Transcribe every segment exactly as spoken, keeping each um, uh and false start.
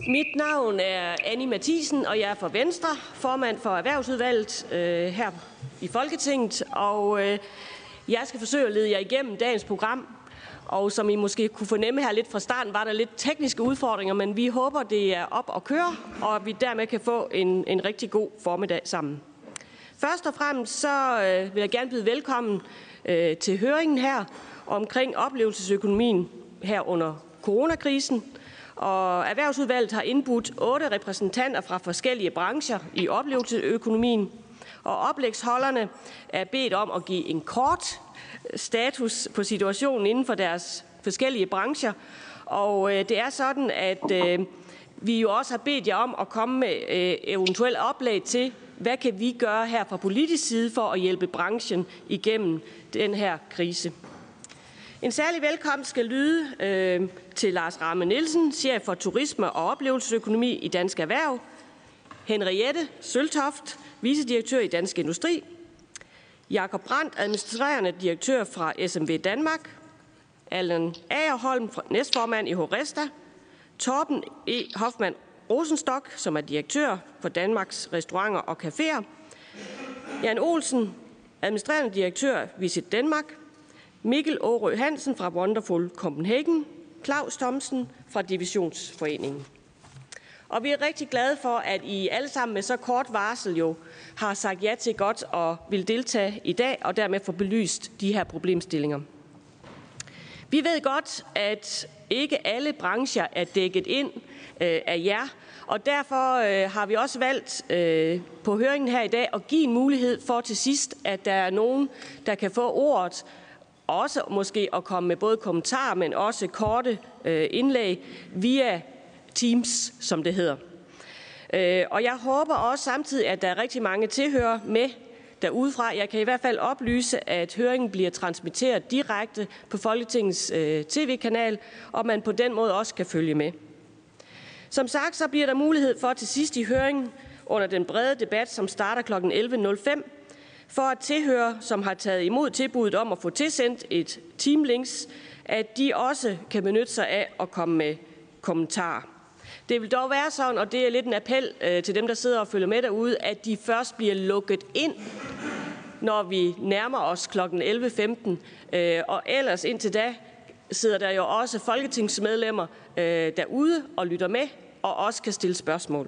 Mit navn er Annie Matthiesen, og jeg er fra Venstre, formand for Erhvervsudvalget øh, her i Folketinget. Og øh, jeg skal forsøge at lede jer igennem dagens program. Og som I måske kunne fornemme her lidt fra starten, var der lidt tekniske udfordringer, men vi håber, det er op at køre, og at vi dermed kan få en, en rigtig god formiddag sammen. Først og fremmest så øh, vil jeg gerne byde velkommen øh, til høringen her omkring oplevelsesøkonomien her under coronakrisen. Og Erhvervsudvalget har indbudt otte repræsentanter fra forskellige brancher i oplevelsesøkonomien. Og oplægsholderne er bedt om at give en kort status på situationen inden for deres forskellige brancher. Og øh, det er sådan, at øh, vi jo også har bedt jer om at komme med øh, eventuelle oplæg til, hvad kan vi gøre her fra politisk side for at hjælpe branchen igennem den her krise. En særlig velkomst skal lyde øh, til Lars Ramme Nielsen, chef for turisme og oplevelsesøkonomi i Dansk Erhverv, Henriette Søltoft, vicedirektør i Dansk Industri, Jakob Brandt, administrerende direktør fra S M V Danmark, Allan Agerholm, næstformand i Horesta, Torben E. Hoffmann Rosenstock, som er direktør for Danmarks Restauranter og Caféer, Jan Olsen, administrerende direktør Visit Danmark, Mikkel Aarø Hansen fra Wonderful Copenhagen, Claus Thomsen fra Divisionsforeningen. Og vi er rigtig glade for, at I alle sammen med så kort varsel jo har sagt ja til godt og vil deltage i dag, og dermed få belyst de her problemstillinger. Vi ved godt, at ikke alle brancher er dækket ind øh, af jer, og derfor øh, har vi også valgt øh, på høringen her i dag at give en mulighed for til sidst, at der er nogen, der kan få ordet, også måske at komme med både kommentarer, men også korte øh, indlæg via Teams, som det hedder. Øh, og jeg håber også samtidig, at der er rigtig mange tilhørere med derudefra. Jeg kan i hvert fald oplyse, at høringen bliver transmitteret direkte på Folketingets øh, tv-kanal, og man på den måde også kan følge med. Som sagt, så bliver der mulighed for til sidst i høringen under den brede debat, som starter klokken elleve nul fem, for at tilhørere, som har taget imod tilbuddet om at få tilsendt et teamlinks, at de også kan benytte sig af at komme med kommentarer. Det vil dog være sådan, og det er lidt en appel øh, til dem, der sidder og følger med derude, at de først bliver lukket ind, når vi nærmer os klokken elleve femten. Øh, og ellers indtil da sidder der jo også folketingsmedlemmer øh, derude og lytter med, og også kan stille spørgsmål.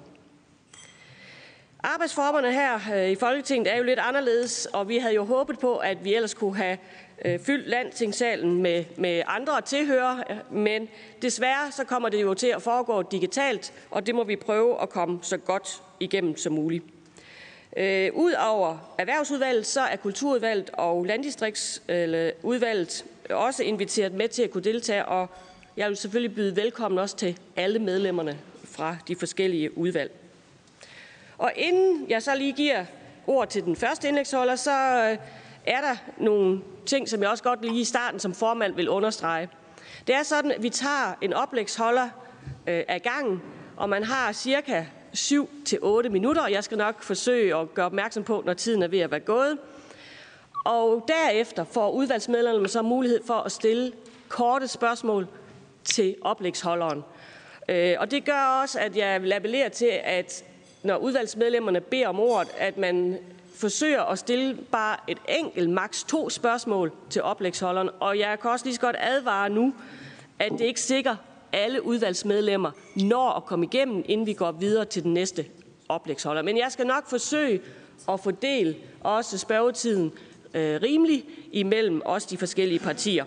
Arbejdsformerne her øh, i Folketinget er jo lidt anderledes, og vi havde jo håbet på, at vi ellers kunne have øh, fyldt Landstingssalen med, med andre tilhørere, men desværre så kommer det jo til at foregå digitalt, og det må vi prøve at komme så godt igennem som muligt. Øh, Udover Erhvervsudvalget, så er Kulturudvalget og Landdistriktsudvalget også inviteret med til at kunne deltage, og jeg vil selvfølgelig byde velkommen også til alle medlemmerne fra de forskellige udvalg. Og inden jeg så lige giver ord til den første indlægsholder, så er der nogle ting, som jeg også godt lige i starten som formand vil understrege. Det er sådan, at vi tager en oplægsholder øh, af gangen, og man har cirka syv til otte minutter, og jeg skal nok forsøge at gøre opmærksom på, når tiden er ved at være gået. Og derefter får udvalgsmedlemmerne så mulighed for at stille korte spørgsmål til oplægsholderen. Øh, og det gør også, at jeg vil appellere til, at når udvalgsmedlemmerne beder om ordet, at man forsøger at stille bare et enkelt, maks to spørgsmål til oplægsholderen. Og jeg kan også lige så godt advare nu, at det ikke sikkert alle udvalgsmedlemmer når at komme igennem, inden vi går videre til den næste oplægsholder. Men jeg skal nok forsøge at fordele også spørgetiden øh, rimelig imellem også de forskellige partier.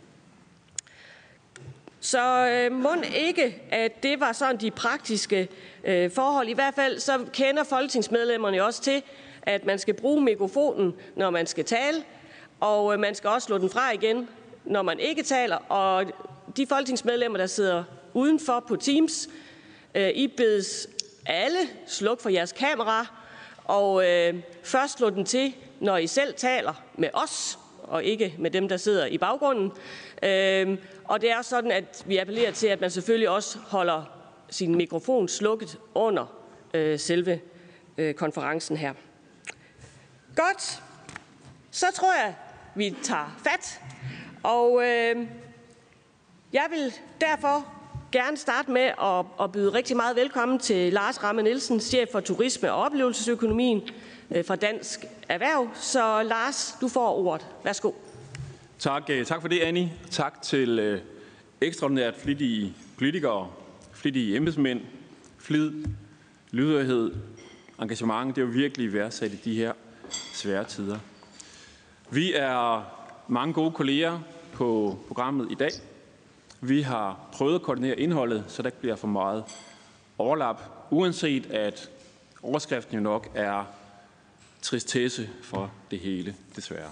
Så øh, mon ikke, at det var sådan de praktiske øh, forhold. I hvert fald så kender folketingsmedlemmerne også til, at man skal bruge mikrofonen, når man skal tale, og øh, man skal også slå den fra igen, når man ikke taler. Og de folketingsmedlemmer, der sidder udenfor på Teams, øh, I bedes alle sluk for jeres kamera, og øh, først slå den til, når I selv taler med os, og ikke med dem, der sidder i baggrunden. Øh, og det er sådan, at vi appellerer til, at man selvfølgelig også holder sin mikrofon slukket under øh, selve øh, konferencen her. Godt. Så tror jeg, vi tager fat. Og øh, jeg vil derfor gerne starte med at, at byde rigtig meget velkommen til Lars Ramme Nielsen, chef for turisme og oplevelsesøkonomien fra Dansk Erhverv. Så Lars, du får ordet. Værsgo. Tak, tak for det, Annie. Tak til øh, ekstraordinært flittige politikere, flittige embedsmænd, flid, lydhørhed, engagement. Det er jo virkelig værdsat i de her svære tider. Vi er mange gode kolleger på programmet i dag. Vi har prøvet at koordinere indholdet, så der ikke bliver for meget overlap, uanset at overskriften jo nok er tristesse for det hele, desværre.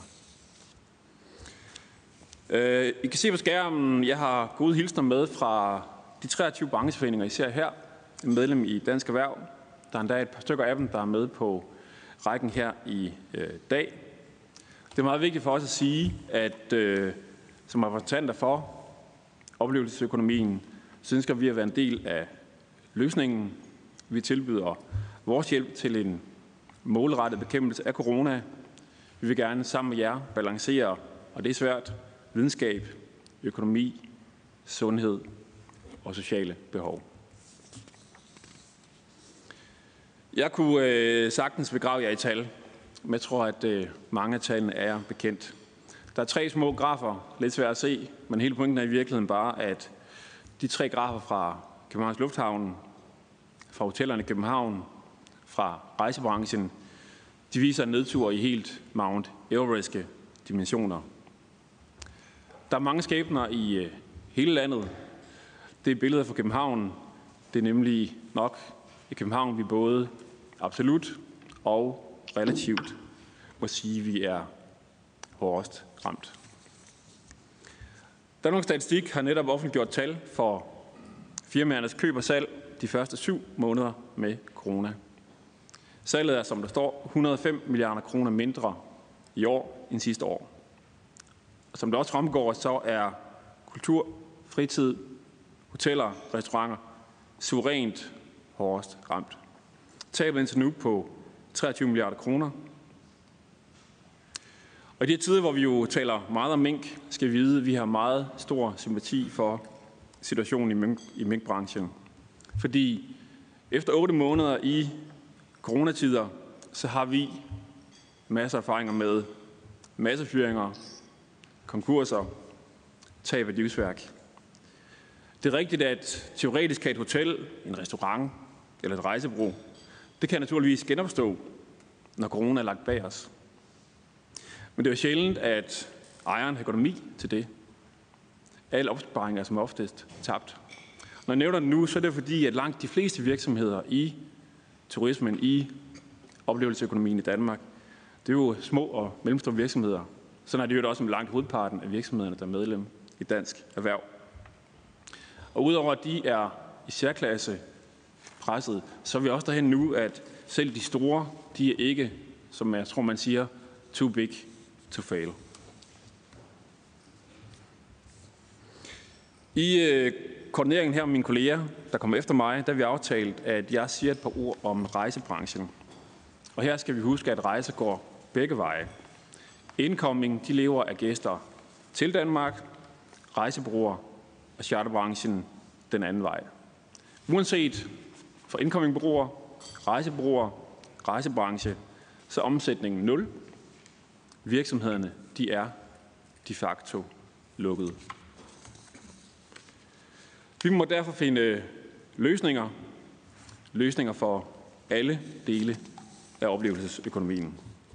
Øh, I kan se på skærmen, jeg har gode hilsner med fra de treogtyve brancheforeninger, især her, en medlem i Dansk Erhverv. Der er endda et par stykker af dem, der er med på rækken her i øh, dag. Det er meget vigtigt for os at sige, at øh, som repræsentanter for oplevelsesøkonomien, så ønsker vi at være en del af løsningen. Vi tilbyder vores hjælp til en målrettet bekæmpelse af corona. Vi vil gerne sammen med jer balancere, og det er svært, videnskab, økonomi, sundhed og sociale behov. Jeg kunne øh, sagtens begrave jer i tal, men jeg tror, at øh, mange af tallene er bekendt. Der er tre små grafer, lidt svært at se, men hele pointen er i virkeligheden bare, at de tre grafer fra Københavns Lufthavn, fra hotellerne i København, fra rejsebranchen, de viser en nedtur i helt Mount Everestske dimensioner. Der er mange skæbner i øh, hele landet. Det er billeder fra København. Det er nemlig nok i København, vi både absolut og relativt må sige, at vi er hårdest ramt. Danmarks Statistik har netop offentliggjort tal for firmaernes køb og salg de første syv måneder med corona. Salget er, som der står, et hundrede og fem milliarder kroner mindre i år end sidste år. Og som det også fremgår, så er kultur, fritid, hoteller, restauranter suverænt hårdest ramt. Tabet indtil nu på treogtyve milliarder kroner. Og i de tider, hvor vi jo taler meget om mink, skal vi vide, at vi har meget stor sympati for situationen i, mink, i minkbranchen. Fordi efter otte måneder i coronatider, så har vi masser af erfaringer med massefyringer, konkurser, tab af livsværk. Det er rigtigt, at teoretisk kan et hotel, en restaurant eller et rejsebureau, det kan naturligvis genopstå, når corona er lagt bag os. Men det er jo sjældent, at ejeren har økonomi til det. Alle opsparinger er som oftest tabt. Når jeg nævner det nu, så er det fordi, at langt de fleste virksomheder i turismen, i oplevelsesøkonomien i Danmark, det er jo små og mellemstore virksomheder. Sådan er det jo også med langt hovedparten af virksomhederne, der er medlem i Dansk Erhverv. Og udover at de er i særklasse presset, så er vi også derhen nu, at selv de store, de er ikke, som jeg tror man siger, too big to fail. I øh, koordineringen her med mine kolleger, der kommer efter mig, der har vi aftalt, at jeg siger et par ord om rejsebranchen. Og her skal vi huske, at rejser går begge veje. Incoming, de lever af gæster til Danmark, rejsebureauer og charterbranchen den anden vej. Uanset for incoming-bureauer, rejsebureauer, rejsebranche, så er omsætningen nul. Virksomhederne, de er de facto lukkede. Vi må derfor finde løsninger, løsninger for alle dele af oplevelsesøkonomien.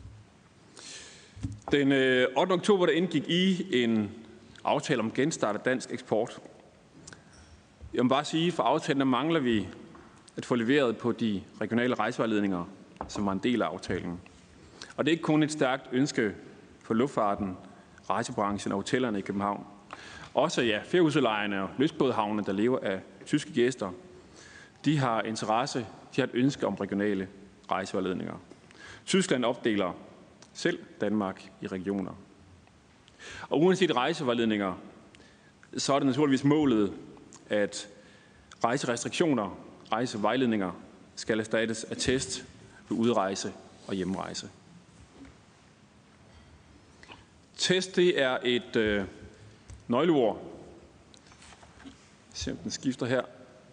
Den ottende oktober der indgik I en aftale om genstart af dansk eksport. Jeg må bare sige, at for aftalen der mangler vi at få leveret på de regionale rejsevejledninger, som var en del af aftalen. Og det er ikke kun et stærkt ønske for luftfarten, rejsebranchen og hotellerne i København. Også ja, feriehuselejerne og lystbådehavnene, der lever af tyske gæster, de har interesse, de har et ønske om regionale rejsevejledninger. Tyskland opdeler selv Danmark i regioner. Og uanset rejsevejledninger, så er det naturligvis målet, at rejserestriktioner, rejsevejledninger skal erstattes af test ved udrejse og hjemrejse. Test, det er et øh, nøgleord. Se om den skifter her.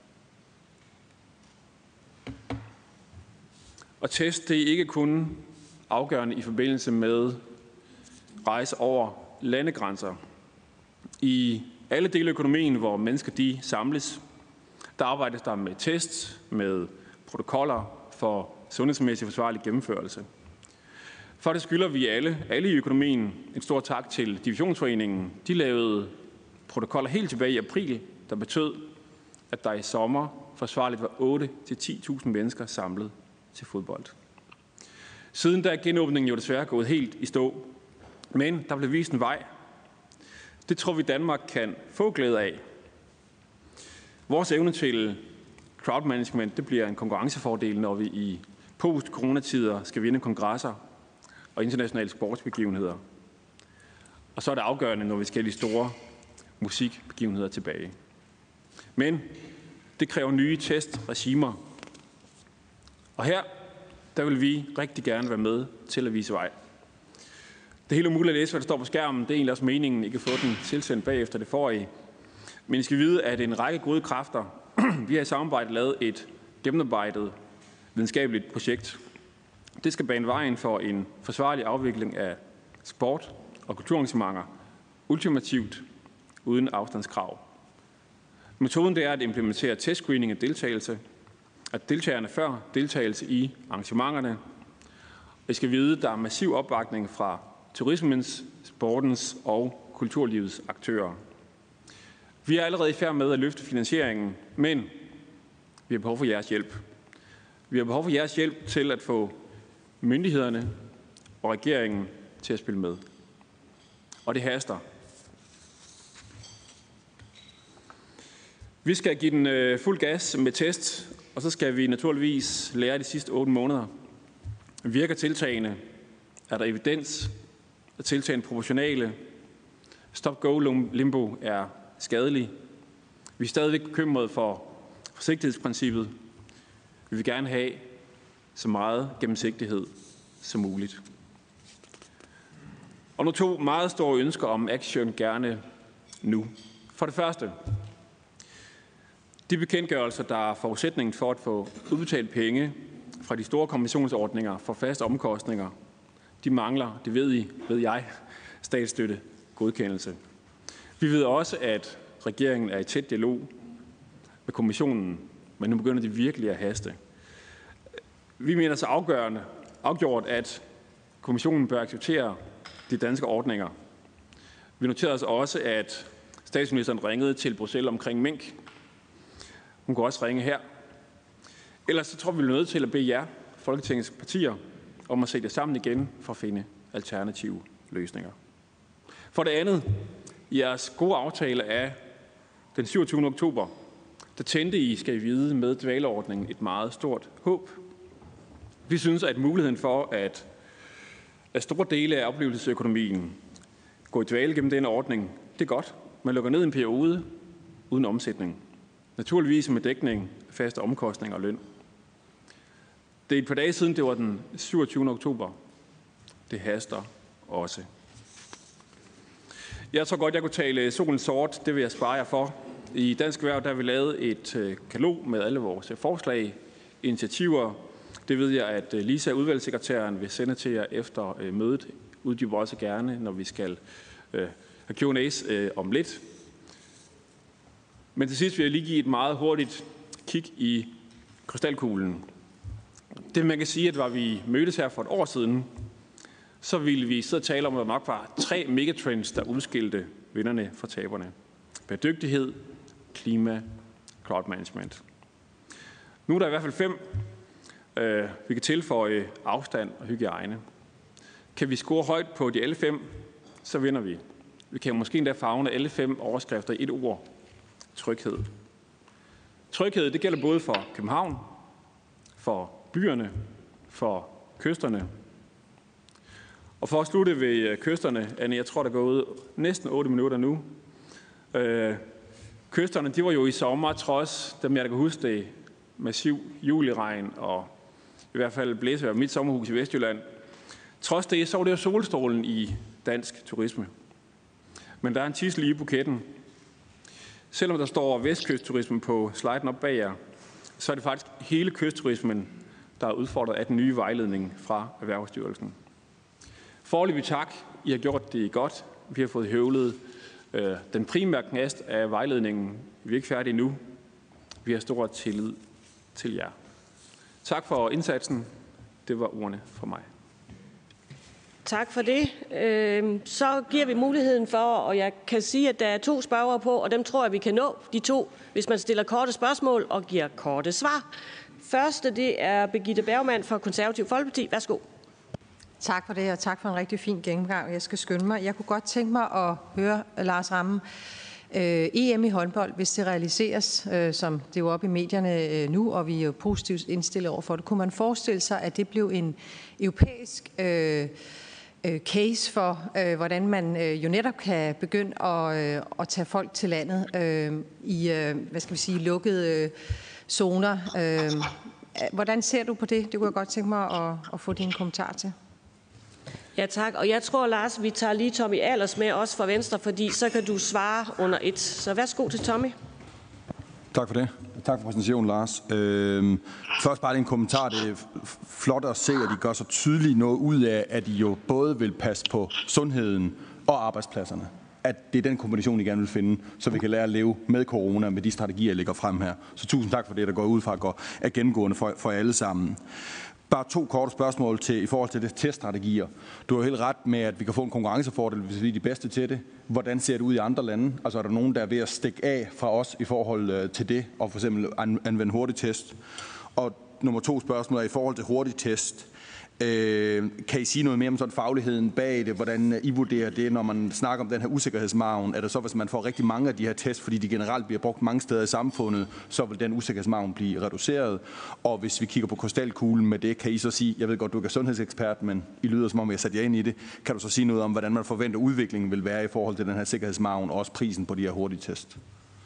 Og test, det er ikke kun afgørende i forbindelse med rejse over landegrænser. I alle dele af økonomien, hvor mennesker de samles, der arbejdes der med tests, med protokoller for sundhedsmæssig forsvarlig gennemførelse. For det skylder vi alle, alle i økonomien, en stor tak til Divisionsforeningen. De lavede protokoller helt tilbage i april, der betød, at der i sommer forsvarligt var otte til ti tusind mennesker samlet til fodbold. Siden der er genåbningen jo desværre gået helt i stå, men der blev vist en vej. Det tror vi Danmark kan få glæde af. Vores evne til crowd management, det bliver en konkurrencefordel, når vi i post-coronatider skal vinde kongresser og internationale sportsbegivenheder. Og så er det afgørende, når vi skal have de store musikbegivenheder tilbage. Men det kræver nye testregimer. Og her, der vil vi rigtig gerne være med til at vise vej. Det er helt umuligt at læse, hvad der står på skærmen. Det er egentlig også meningen, I kan få den tilsendt bagefter det forrige. Men I skal vide, at en række gode kræfter, vi har i samarbejde lavet et gennemarbejdet videnskabeligt projekt. Det skal bane vejen for en forsvarlig afvikling af sport og kulturarrangementer, ultimativt uden afstandskrav. Metoden det er at implementere testscreening af deltagelse, at deltagerne før deltagelse i arrangementerne. I skal vide, at der er massiv opbakning fra turismens, sportens og kulturlivets aktører. Vi er allerede i færd med at løfte finansieringen, men vi har behov for jeres hjælp. Vi har behov for jeres hjælp til at få myndighederne og regeringen til at spille med. Og det haster. Vi skal give den fuld gas med test, og så skal vi naturligvis lære de sidste otte måneder. Virker tiltagene? Er der evidens? Er tiltagene proportionale? Stop-go-limbo er skadelig. Vi er stadigvæk bekymrede for forsigtighedsprincippet. Vi vil gerne have så meget gennemsigtighed som muligt. Og nu to meget store ønsker om action gerne nu. For det første, de bekendtgørelser, der er forudsætningen for at få udbetalt penge fra de store kompensationsordninger for faste omkostninger, de mangler, det ved I, ved jeg, statsstøtte godkendelse. Vi ved også, at regeringen er i tæt dialog med kommissionen, men nu begynder de virkelig at haste. Vi mener så afgørende, afgjort, at kommissionen bør acceptere de danske ordninger. Vi noterede os også, at statsministeren ringede til Bruxelles omkring mink. Hun kan også ringe her. Ellers så tror vi, vi er nødt til at bede jer, Folketingets partier, om at se det sammen igen for at finde alternative løsninger. For det andet, jeres gode aftale af den syvogtyvende oktober, der tændte I, skal I vide, med dvaleordningen et meget stort håb. Vi synes, at muligheden for, at, at store dele af oplevelsesøkonomien går i dvale gennem denne ordning, det er godt. Man lukker ned en periode uden omsætning. Naturligvis med dækning, faste omkostninger og løn. Det er et par dage siden, det var den syvogtyvende oktober. Det haster også. Jeg tror godt, jeg kunne tale solen sort. Det vil jeg spare jer for. I Dansk Erhverv der har vi lavet et katalog med alle vores forslag, initiativer. Det ved jeg, at Lisa, udvalgssekretæren, vil sende til jer efter mødet. Uddyber også gerne, når vi skal have Q and A's om lidt. Men til sidst vil jeg lige give et meget hurtigt kig i krystalkuglen. Det man kan sige, at var vi mødtes her for et år siden, så ville vi sidde og tale om, at der nok var tre megatrends, der udskilte vinderne fra taberne. Bæredygtighed, klima, crowd management. Nu er der i hvert fald fem. Øh, vi kan tilføje afstand og hygiejne. Kan vi score højt på de alle fem, så vinder vi. Vi kan måske endda favne alle fem overskrifter i et ord. Tryghed. Tryghed, det gælder både for København, for byerne, for kysterne. Og for at slutte ved kysterne, Anne, jeg tror, der går ud næsten otte minutter nu. Øh, kysterne, de var jo i sommer, trods dem, jeg kan huske det, massiv juliregn og i hvert fald blæsevejr mit sommerhus i Vestjylland. Trods det, så var det jo solstrålen i dansk turisme. Men der er en tidsel i buketten. Selvom der står vestkystturismen på sliden op bag jer, så er det faktisk hele kystturismen, der er udfordret af den nye vejledning fra Erhvervsstyrelsen. Foreløbig tak. I har gjort det godt. Vi har fået høvlet øh, den primære knast af vejledningen. Vi er ikke færdige nu. Vi har stor tillid til jer. Tak for indsatsen. Det var ordene fra mig. Tak for det. Så giver vi muligheden for, og jeg kan sige, at der er to spørgere på, og dem tror jeg, vi kan nå, de to, hvis man stiller korte spørgsmål og giver korte svar. Første, det er Birgitte Bergman fra Konservativ Folkeparti. Værsgo. Tak for det, og tak for en rigtig fin gennemgang. Jeg skal skynde mig. Jeg kunne godt tænke mig at høre Lars Ramme. E M i håndbold, hvis det realiseres, som det er jo oppe i medierne nu, og vi er jo positivt indstillet over for det, kunne man forestille sig, at det blev en europæisk øh, case for, øh, hvordan man øh, jo netop kan begynde at, øh, at tage folk til landet øh, i, øh, hvad skal vi sige, lukkede øh, zoner. Øh, hvordan ser du på det? Det kunne jeg godt tænke mig at, at få dine kommentarer til. Ja, tak. Og jeg tror, Lars, vi tager lige Tommy Ahlers med, også fra Venstre, fordi så kan du svare under et. Så værsgo til Tommy. Tak for det. Tak for præsentationen, Lars. Øhm, først bare en kommentar. Det er flot at se, at de gør så tydeligt noget ud af, at de jo både vil passe på sundheden og arbejdspladserne. At det er den kombination, I gerne vil finde, så vi kan lære at leve med corona med de strategier, jeg lægger frem her. Så tusind tak for det, der går ud fra, at går er gennemgående for, for alle sammen. Bare to korte spørgsmål til, i forhold til det teststrategier. Du har helt ret med, at vi kan få en konkurrencefordel, hvis vi er de bedste til det. Hvordan ser det ud i andre lande? Altså er der nogen, der er ved at stikke af fra os i forhold til det, og for eksempel anvende hurtigtest? Og nummer to spørgsmål er i forhold til hurtigtest. Øh, kan I sige noget mere om sådan fagligheden bag det? Hvordan I vurderer det, når man snakker om den her usikkerhedsmargen? Er det så, hvis man får rigtig mange af de her tests, fordi de generelt bliver brugt mange steder i samfundet, så vil den usikkerhedsmargen blive reduceret? Og hvis vi kigger på krystalkuglen med det, kan I så sige, jeg ved godt, du ikke er sundhedsekspert, men I lyder som om, jeg satte jer ind i det. Kan du så sige noget om, hvordan man forventer udviklingen vil være i forhold til den her sikkerhedsmargen, og også prisen på de her hurtige test?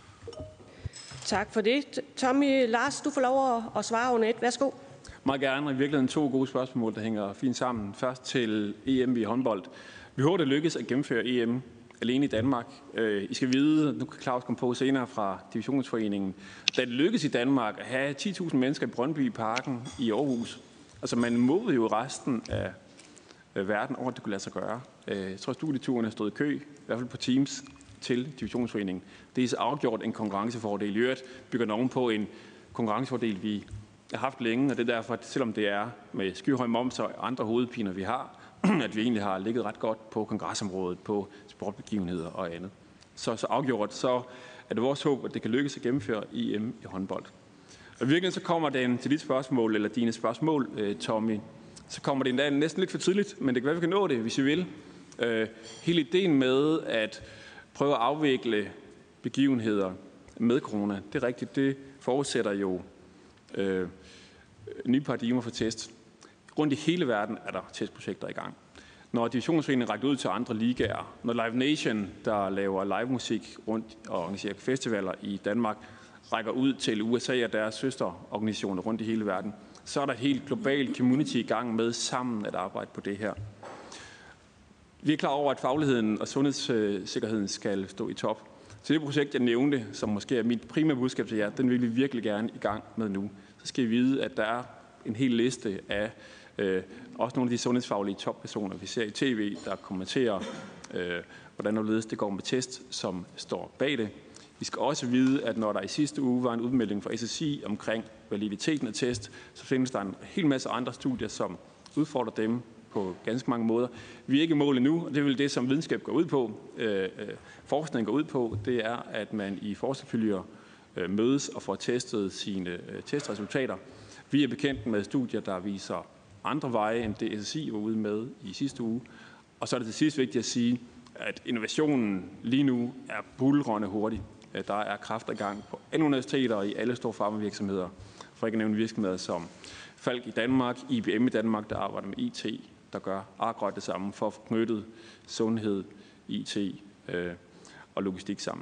Tak for det. Tommy, Lars, du får lov at svare under et. Værsgo. Meget gerne, og i virkeligheden to gode spørgsmål, der hænger fint sammen. Først til E M i håndbold. Vi håber, det lykkes at gennemføre E M alene i Danmark. I skal vide, nu kan Claus komme på senere fra Divisionsforeningen, da det lykkes i Danmark at have ti tusind mennesker i Brøndby Parken i Aarhus. Altså man må jo resten af verden over, at det kunne lade sig gøre. Jeg tror, studieturene stod i kø, i hvert fald på Teams, til Divisionsforeningen. Det er så afgjort en konkurrencefordel. I øvrigt bygger nogen på en konkurrencefordel, vi har haft længe, og det er derfor, at selvom det er med skyhøj moms og andre hovedpiner, vi har, at vi egentlig har ligget ret godt på kongresområdet, på sportbegivenheder og andet. Så, så afgjort, så er det vores håb, at det kan lykkes at gennemføre E M i håndbold. Og virkelig så kommer den til dit spørgsmål, eller dine spørgsmål, Tommy, så kommer det endda næsten lidt for tidligt, men det kan være, vi kan nå det, hvis vi vil. Hele ideen med at prøve at afvikle begivenheder med corona, det er rigtigt, det forudsætter jo Øh, nye paradigmer for test. Rundt i hele verden er der testprojekter i gang. Når Divisionsforeningen rækker ud til andre ligaer, når Live Nation, der laver live musik rundt og organiserer festivaler i Danmark, rækker ud til U S A og deres søsterorganisationer rundt i hele verden, så er der et helt globalt community i gang med sammen at arbejde på det her. Vi er klar over, at fagligheden og sundhedssikkerheden skal stå i top. Så det projekt, jeg nævnte, som måske er mit primære budskab til jer, den vil vi virkelig gerne i gang med nu. Så skal I vide, at der er en hel liste af øh, også nogle af de sundhedsfaglige toppersoner, vi ser i tv, der kommenterer, øh, hvordan og ledes det går med test, som står bag det. Vi skal også vide, at når der i sidste uge var en udmelding fra S S I omkring validiteten af test, så findes der en hel masse andre studier, som udfordrer dem på ganske mange måder. Vi er ikke i mål endnu, og det er vel det, som videnskab går ud på, øh, øh, forskning går ud på, det er, at man i forskerfølger øh, mødes og får testet sine øh, testresultater. Vi er bekendt med studier, der viser andre veje, end det S S I var ude med i sidste uge. Og så er det til sidst vigtigt at sige, at innovationen lige nu er buldrende hurtig. Der er kræfter i gang på alle universiteter og i alle store farmavirksomheder, for ikke at nævne virksomheder som Falk i Danmark, I B M i Danmark, der arbejder med I T, der gør akkurat det samme for at få knyttet sundhed, I T øh, og logistik sammen.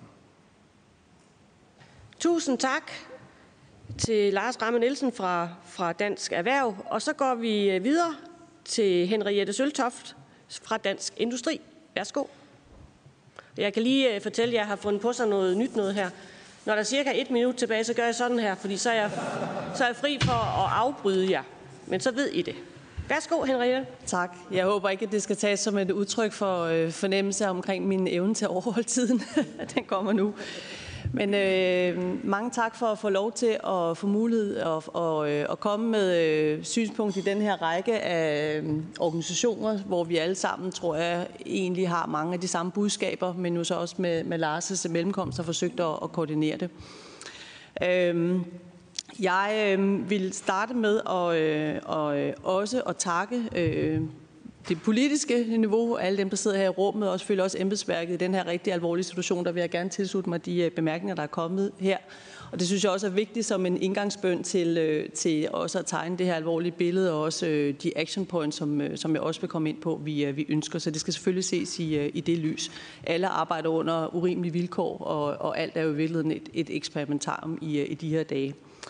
Tusind tak til Lars Ramme Nielsen fra, fra Dansk Erhverv. Og så går vi videre til Henriette Søltoft fra Dansk Industri. Værsgo. Jeg kan lige fortælle, at jeg har fundet på sig noget nyt noget her. Når der er cirka et minut tilbage, så gør jeg sådan her, fordi så er jeg, så er jeg fri for at afbryde jer. Men så ved I det. Værsgo, Henriette. Tak. Jeg håber ikke, at det skal tages som et udtryk for øh, fornemmelse omkring min evne til at overholde tiden. Den kommer nu. Men øh, mange tak for at få lov til at få mulighed at, og, øh, at komme med øh, synspunkt i den her række af øh, organisationer, hvor vi alle sammen, tror jeg, egentlig har mange af de samme budskaber, men nu så også med, med Lars' mellemkomst har forsøgt at, at koordinere det. Øh, Jeg øh, vil starte med at, øh, og, øh, også at takke øh, det politiske niveau, alle dem, der sidder her i rummet, og selvfølgelig også embedsværket i den her rigtig alvorlige situation. Der vil jeg gerne tilslutte mig de øh, bemærkninger, der er kommet her. Og det synes jeg også er vigtigt som en indgangsbøn til, øh, til også at tegne det her alvorlige billede, og også øh, de action points, som, øh, som jeg også vil komme ind på, vi, øh, vi ønsker. Så det skal selvfølgelig ses i, øh, i det lys. Alle arbejder under urimelige vilkår, og, og alt er jo i virkeligheden et, et eksperimentarium i, øh, i de her dage.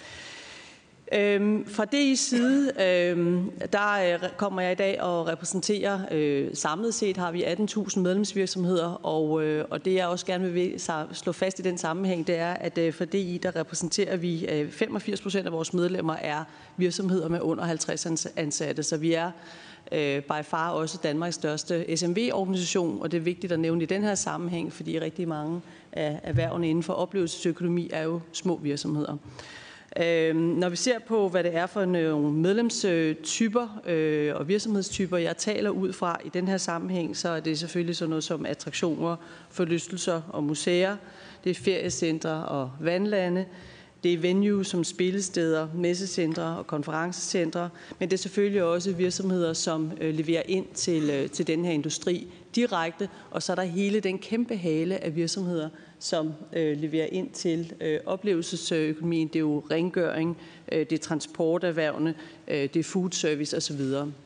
Øhm, fra det i side, øhm, der øh, kommer jeg i dag og repræsenterer, øh, samlet set har vi atten tusind medlemsvirksomheder, og, øh, og det jeg også gerne vil slå fast i den sammenhæng, det er, at øh, for D I, der repræsenterer vi øh, femogfirs procent af vores medlemmer er virksomheder med under halvtreds ansatte, så vi er øh, by far også Danmarks største S M V-organisation, og det er vigtigt at nævne i den her sammenhæng, fordi rigtig mange af erhvervene inden for oplevelsesøkonomi er jo små virksomheder. Øh, når vi ser på, hvad det er for nogle medlemstyper øh, og virksomhedstyper, jeg taler ud fra i den her sammenhæng, så er det selvfølgelig sådan noget som attraktioner, forlystelser og museer. Det er feriecentre og vandlande. Det er venues som spillesteder, messecentre og konferencecentre. Men det er selvfølgelig også virksomheder, som øh, leverer ind til, øh, til den her industri direkte. Og så er der hele den kæmpe hale af virksomheder, som øh, leverer ind til øh, oplevelsesøkonomien. Det er jo rengøring, øh, det er transporterhvervene, øh, det er food service osv.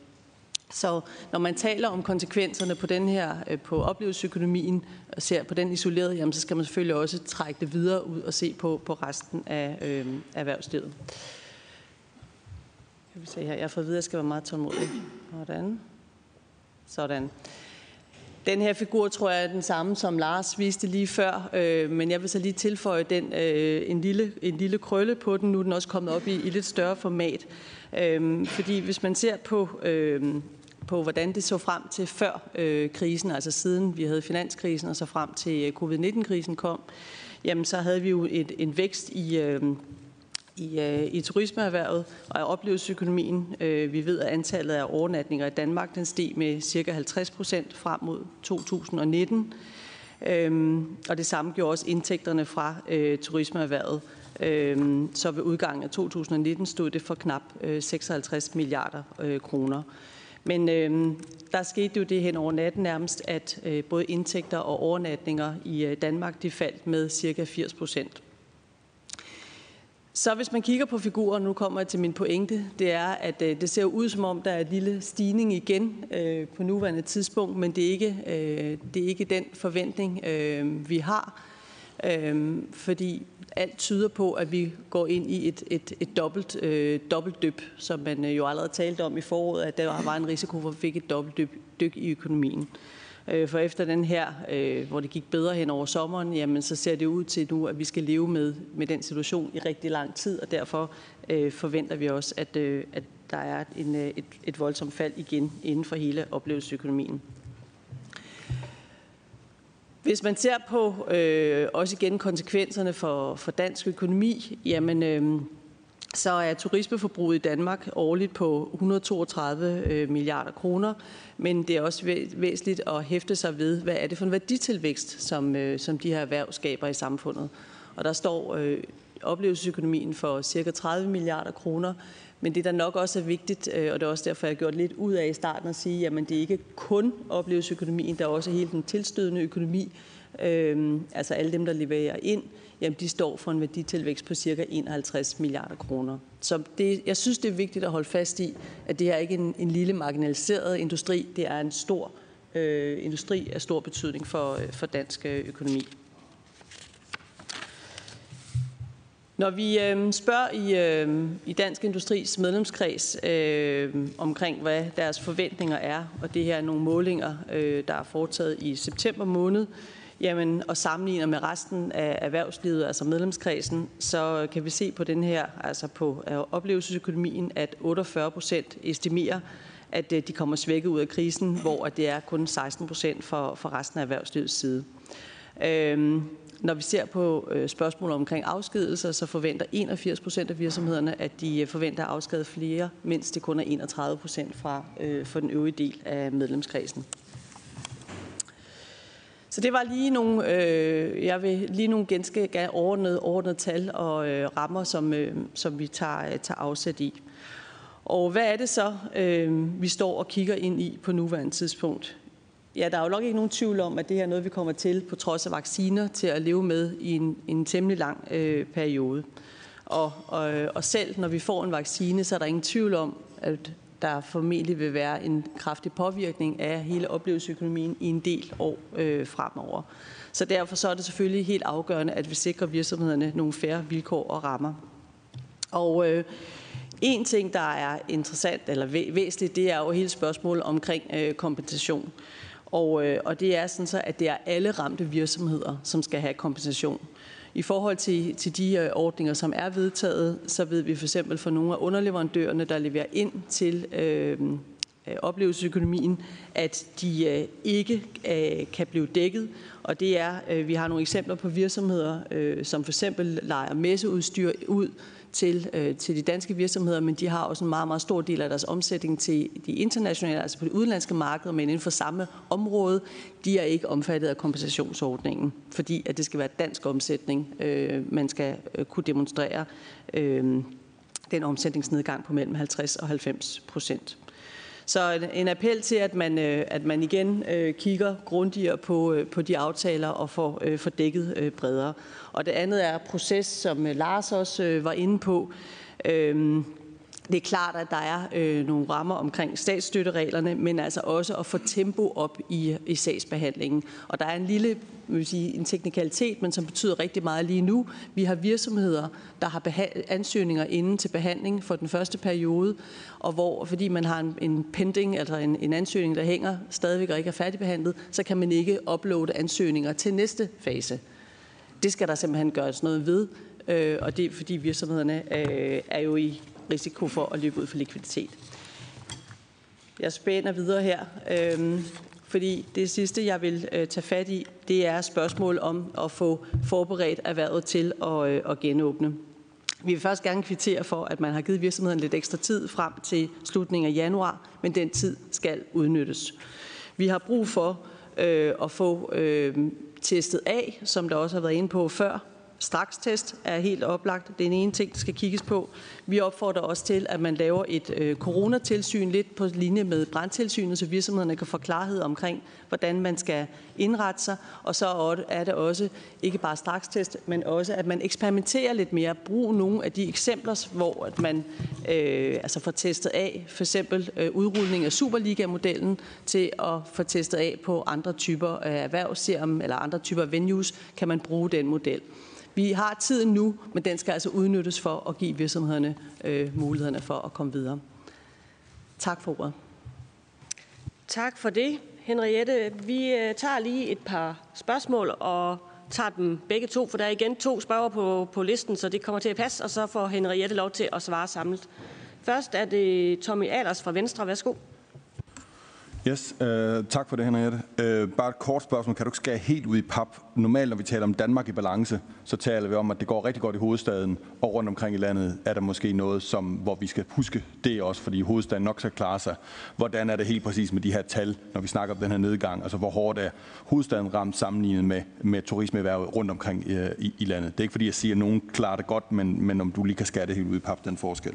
Så når man taler om konsekvenserne på den her øh, på oplevelsesøkonomien og ser på den isoleret, jamen, så skal man selvfølgelig også trække det videre ud og se på, på resten af øh, erhvervslivet. Kan vi se her. Jeg har fået at vide, at jeg skal være meget tålmodig. Hvordan? Sådan. Den her figur tror jeg er den samme, som Lars viste lige før, øh, men jeg vil så lige tilføje den, øh, en, lille, en lille krølle på den. Nu er den også kommet op i, i lidt større format. Øh, fordi hvis man ser på, øh, på, hvordan det så frem til før øh, krisen, altså siden vi havde finanskrisen og så frem til covid nitten-krisen kom, jamen så havde vi jo et, en vækst i... Øh, I, i turismeerhvervet og oplevelsesøkonomien. Vi ved, at antallet af overnatninger i Danmark den steg med ca. halvtreds procent frem mod to tusind nitten. Og det samme gjorde også indtægterne fra turismeerhvervet. Så ved udgangen af to tusind nitten stod det for knap seksoghalvtreds milliarder kroner. Men øh, der skete jo det hen over natten nærmest, at øh, både indtægter og overnatninger i øh, Danmark de faldt med ca. firs procent. Så hvis man kigger på figuren, nu kommer jeg til min pointe, det er, at øh, det ser ud som om, der er en lille stigning igen øh, på nuværende tidspunkt, men det er ikke, øh, det er ikke den forventning, øh, vi har, øh, fordi alt tyder på, at vi går ind i et, et, et dobbelt, øh, dobbelt dyb, som man jo allerede talte om i foråret, at der var en risiko for, at vi fik et dobbelt dyb, dyk i økonomien. For efter den her, øh, hvor det gik bedre hen over sommeren, jamen, så ser det ud til nu, at vi skal leve med, med den situation i rigtig lang tid, og derfor øh, forventer vi også, at, øh, at der er en, øh, et, et voldsomt fald igen inden for hele oplevelsesøkonomien. Hvis man ser på øh, også igen konsekvenserne for, for dansk økonomi, jamen... Øh, så er turismeforbruget i Danmark årligt på et hundrede og toogtredive milliarder kroner, men det er også væsentligt at hæfte sig ved, hvad er det for en værditilvækst, som, som de her erhverv skaber i samfundet. Og der står øh, oplevelsesøkonomien for ca. tredive milliarder kroner, men det der nok også er vigtigt, øh, og det er også derfor, jeg har gjort lidt ud af i starten at sige, jamen det er ikke kun oplevelsesøkonomien, der er også hele den tilstødende økonomi, øh, altså alle dem, der leverer ind, jamen de står for en værditilvækst på ca. enoghalvtreds milliarder kroner. Så det, jeg synes, det er vigtigt at holde fast i, at det her ikke er en, en lille marginaliseret industri, det er en stor øh, industri af stor betydning for, for dansk økonomi. Når vi øh, spørger i, øh, i Dansk Industris medlemskreds øh, omkring, hvad deres forventninger er, og det her er nogle målinger, øh, der er foretaget i september måned, Jamen, og sammenligner med resten af erhvervslivet, altså medlemskredsen, så kan vi se på den her, altså på oplevelsesøkonomien, at otteogfyrre procent estimerer, at de kommer svækket ud af krisen, hvor det er kun seksten procent for, for resten af erhvervslivets side. Øhm, når vi ser på øh, spørgsmålet omkring afskedelser, så forventer enogfirs procent af virksomhederne, at de forventer at afskede flere, mens det kun er enogtredive procent fra øh, for den øvrige del af medlemskredsen. Så det var lige nogle, øh, jeg vil lige nogle ganske overordnede, overordnede tal og øh, rammer, som, øh, som vi tager, tager afsæt i. Og hvad er det så, øh, vi står og kigger ind i på nuværende tidspunkt? Ja, der er jo nok ikke nogen tvivl om, at det her er noget, vi kommer til, på trods af vacciner, til at leve med i en, en temmelig lang øh, periode. Og, og, og selv når vi får en vaccine, så er der ingen tvivl om, at der formentlig vil være en kraftig påvirkning af hele oplevelsesøkonomien i en del år øh, fremover. Så derfor så er det selvfølgelig helt afgørende, at vi sikrer virksomhederne nogle fair vilkår og rammer. Og øh, en ting, der er interessant eller væsentligt, det er jo hele spørgsmålet omkring øh, kompensation. Og, øh, og det er sådan så, at det er alle ramte virksomheder, som skal have kompensation. I forhold til, til de øh, ordninger, som er vedtaget, så ved vi for eksempel for nogle af underleverandørerne, der leverer ind til øh, oplevelsesøkonomien, at de øh, ikke øh, kan blive dækket. Og det er, øh, vi har nogle eksempler på virksomheder, øh, som for eksempel lejer messeudstyr ud til, øh, til de danske virksomheder, men de har også en meget, meget stor del af deres omsætning til de internationale, altså på de udenlandske markeder, men inden for samme område, de er ikke omfattet af kompensationsordningen, fordi at det skal være dansk omsætning, øh, man skal øh, kunne demonstrere øh, den omsætningsnedgang på mellem halvtreds og halvfems procent. Så en, en appel til, at man, øh, at man igen øh, kigger grundigere på, øh, på de aftaler og får, øh, får dækket øh, bredere. Og det andet er proces, som øh, Lars også øh, var inde på. Øh, Det er klart, at der er øh, nogle rammer omkring statsstøttereglerne, men altså også at få tempo op i, i sagsbehandlingen. Og der er en lille vil sige, en teknikalitet, men som betyder rigtig meget lige nu. Vi har virksomheder, der har ansøgninger inde til behandling for den første periode, og hvor, fordi man har en, en pending, altså en, en ansøgning, der hænger stadigvæk og ikke er færdigbehandlet, så kan man ikke uploade ansøgninger til næste fase. Det skal der simpelthen gøres noget ved, øh, og det er fordi virksomhederne øh, er jo i risiko for at løbe ud for likviditet. Jeg spænder videre her, øh, fordi det sidste, jeg vil øh, tage fat i, det er spørgsmål om at få forberedt erhvervet til at, øh, at genåbne. Vi vil først gerne kvittere for, at man har givet virksomheden lidt ekstra tid frem til slutningen af januar, men den tid skal udnyttes. Vi har brug for øh, at få øh, testet af, som der også har været inde på før. Strakstest er helt oplagt. Det er en ene ting, der skal kigges på. Vi opfordrer også til, at man laver et øh, coronatilsyn lidt på linje med brandtilsynet, så virksomhederne kan få klarhed omkring, hvordan man skal indrette sig. Og så er det også ikke bare strakstest, men også, at man eksperimenterer lidt mere. Brug nogle af de eksempler, hvor at man øh, altså får testet af, for eksempel øh, udrulning af Superliga-modellen, til at få testet af på andre typer af erhvervsserum eller andre typer af venues, kan man bruge den model. Vi har tiden nu, men den skal altså udnyttes for at give virksomhederne øh, mulighederne for at komme videre. Tak for ordet. Tak for det, Henriette. Vi øh, tager lige et par spørgsmål og tager dem begge to, for der er igen to spørgere på, på listen, så det kommer til at passe, og så får Henriette lov til at svare samlet. Først er det Tommy Ahlers fra Venstre. Værsgo. Yes, øh, tak for det, Henriette. Øh, bare et kort spørgsmål. Kan du ikke skære helt ud i pap? Normalt, når vi taler om Danmark i balance, så taler vi om, at det går rigtig godt i hovedstaden, og rundt omkring i landet er der måske noget, som, hvor vi skal huske det også, fordi hovedstaden nok skal klare sig. Hvordan er det helt præcis med de her tal, når vi snakker om den her nedgang? Altså, hvor hårdt er hovedstaden ramt sammenlignet med, med turismeerhvervet rundt omkring øh, i, i landet? Det er ikke, fordi jeg siger, at nogen klarer det godt, men, men om du lige kan skære det helt ud i pap, den forskel.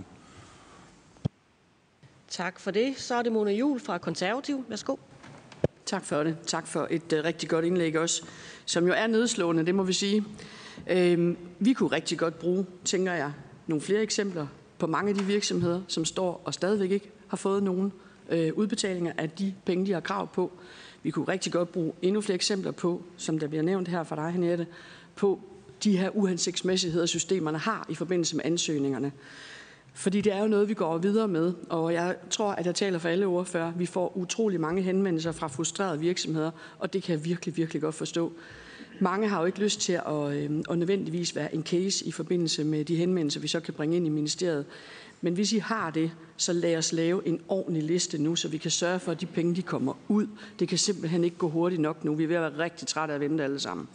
Tak for det. Så er det Mona Juul fra Konservativ. Værsgo. Tak for det. Tak for et uh, rigtig godt indlæg også, som jo er nedslående, det må vi sige. Uh, vi kunne rigtig godt bruge, tænker jeg, nogle flere eksempler på mange af de virksomheder, som står og stadigvæk ikke har fået nogen uh, udbetalinger af de penge, de har krav på. Vi kunne rigtig godt bruge endnu flere eksempler på, som der bliver nævnt her fra dig, Henriette, på de her uhensigtsmæssigheder, systemerne har i forbindelse med ansøgningerne. Fordi det er jo noget, vi går videre med, og jeg tror, at jeg taler for alle ordfører. Vi får utrolig mange henvendelser fra frustrerede virksomheder, og det kan jeg virkelig, virkelig godt forstå. Mange har jo ikke lyst til at, øh, at nødvendigvis være en case i forbindelse med de henvendelser, vi så kan bringe ind i ministeriet. Men hvis I har det, så lad os lave en ordentlig liste nu, så vi kan sørge for, at de penge de kommer ud. Det kan simpelthen ikke gå hurtigt nok nu. Vi er ved at være rigtig trætte af at vente alle sammen.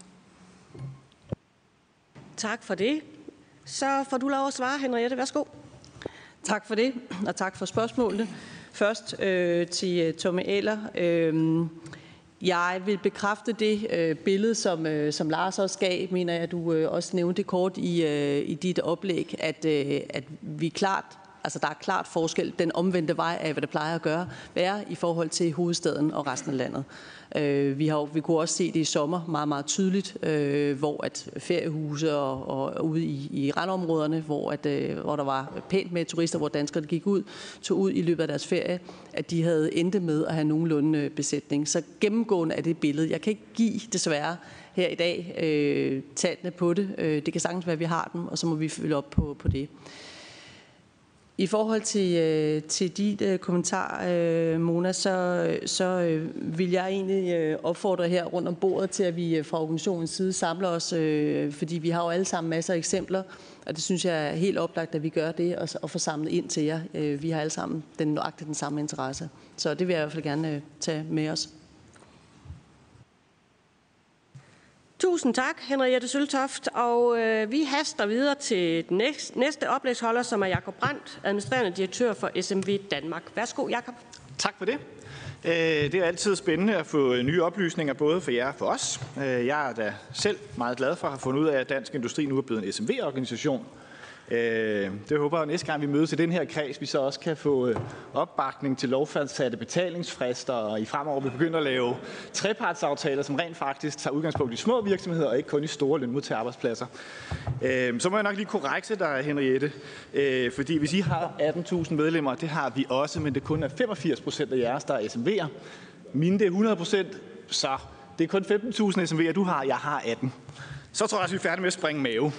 Tak for det. Så får du lov at svare, Henriette. Værsgo. Tak for det, og tak for spørgsmålene. Først øh, til Tommy Ahlers. Øh, jeg vil bekræfte det øh, billede, som, øh, som Lars også gav, mener jeg, at du øh, også nævnte kort i, øh, i dit oplæg, at, øh, at vi klart, altså der er klart forskel, den omvendte vej af, hvad det plejer at gøre, være i forhold til hovedstaden og resten af landet. Øh, vi, har, vi kunne også se det i sommer meget, meget tydeligt, øh, hvor at feriehuse og, og ude i, i randområderne, hvor, at, øh, hvor der var pænt med turister, hvor danskere gik ud, tog ud i løbet af deres ferie, at de havde endte med at have nogenlunde besætning. Så gennemgående er det billede. Jeg kan ikke give, desværre, her i dag øh, tallene på det. Øh, det kan sagtens være, at vi har dem, og så må vi følge op på, på det. I forhold til, øh, til dit øh, kommentar, øh, Mona, så, så øh, vil jeg egentlig øh, opfordre her rundt om bordet til, at vi øh, fra organisationens side samler os, øh, fordi vi har jo alle sammen masser af eksempler, og det synes jeg er helt oplagt, at vi gør det og, og får samlet ind til jer. Øh, vi har alle sammen den nøjagtigt den samme interesse, så det vil jeg i hvert fald gerne øh, tage med os. Tusind tak, Henriette Søltoft. Og øh, vi haster videre til den næste, næste oplægsholder, som er Jakob Brandt, administrerende direktør for S M V Danmark. Værsgo, Jakob. Tak for det. Det er altid spændende at få nye oplysninger, både for jer og for os. Jeg er da selv meget glad for at have fundet ud af, at Dansk Industri nu er blevet en S M V-organisation. Det håber jeg, at næste gang vi mødes i den her kreds, vi så også kan få opbakning til lovfastsatte betalingsfrister, og i fremover vi begynder at lave trepartsaftaler, som rent faktisk tager udgangspunkt i små virksomheder og ikke kun i store lønmodtagerarbejdspladser. Så må jeg nok lige korrekse dig, Henriette, fordi hvis I har atten tusind medlemmer, det har vi også, men det kun er femogfirs procent af jeres, der er S M V'er. Mine det er hundrede procent, så det er kun femten tusind S M V'er, du har, jeg har atten. Så tror jeg også, vi er færdige med at springe mave.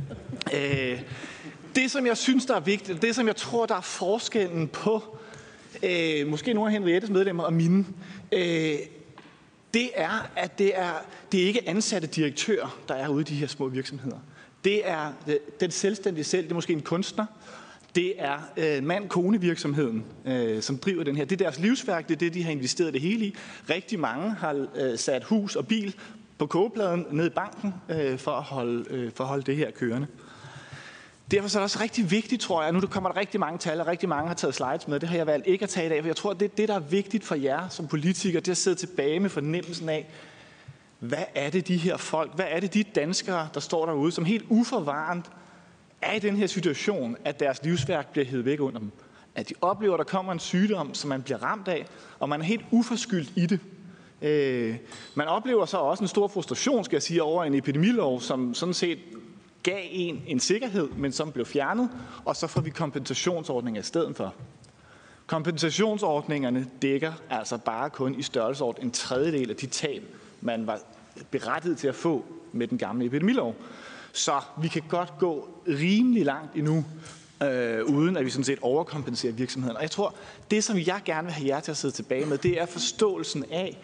Det, som jeg synes, der er vigtigt, det, som jeg tror, der er forskellen på øh, måske nogle af Henriettes medlemmer og mine, øh, det er, at det er, det er ikke ansatte direktører, der er ude i de her små virksomheder. Det er den selvstændige selv, det er måske en kunstner. Det er øh, mand-kone-virksomheden, øh, som driver den her. Det er deres livsværk, det er det, de har investeret det hele i. Rigtig mange har øh, sat hus og bil på kogepladen ned i banken øh, for, at holde, øh, for at holde det her kørende. Derfor så er det også rigtig vigtigt, tror jeg, nu der kommer der rigtig mange tal, og rigtig mange har taget slides med, det har jeg valgt ikke at tage i dag, for jeg tror, det er det, der er vigtigt for jer som politikere, det er at sidde tilbage med fornemmelsen af, hvad er det de her folk, hvad er det de danskere, der står derude, som helt uforvarende er i den her situation, at deres livsværk bliver hævet væk under dem. At de oplever, at der kommer en sygdom, som man bliver ramt af, og man er helt uforskyldt i det. Øh, man oplever så også en stor frustration, skal jeg sige, over en epidemilov, som sådan set gav en en sikkerhed, men som blev fjernet, og så får vi kompensationsordninger i stedet for. Kompensationsordningerne dækker altså bare kun i størrelsesorden en tredjedel af de tab, man var berettiget til at få med den gamle epidemilov. Så vi kan godt gå rimelig langt endnu, øh, uden at vi sådan set overkompenserer virksomheden. Og jeg tror, det som jeg gerne vil have jer til at sidde tilbage med, det er forståelsen af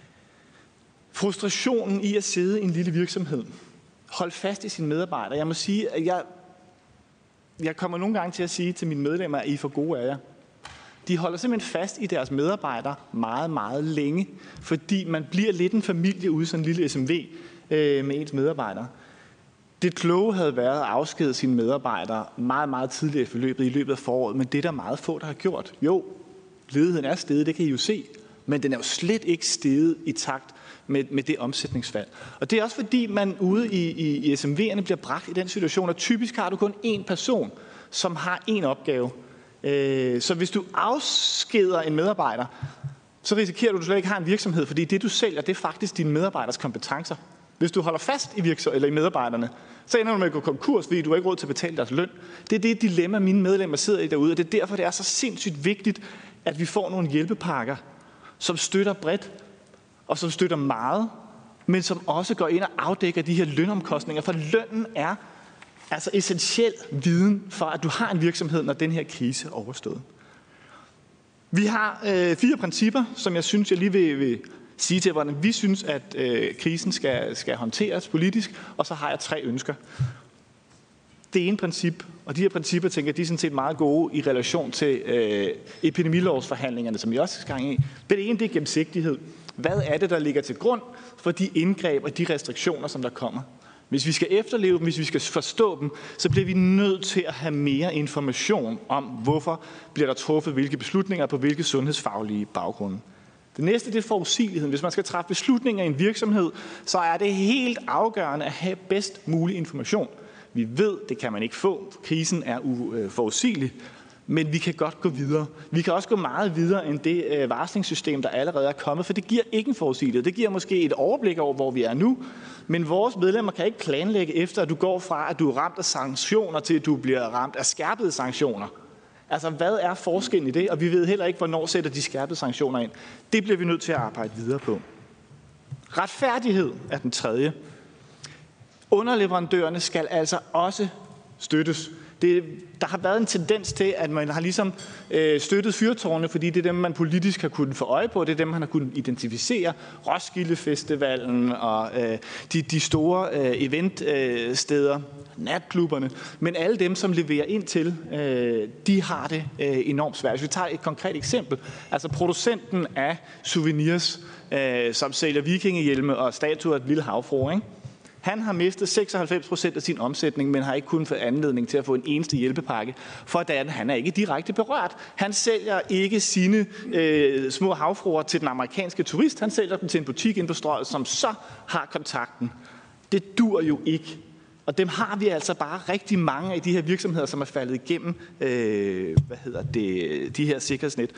frustrationen i at sidde i en lille virksomhed. Hold fast i sine medarbejdere. Jeg må sige, at jeg, jeg kommer nogle gange til at sige til mine medlemmer, at I er for gode af jer. De holder simpelthen fast i deres medarbejdere meget, meget længe, fordi man bliver lidt en familie ude i sådan en lille S M V øh, med ens medarbejdere. Det kloge havde været at afskede sine medarbejdere meget, meget tidligere i forløbet, i løbet af foråret, men det er der meget få, der har gjort. Jo, ledigheden er steget, det kan I jo se, men den er jo slet ikke steget i takt med, med det omsætningsfald. Og det er også fordi, man ude i, i, i S M V'erne bliver bragt i den situation, at typisk har du kun én person, som har én opgave. Øh, så hvis du afskeder en medarbejder, så risikerer du, at du slet ikke har en virksomhed, fordi det, du sælger, det er faktisk dine medarbejders kompetencer. Hvis du holder fast i, virksom- eller i medarbejderne, så ender du med at gå konkurs, fordi du har ikke råd til at betale deres løn. Det er det dilemma, mine medlemmer sidder i derude, og det er derfor, det er så sindssygt vigtigt, at vi får nogle hjælpepakker, som støtter bredt, og som støtter meget, men som også går ind og afdækker de her lønomkostninger, for lønnen er altså essentiel viden for, at du har en virksomhed, når den her krise er overstået. Vi har øh, fire principper, som jeg synes, jeg lige vil, vil sige til, hvordan vi synes, at øh, krisen skal, skal håndteres politisk, og så har jeg tre ønsker. Det ene princip, og de her principper, tænker jeg, de er sådan set meget gode i relation til øh, epidemilovsforhandlingerne, som vi også skal gang i. Det ene, det er gennemsigtighed. Hvad er det, der ligger til grund for de indgreb og de restriktioner, som der kommer? Hvis vi skal efterleve dem, hvis vi skal forstå dem, så bliver vi nødt til at have mere information om, hvorfor bliver der truffet hvilke beslutninger på hvilke sundhedsfaglige baggrunde. Det næste, det er forudsigeligheden. Hvis man skal træffe beslutninger i en virksomhed, så er det helt afgørende at have bedst mulig information. Vi ved, det kan man ikke få. Krisen er uforudsigelig, men vi kan godt gå videre. Vi kan også gå meget videre end det varslingssystem, der allerede er kommet, for det giver ikke en forudsigelighed. Det giver måske et overblik over, hvor vi er nu, men vores medlemmer kan ikke planlægge efter, at du går fra, at du er ramt af sanktioner, til at du bliver ramt af skærpede sanktioner. Altså, hvad er forskellen i det? Og vi ved heller ikke, hvornår sætter de skærpede sanktioner ind. Det bliver vi nødt til at arbejde videre på. Retfærdighed er den tredje. Underleverandørerne skal altså også støttes. Det, der har været en tendens til, at man har ligesom øh, støttet fyrtårne, fordi det er dem, man politisk har kunnet få øje på. Det er dem, man har kunnet identificere. Roskilde Festivalen og øh, de, de store øh, eventsteder, øh, natklubberne. Men alle dem, som leverer ind til, øh, de har det øh, enormt svært. Hvis vi tager et konkret eksempel. Altså producenten af souvenirs, øh, som sælger vikingehjelme og statuer af et lille havfru, ikke? Han har mistet seksoghalvfems procent af sin omsætning, men har ikke kun fået anledning til at få en eneste hjælpepakke, for at han er ikke direkte berørt. Han sælger ikke sine øh, små havfruer til den amerikanske turist. Han sælger dem til en butik inde på Strøget, som så har kontakten. Det dur jo ikke. Og dem har vi altså bare rigtig mange af de her virksomheder, som er faldet igennem øh, hvad hedder det, de her sikkerhedsnet.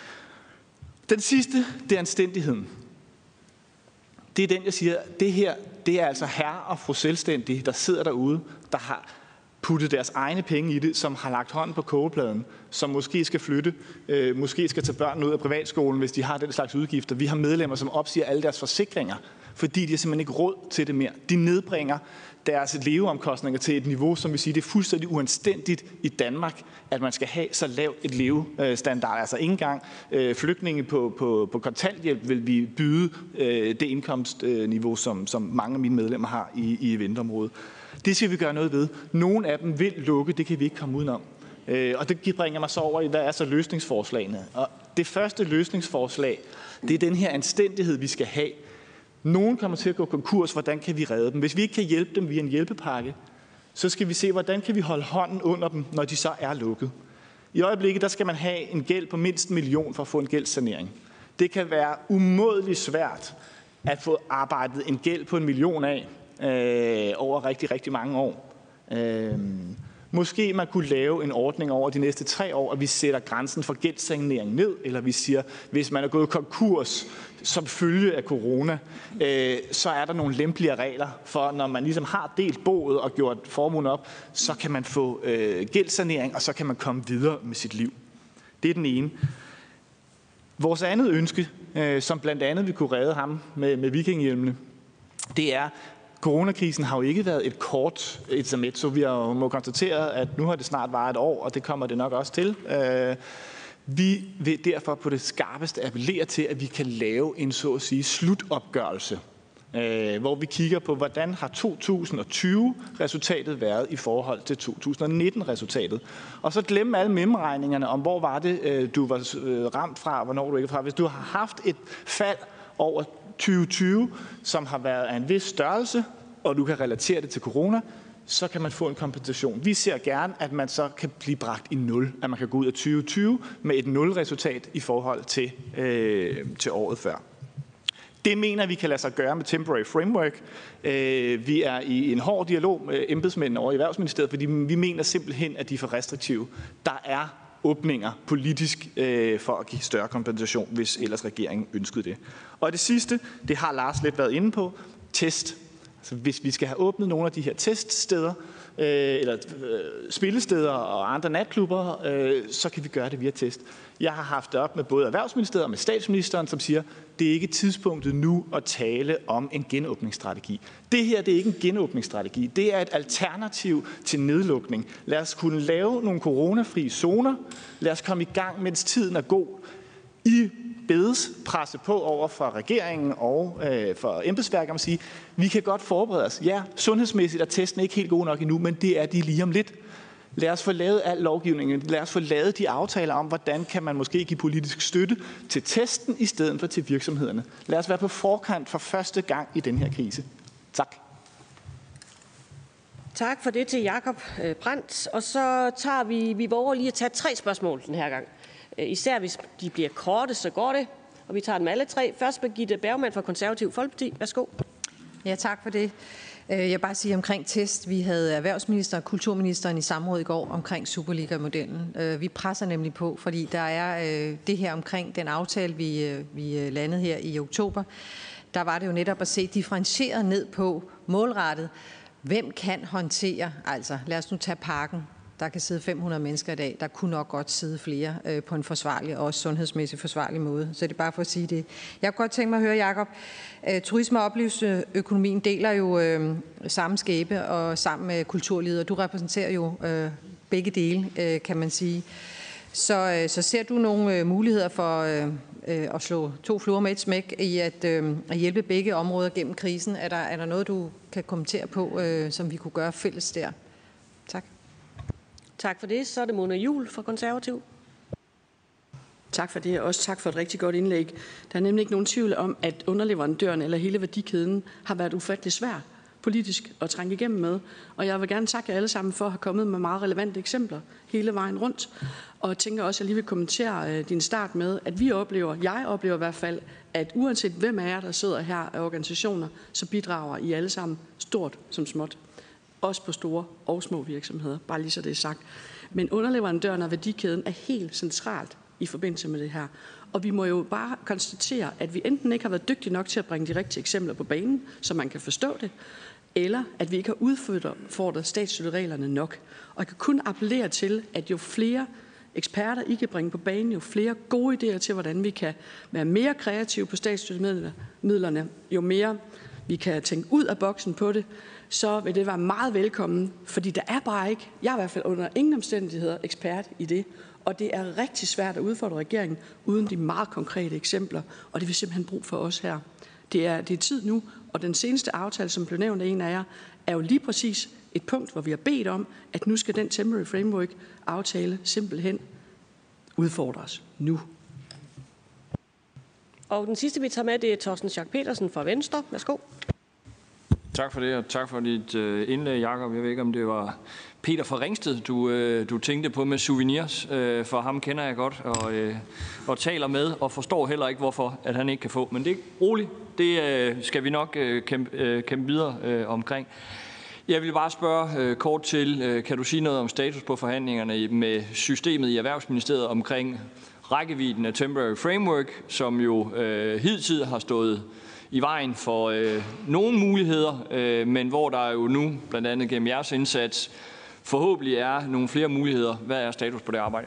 Den sidste, det er anstændigheden. Det er den, jeg siger, det her, det er altså herre og fru selvstændige, der sidder derude, der har puttet deres egne penge i det, som har lagt hånden på kogepladen, som måske skal flytte, øh, måske skal tage børnene ud af privatskolen, hvis de har den slags udgifter. Vi har medlemmer, som opsiger alle deres forsikringer, fordi de har simpelthen ikke råd til det mere. De nedbringer deres leveomkostninger til et niveau, som vil sige, det er fuldstændig uanstændigt i Danmark, at man skal have så lavt et levestandard. Altså ikke engang øh, flygtninge på, på, på kontanthjælp vil vi byde øh, det indkomstniveau, som, som mange af mine medlemmer har i, i eventområdet. Det skal vi gøre noget ved. Nogle af dem vil lukke, det kan vi ikke komme udenom. Øh, og det bringer mig så over i, hvad er så løsningsforslagene? Og det første løsningsforslag, det er den her anstændighed, vi skal have. Nogen kommer til at gå konkurs, hvordan kan vi redde dem? Hvis vi ikke kan hjælpe dem via en hjælpepakke, så skal vi se, hvordan kan vi holde hånden under dem, når de så er lukket. I øjeblikket der skal man have en gæld på mindst en million for at få en gældssanering. Det kan være umådeligt svært at få arbejdet en gæld på en million af øh, over rigtig, rigtig mange år. Øh, Måske man kunne lave en ordning over de næste tre år, at vi sætter grænsen for gældssanering ned, eller vi siger, hvis man er gået konkurs som følge af corona, øh, så er der nogle lempeligere regler for, når man ligesom har delt boet og gjort formuen op, så kan man få øh, gældssanering, og så kan man komme videre med sit liv. Det er den ene. Vores andet ønske, øh, som blandt andet vi kunne redde ham med, med vikingehjelmene, det er, coronakrisen har jo ikke været et kort intermezzo. Vi har jo må konstatere, at nu har det snart varet et år, og det kommer det nok også til. Vi vil derfor på det skarpeste appellere til, at vi kan lave en så at sige slutopgørelse, hvor vi kigger på, hvordan har to tusind og tyve resultatet været i forhold til to tusind og nitten resultatet. Og så glemme alle mellemregningerne om, hvor var det, du var ramt fra, hvornår du ikke fra. Hvis du har haft et fald over tyve tyve, som har været af en vis størrelse, og du kan relatere det til corona, så kan man få en kompensation. Vi ser gerne, at man så kan blive bragt i nul, at man kan gå ud af tyve tyve med et nul-resultat i forhold til, øh, til året før. Det mener vi kan lade sig gøre med Temporary Framework. Øh, vi er i en hård dialog med embedsmændene over i Erhvervsministeriet, fordi vi mener simpelthen, at de er for restriktive. Der er åbninger politisk øh, for at give større kompensation, hvis ellers regeringen ønskede det. Og det sidste, det har Lars lidt været inde på, test. Altså, hvis vi skal have åbnet nogle af de her teststeder, øh, eller øh, spillesteder og andre natklubber, øh, så kan vi gøre det via test. Jeg har haft det op med både Erhvervsministeriet og med statsministeren, som siger, det er ikke tidspunktet nu at tale om en genåbningsstrategi. Det her, det er ikke en genåbningsstrategi. Det er et alternativ til nedlukning. Lad os kunne lave nogle coronafri zoner. Lad os komme i gang, mens tiden er god. I bedes presse på over for regeringen og øh, for embedsværket om at sige, vi kan godt forberede os. Ja, sundhedsmæssigt er testen ikke helt gode nok endnu, men det er de lige om lidt. Lad os få lavet al lovgivningen. Lad os få lavet de aftaler om, hvordan kan man måske give politisk støtte til testen i stedet for til virksomhederne. Lad os være på forkant for første gang i den her krise. Tak. Tak for det til Jakob Brandt. Og så tager vi, vi våger lige at tage tre spørgsmål den her gang. Især hvis de bliver korte, så går det. Og vi tager dem alle tre. Først Birgitte Bergman fra Konservativ Folkeparti. Værsgo. Ja, tak for det. Jeg vil bare sige omkring test. Vi havde erhvervsminister og kulturministeren i samråd i går omkring Superliga-modellen. Vi presser nemlig på, fordi der er det her omkring den aftale, vi, vi landede her i oktober. Der var det jo netop at se differentieret ned på målrettet. Hvem kan håndtere, altså lad os nu tage parken. Der kan sidde fem hundrede mennesker i dag. Der kunne nok godt sidde flere øh, på en forsvarlig og også sundhedsmæssigt forsvarlig måde. Så det er bare for at sige det. Jeg kunne godt tænke mig at høre, Jakob. Øh, turisme- og oplevelsesøkonomien deler jo øh, samme skæbe og sammen med kulturlivet, og du repræsenterer jo øh, begge dele, øh, kan man sige. Så, øh, så ser du nogle øh, muligheder for øh, øh, at slå to fluer med et smæk i at, øh, at hjælpe begge områder gennem krisen? Er der, er der noget, du kan kommentere på, øh, som vi kunne gøre fælles der? Tak. Tak for det. Så er det Mona Juul fra Konservativ. Tak for det, og også tak for et rigtig godt indlæg. Der er nemlig ikke nogen tvivl om, at underleverandøren eller hele værdikæden har været ufattelig svær politisk at trænge igennem med. Og jeg vil gerne takke jer alle sammen for at have kommet med meget relevante eksempler hele vejen rundt. Og jeg tænker også, at jeg lige vil kommentere øh, din start med, at vi oplever, jeg oplever i hvert fald, at uanset hvem af jer, der sidder her af organisationer, så bidrager I alle sammen stort som småt. Også på store og små virksomheder, bare lige så det er sagt. Men underleverandøren og værdikæden er helt centralt i forbindelse med det her. Og vi må jo bare konstatere, at vi enten ikke har været dygtige nok til at bringe de rigtige eksempler på banen, så man kan forstå det, eller at vi ikke har udfordret statsstøttereglerne nok. Og jeg kan kun appellere til, at jo flere eksperter I kan bringe på banen, jo flere gode idéer til, hvordan vi kan være mere kreative på statsstøttemidlerne, jo mere vi kan tænke ud af boksen på det, så vil det være meget velkommen, fordi der er bare ikke, jeg er i hvert fald under ingen omstændigheder ekspert i det, og det er rigtig svært at udfordre regeringen uden de meget konkrete eksempler, og det vil simpelthen brug for os her. Det er, det er tid nu, og den seneste aftale, som blev nævnt af en af jer, er jo lige præcis et punkt, hvor vi har bedt om, at nu skal den temporary framework-aftale simpelthen udfordres nu. Og den sidste, vi tager med, det er Torsten Schack Petersen fra Venstre. Værsgo. Tak for det, og tak for dit indlæg, Jakob. Jeg ved ikke, om det var Peter fra Ringsted, du, du tænkte på med souvenirs, for ham kender jeg godt og, og taler med, og forstår heller ikke, hvorfor at han ikke kan få. Men det er roligt, det skal vi nok kæmpe, kæmpe videre omkring. Jeg vil bare spørge kort til, kan du sige noget om status på forhandlingerne med systemet i Erhvervsministeriet omkring rækkevidden af temporary framework, som jo øh, hidtil har stået i vejen for øh, nogle muligheder, øh, men hvor der jo nu, blandt andet gennem jeres indsats, forhåbentlig er nogle flere muligheder. Hvad er status på det arbejde?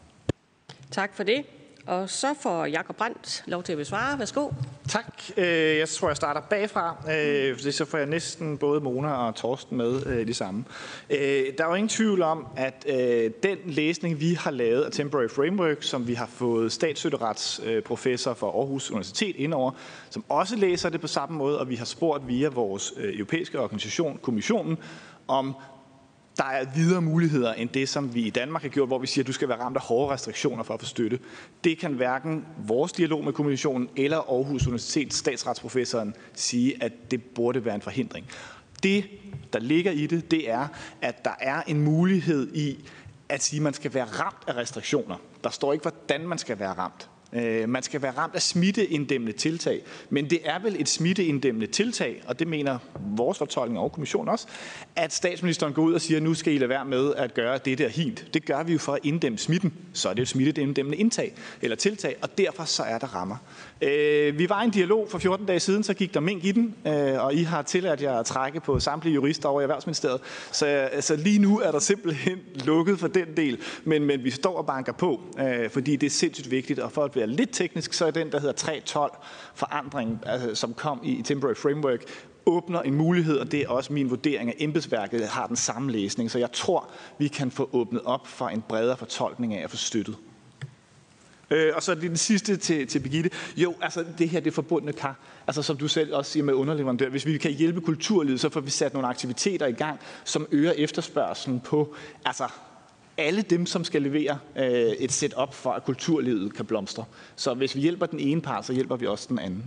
Tak for det. Og så får Jakob Brandt lov til at besvare. Værsgo. Tak. Jeg tror, jeg starter bagfra, for så får jeg næsten både Mona og Torsten med de samme. Der er jo ingen tvivl om, at den læsning, vi har lavet af Temporary Framework, som vi har fået statsstøtteretsprofessor fra Aarhus Universitet indover, som også læser det på samme måde, og vi har spurgt via vores europæiske organisation, kommissionen, om der er videre muligheder end det, som vi i Danmark har gjort, hvor vi siger, at du skal være ramt af hårde restriktioner for at få støtte. Det kan hverken vores dialog med kommissionen eller Aarhus Universitets statsretsprofessoren sige, at det burde være en forhindring. Det, der ligger i det, det er, at der er en mulighed i at sige, at man skal være ramt af restriktioner. Der står ikke, hvordan man skal være ramt. Man skal være ramt af smitteinddæmmende tiltag, men det er vel et smitteinddæmmende tiltag, og det mener vores fortolkning og kommissionen også, at statsministeren går ud og siger, at nu skal I lade være med at gøre det der hint. Det gør vi jo for at inddæmme smitten, så er det et smitteinddæmmende indtag eller tiltag, og derfor så er der rammer. Vi var i en dialog for fjorten dage siden, så gik der mink i den, og I har tilladt jer at trække på samtlige jurister over i Erhvervsministeriet, så, så lige nu er der simpelthen lukket for den del, men, men vi står og banker på, fordi det er sindssygt vigtigt, og for at være lidt teknisk, så er den, der hedder tre tolv forandring, altså, som kom i Temporary Framework, åbner en mulighed, og det er også min vurdering, at embedsværket har den samme læsning. Så jeg tror, vi kan få åbnet op for en bredere fortolkning af at få støttet. Øh, og så det den sidste til, til Birgitte. Jo, altså det her, det forbundne kar. Altså som du selv også siger med underleverandør. Hvis vi kan hjælpe kulturlivet, så får vi sat nogle aktiviteter i gang, som øger efterspørgselen på altså alle dem, som skal levere øh, et setup for, at kulturlivet kan blomstre. Så hvis vi hjælper den ene part, så hjælper vi også den anden.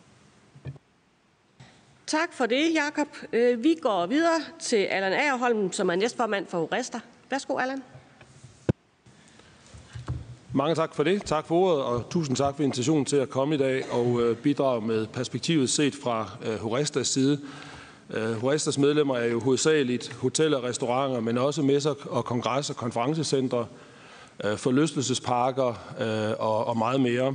Tak for det, Jakob. Vi går videre til Allan Agerholm, som er næstformand for HORESTA. Værsgo, Allan. Mange tak for det. Tak for ordet, og tusind tak for invitationen til at komme i dag og bidrage med perspektivet set fra HORESTAs side. HORESTAs medlemmer er jo hovedsageligt hoteller og restauranter, men også messer og kongresser, konferencecentre, forlystelsesparker og meget mere.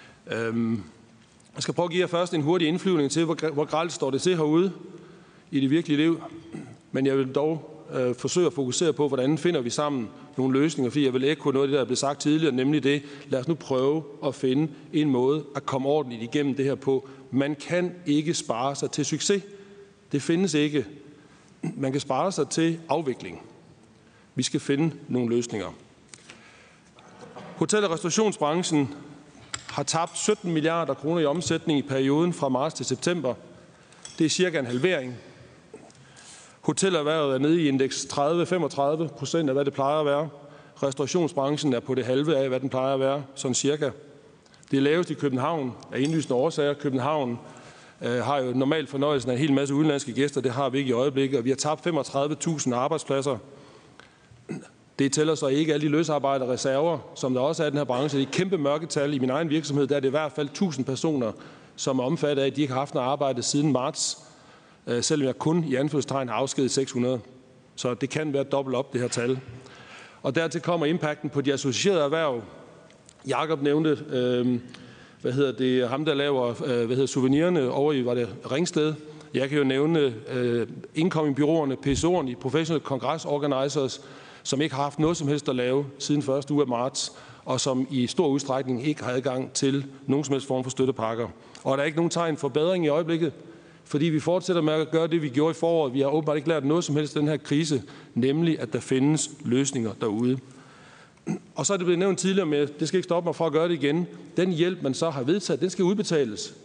Jeg skal prøve at give jer først en hurtig indflyvning til, hvor grelt står det til herude i det virkelige liv. Men jeg vil dog øh, forsøge at fokusere på, hvordan finder vi sammen nogle løsninger, fordi jeg vil ikke kunne noget af det, der er blevet sagt tidligere, nemlig det, lad os nu prøve at finde en måde at komme ordentligt igennem det her på. Man kan ikke spare sig til succes. Det findes ikke. Man kan spare sig til afvikling. Vi skal finde nogle løsninger. Hotel- og restaurationsbranchen har tabt sytten milliarder kroner i omsætning i perioden fra marts til september. Det er cirka en halvering. Hotelerhvervet er nede i indeks tredive til femogtredive procent af, hvad det plejer at være. Restaurationsbranchen er på det halve af, hvad den plejer at være, sådan cirka. Det er lavest i København af indlysende årsager. København øh, har jo normalt fornøjelsen af en hel masse udenlandske gæster. Det har vi ikke i øjeblikket, og vi har tabt femogtredive tusind arbejdspladser. Det tæller så ikke alle de løsarbejder og reserver, som der også er i den her branche. Det er et kæmpe mørketal. I min egen virksomhed der er det i hvert fald tusind personer, som er omfattet af, at de ikke har haft noget arbejde siden marts, selvom jeg kun i anførselstegn har afskedet seks hundrede. Så det kan være dobbelt op, det her tal. Og dertil kommer impacten på de associerede erhverv. Jakob nævnte, øh, hvad hedder det, ham der laver øh, hvad hedder souvenirerne over i, var det Ringsted. Jeg kan jo nævne øh, incoming-byråerne, P S O'erne, Professional Congress Organizers, som ikke har haft noget som helst at lave siden første uge af marts, og som i stor udstrækning ikke har adgang til nogen som helst form for støttepakker. Og der er ikke nogen tegn for bedring i øjeblikket, fordi vi fortsætter med at gøre det, vi gjorde i foråret. Vi har åbenbart ikke lært noget som helst af den her krise, nemlig at der findes løsninger derude. Og så er det blevet nævnt tidligere med, det skal ikke stoppe mig fra at gøre det igen, den hjælp, man så har vedtaget, den skal udbetales.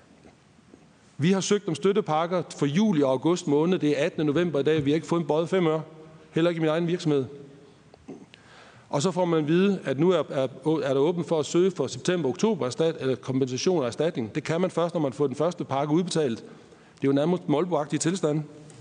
Vi har søgt om støttepakker for juli og august måned, det er attende november i dag, vi har ikke fået en bøjet fem øre. Heller ikke i min egen virksomhed. Og så får man at vide, at nu er, er, er der åbent for at søge for september-oktober erstat, eller kompensation og erstatning. Det kan man først, når man får den første pakke udbetalt. Det er jo nærmest målboagtige tilstande.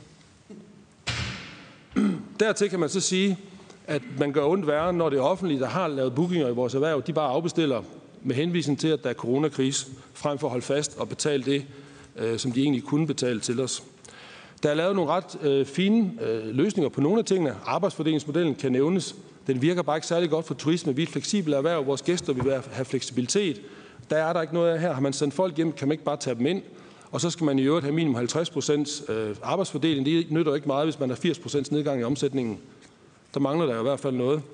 Dertil kan man så sige, at man gør ondt værre, når det offentlige, der har lavet bookinger i vores erhverv, de bare afbestiller med henvisning til, at der er coronakrise, frem for at holde fast og betale det, øh, som de egentlig kunne betale til os. Der er lavet nogle ret øh, fine øh, løsninger på nogle af tingene. Arbejdsfordelingsmodellen kan nævnes. Den virker bare ikke særlig godt for turisme. Vi er et fleksibelt erhverv. Vores gæster vil have fleksibilitet. Der er der ikke noget af her. Har man sendt folk hjem, kan man ikke bare tage dem ind. Og så skal man i øvrigt have minimum halvtreds procent øh, arbejdsfordeling. Det nytter ikke meget, hvis man har firs procent nedgang i omsætningen. Der mangler der i hvert fald noget.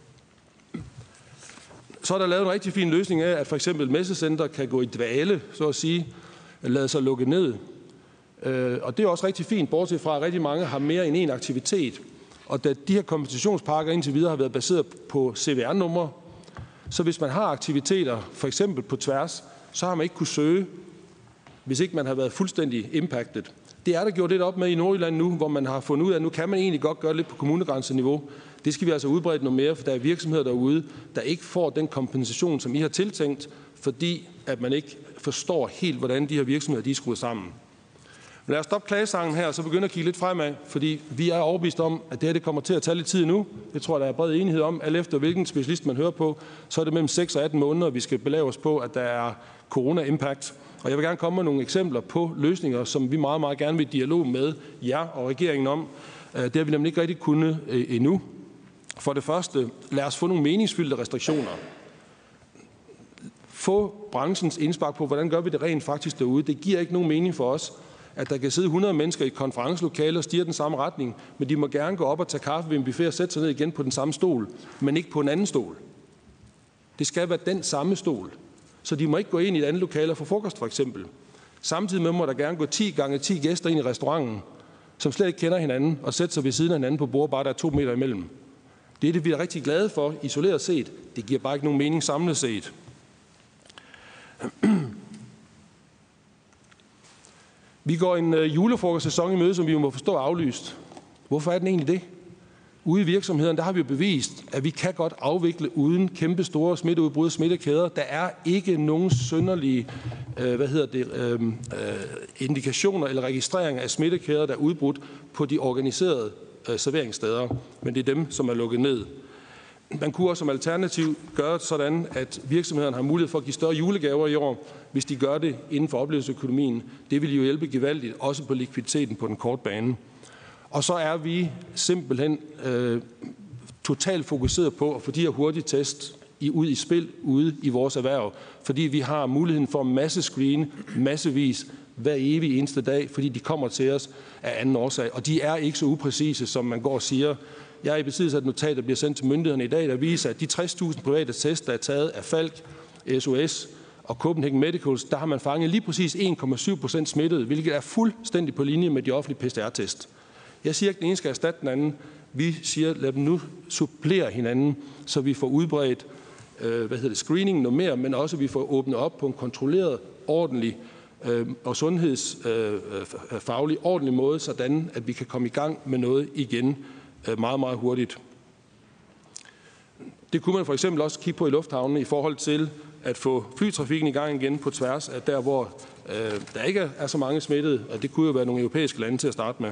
Så er der lavet en rigtig fin løsning af, at for eksempel messecenter kan gå i dvale, så at sige, lade sig lukke ned. Og det er også rigtig fint, bortset fra, at rigtig mange har mere end en aktivitet. Og da de her kompensationspakker indtil videre har været baseret på C V R-numre, så hvis man har aktiviteter, for eksempel på tværs, så har man ikke kunne søge, hvis ikke man har været fuldstændig impacted. Det er der gjort lidt op med i Nordjylland nu, hvor man har fundet ud af, at nu kan man egentlig godt gøre lidt på kommunegrænseniveau. Det skal vi altså udbrede noget mere, for der er virksomheder derude, der ikke får den kompensation, som I har tiltænkt, fordi at man ikke forstår helt, hvordan de her virksomheder de er skruet sammen. Men lad os stoppe klagesangen her, og så begynde at kigge lidt fremad, fordi vi er overbevist om, at det her det kommer til at tage lidt tid nu. Det tror jeg, der er bred enighed om. Alt efter hvilken specialist man hører på, så er det mellem seks og atten måneder, vi skal belave os på, at der er corona-impact. Og jeg vil gerne komme med nogle eksempler på løsninger, som vi meget, meget gerne vil i dialog med jer og regeringen om. Det har vi nemlig ikke rigtig kunnet endnu. For det første, lad os få nogle meningsfyldte restriktioner. Få branchens indspark på, hvordan gør vi det rent faktisk derude. Det giver ikke nogen mening for os, at der kan sidde hundrede mennesker i et konferencelokale og stiger den samme retning, men de må gerne gå op og tage kaffe ved en buffet og sætte sig ned igen på den samme stol, men ikke på en anden stol. Det skal være den samme stol. Så de må ikke gå ind i et andet lokale og få frokost, for eksempel. Samtidig med må der gerne gå ti gange ti gæster ind i restauranten, som slet ikke kender hinanden, og sætte sig ved siden af hinanden på bord, bare der er to meter imellem. Det er det, vi er rigtig glade for, isoleret set. Det giver bare ikke nogen mening samlet set. Vi går en øh, julefrokostsæson i møde, som vi må forstå er aflyst. Hvorfor er den egentlig det? Ude i virksomheden, der har vi jo bevist, at vi kan godt afvikle uden kæmpe store smitteudbrud og smittekæder. Der er ikke nogen synderlige øh, hvad hedder det, øh, øh, indikationer eller registreringer af smittekæder, der er udbrudt på de organiserede øh, serveringssteder. Men det er dem, som er lukket ned. Man kunne også som alternativ gøre sådan, at virksomhederne har mulighed for at give større julegaver i år, hvis de gør det inden for oplevelsesøkonomien. Det vil jo hjælpe gevaldigt, også på likviditeten på den korte bane. Og så er vi simpelthen øh, totalt fokuseret på at få de her hurtige test i, ud i spil ude i vores erhverv, fordi vi har muligheden for masse screen, massevis hver evig eneste dag, fordi de kommer til os af anden årsag. Og de er ikke så upræcise, som man går og siger. Jeg er i besiddelse af et notat, der bliver sendt til myndighederne i dag, der viser, at de tres tusind private test, der er taget af Falck, S O S og Copenhagen Medicals, der har man fanget lige præcis en komma syv procent smittede, hvilket er fuldstændig på linje med de offentlige P C R-test. Jeg siger ikke, at den ene skal erstatte den anden. Vi siger, lad dem nu supplere hinanden, så vi får udbredt øh, hvad hedder det, screening noget mere, men også, at vi får åbnet op på en kontrolleret, ordentlig øh, og sundhedsfaglig øh, ordentlig måde, sådan at vi kan komme i gang med noget igen øh, meget, meget hurtigt. Det kunne man for eksempel også kigge på i lufthavnene i forhold til at få flytrafikken i gang igen på tværs af der, hvor øh, der ikke er så mange smittede, og det kunne jo være nogle europæiske lande til at starte med.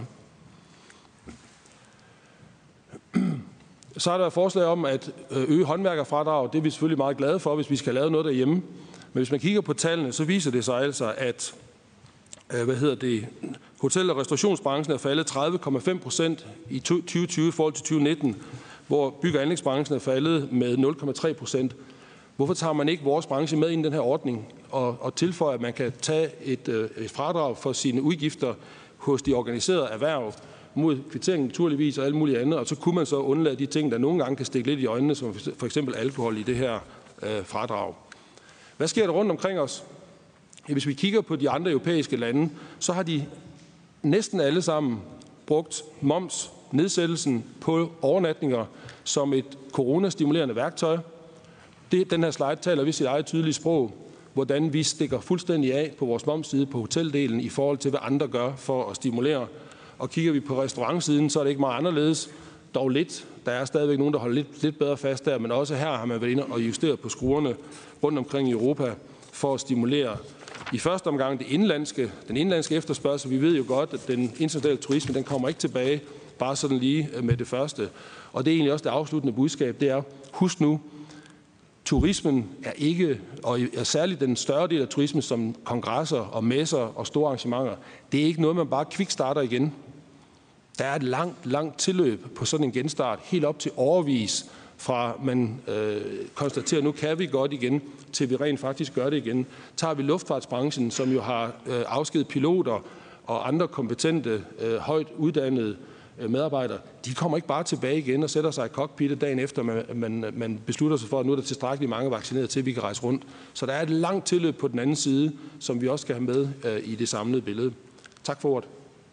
Så er der et forslag om at øge håndværkerfradrag. Det er vi selvfølgelig meget glade for, hvis vi skal lave noget derhjemme. Men hvis man kigger på tallene, så viser det sig altså, at hvad hedder det, hotel- og restaurationsbranchen er faldet tredive komma fem procent i tyve tyve i forhold til tyve nitten, hvor bygge- og anlægsbranchen er faldet med nul komma tre procent. Hvorfor tager man ikke vores branche med ind i den her ordning og, og tilføjer, at man kan tage et, et fradrag for sine udgifter hos de organiserede erhverv, mod kvitteringen naturligvis og alt muligt andet, og så kunne man så undlade de ting, der nogle gange kan stikke lidt i øjnene, som for eksempel alkohol i det her øh, fradrag. Hvad sker der rundt omkring os? Ja, hvis vi kigger på de andre europæiske lande, så har de næsten alle sammen brugt moms, nedsættelsen på overnatninger som et coronastimulerende værktøj. Det, den her slide taler vi sit eget tydelige sprog, hvordan vi stikker fuldstændig af på vores momsside på hoteldelen i forhold til, hvad andre gør for at stimulere. Og kigger vi på restaurantsiden, så er det ikke meget anderledes. Dog lidt. Der er stadigvæk nogen, der holder lidt, lidt bedre fast der, men også her har man været inde og justeret på skruerne rundt omkring i Europa for at stimulere i første omgang det indlandske, den indlandske efterspørgsel. Vi ved jo godt, at den internationale turisme, den kommer ikke tilbage bare sådan lige med det første. Og det er egentlig også det afsluttende budskab, det er, husk nu, turismen er ikke, og særligt den større del af turismen som kongresser og messer og store arrangementer, det er ikke noget, man bare kvikstarter igen. Der er et langt, langt tilløb på sådan en genstart, helt op til overvis, fra man øh, konstaterer, at nu kan vi godt igen, til vi rent faktisk gør det igen. Tager vi luftfartsbranchen, som jo har øh, afskedet piloter og andre kompetente, øh, højt uddannede øh, medarbejdere, de kommer ikke bare tilbage igen og sætter sig i cockpittet dagen efter, man, man, man beslutter sig for, at nu er der tilstrækkeligt mange vaccinerede til, at vi kan rejse rundt. Så der er et langt tilløb på den anden side, som vi også skal have med øh, i det samlede billede. Tak for ordet.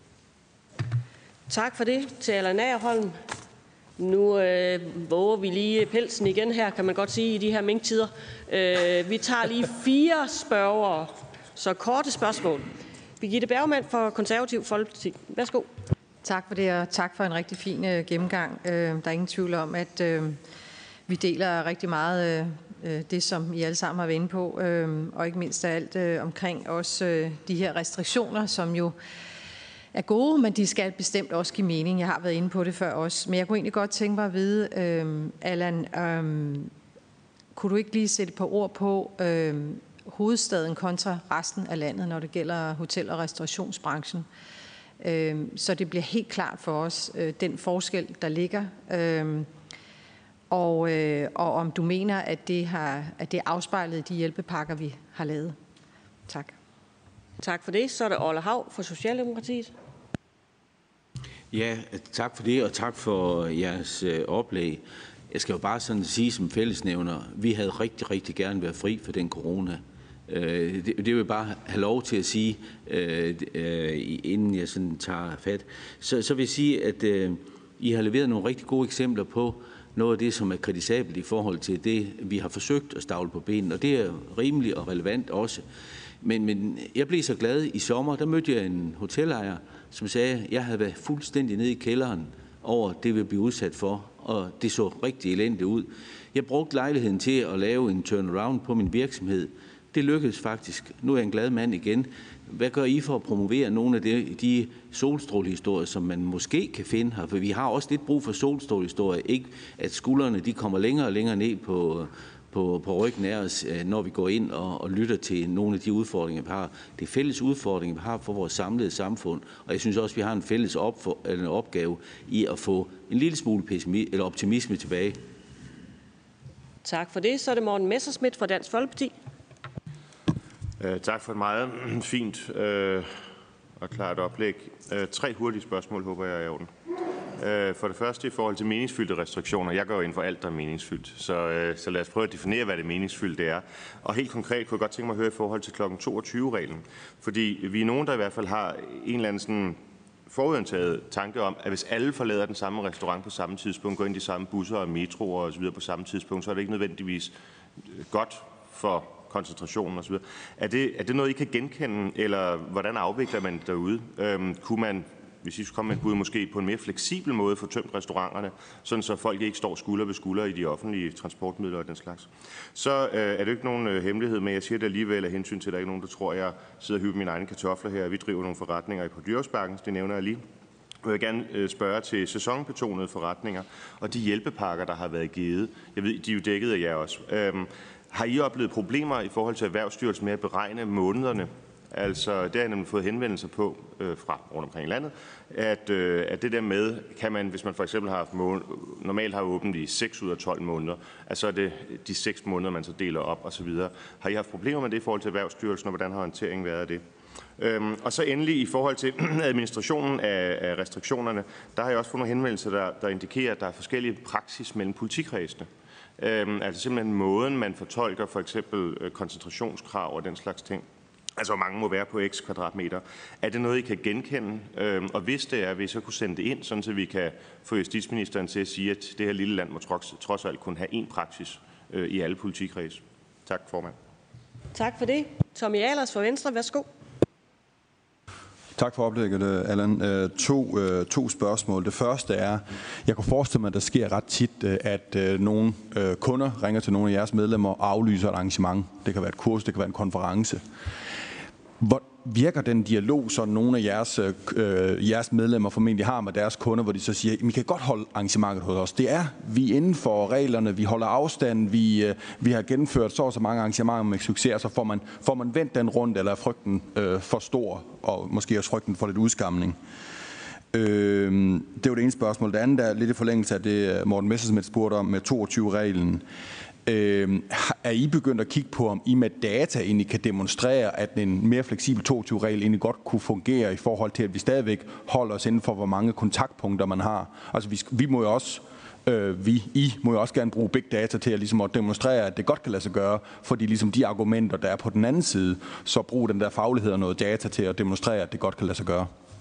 Tak for det til Allan Agerholm. Nu øh, våger vi lige pelsen igen her, kan man godt sige, i de her minktider. Øh, vi tager lige fire spørgere, så korte spørgsmål. Birgitte Bergman for Konservativ Folkeparti. Værsgo. Tak for det, og tak for en rigtig fin øh, gennemgang. Øh, der er ingen tvivl om, at øh, vi deler rigtig meget øh, det, som I alle sammen har været inde på, øh, og ikke mindst alt øh, omkring også øh, de her restriktioner, som jo er gode, men de skal bestemt også give mening. Jeg har været inde på det før også. Men jeg kunne egentlig godt tænke mig at vide, øh, Allan, øh, kunne du ikke lige sætte et par ord på øh, hovedstaden kontra resten af landet, når det gælder hotel- og restaurationsbranchen? Øh, så det bliver helt klart for os, øh, den forskel, der ligger. Øh, og, øh, og om du mener, at det, har, at det er afspejlet i de hjælpepakker, vi har lavet. Tak. Tak for det. Så er det Orla Hav for Socialdemokratiet. Ja, tak for det, og tak for jeres øh, oplæg. Jeg skal jo bare sådan sige som fællesnævner, vi havde rigtig, rigtig gerne været fri for den corona. Øh, det, det vil jeg bare have lov til at sige, øh, øh, inden jeg sådan tager fat. Så, så vil jeg sige, at øh, I har leveret nogle rigtig gode eksempler på, noget af det, som er kritisabelt i forhold til det, vi har forsøgt at stavle på benene, og det er rimeligt og relevant også. Men, men jeg blev så glad i sommer, der mødte jeg en hotelejer, som sagde, at jeg havde været fuldstændig nede i kælderen over det, vi blev udsat for, og det så rigtig elendigt ud. Jeg brugte lejligheden til at lave en turnaround på min virksomhed. Det lykkedes faktisk. Nu er jeg en glad mand igen. Hvad gør I for at promovere nogle af de, de solstrålehistorier, som man måske kan finde her? For vi har også lidt brug for solstrålehistorier. Ikke at skuldrene de kommer længere og længere ned på, på, på ryggen af os, når vi går ind og, og lytter til nogle af de udfordringer, vi har. Det er fælles udfordringer, vi har for vores samlede samfund. Og jeg synes også, vi har en fælles opfor, eller en opgave i at få en lille smule pessimisme, eller optimisme tilbage. Tak for det. Så er det Morten Messerschmidt fra Dansk Folkeparti. Uh, tak for et meget fint uh, og klart oplæg. Uh, tre hurtige spørgsmål, håber jeg er i orden. Uh, for det første i forhold til meningsfyldte restriktioner. Jeg går jo ind for alt, der er meningsfyldt. Så, uh, så lad os prøve at definere, hvad det meningsfyldte er. Og helt konkret kunne jeg godt tænke mig at høre i forhold til klokken toogtyve-reglen. Fordi vi er nogen, der i hvert fald har en eller anden sådan forudtaget tanke om, at hvis alle forlader den samme restaurant på samme tidspunkt, går ind i de samme busser og metroer og så videre på samme tidspunkt, så er det ikke nødvendigvis godt for koncentrationen osv. Er det, er det noget, I kan genkende, eller hvordan afvikler man det derude? Øhm, kunne man, hvis I skulle komme med et bud, måske på en mere fleksibel måde få tømt restauranterne, sådan så folk ikke står skulder ved skulder i de offentlige transportmidler og den slags? Så øh, er det ikke nogen øh, hemmelighed, men jeg siger det alligevel af hensyn til, at der ikke er nogen, der tror, at jeg sidder og hyver mine egne kartofler her. Vi driver nogle forretninger på Dyrehavsbakken, det nævner jeg lige. Jeg vil gerne spørge til sæsonbetonede forretninger og de hjælpepakker, der har været givet. Jeg ved, de er jo dækket af jer også. Øhm, Har I oplevet problemer i forhold til Erhvervsstyrelsen med at beregne månederne? Altså, det har jeg nemlig fået henvendelser på øh, fra rundt omkring i landet, at, øh, at det der med, kan man, hvis man for eksempel har haft måned, normalt har åbent i seks ud af tolv måneder, altså er det de seks måneder, man så deler op osv. Har I haft problemer med det i forhold til Erhvervsstyrelsen, og hvordan har håndteringen været af det? Øhm, og så endelig i forhold til administrationen af, af restriktionerne, der har jeg også fået nogle henvendelser, der, der indikerer, at der er forskellige praksis mellem politikredsene. Øhm, altså simpelthen måden, man fortolker for eksempel øh, koncentrationskrav og den slags ting. Altså hvor mange må være på x kvadratmeter. Er det noget, I kan genkende? Øhm, og hvis det er, vil I så kunne sende det ind, sådan så vi kan få justitsministeren til at sige, at det her lille land må trods, trods alt kun have én praksis øh, i alle politikreds. Tak, formand. Tak for det. Tommy Ahlers fra Venstre, værsgo. Tak for oplægget, Allan. To, to spørgsmål. Det første er, jeg kunne forestille mig, at der sker ret tit, at nogle kunder ringer til nogle af jeres medlemmer og aflyser et arrangement. Det kan være et kurs, det kan være en konference. Hvor virker den dialog, så nogle af jeres, øh, jeres medlemmer formentlig har med deres kunder, hvor de så siger, at vi kan godt holde arrangementet hos os. Det er, vi er inden for reglerne, vi holder afstand, vi, øh, vi har gennemført så og så mange arrangementer med succes, så får man, får man vendt den rundt, eller er frygten øh, for stor, og måske også frygten for lidt udskamning. Øh, det var det ene spørgsmål. Det andet er lidt i forlængelse af det, Morten Messerschmidt spurgte om med toogtyve-reglen. Øh, er I begyndt at kigge på, om I med data egentlig kan demonstrere, at en mere fleksibel toogtyve-regel egentlig godt kunne fungere i forhold til, at vi stadigvæk holder os inden for, hvor mange kontaktpunkter man har? Altså vi, vi må jo også, øh, vi, I må jo også gerne bruge big data til at, ligesom at demonstrere, at det godt kan lade sig gøre, fordi ligesom de argumenter, der er på den anden side, så brug den der faglighed og noget data til at demonstrere, at det godt kan lade sig gøre.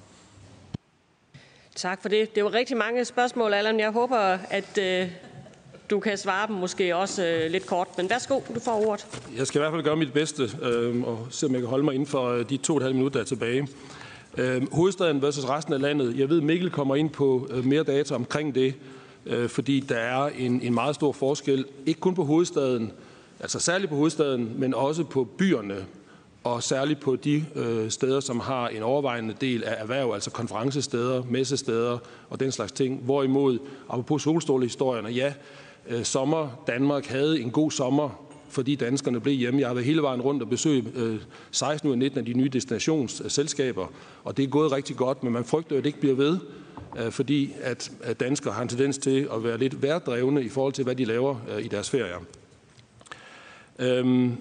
Tak for det. Det var rigtig mange spørgsmål, Allan. Jeg håber, at øh, du kan svare dem måske også øh, lidt kort. Men værsgo, du får ordet. Jeg skal i hvert fald gøre mit bedste, øh, og se om jeg kan holde mig inden for de to og et halvt minutter, der er tilbage. Øh, hovedstaden versus resten af landet. Jeg ved, Mikkel kommer ind på øh, mere data omkring det, øh, fordi der er en, en meget stor forskel. Ikke kun på hovedstaden, altså særligt på hovedstaden, men også på byerne. Og særligt på de øh, steder, som har en overvejende del af erhverv, altså konferencesteder, messesteder og den slags ting. Hvorimod, apropos solstrålehistorierne, ja, øh, sommer Danmark havde en god sommer, fordi danskerne blev hjemme. Jeg har været hele vejen rundt og besøgt øh, seksten ud af nitten af de nye destinationsselskaber, og det er gået rigtig godt, men man frygter, at det ikke bliver ved, øh, fordi at, at danskere har en tendens til at være lidt værdrevne i forhold til, hvad de laver øh, i deres ferier. Øhm,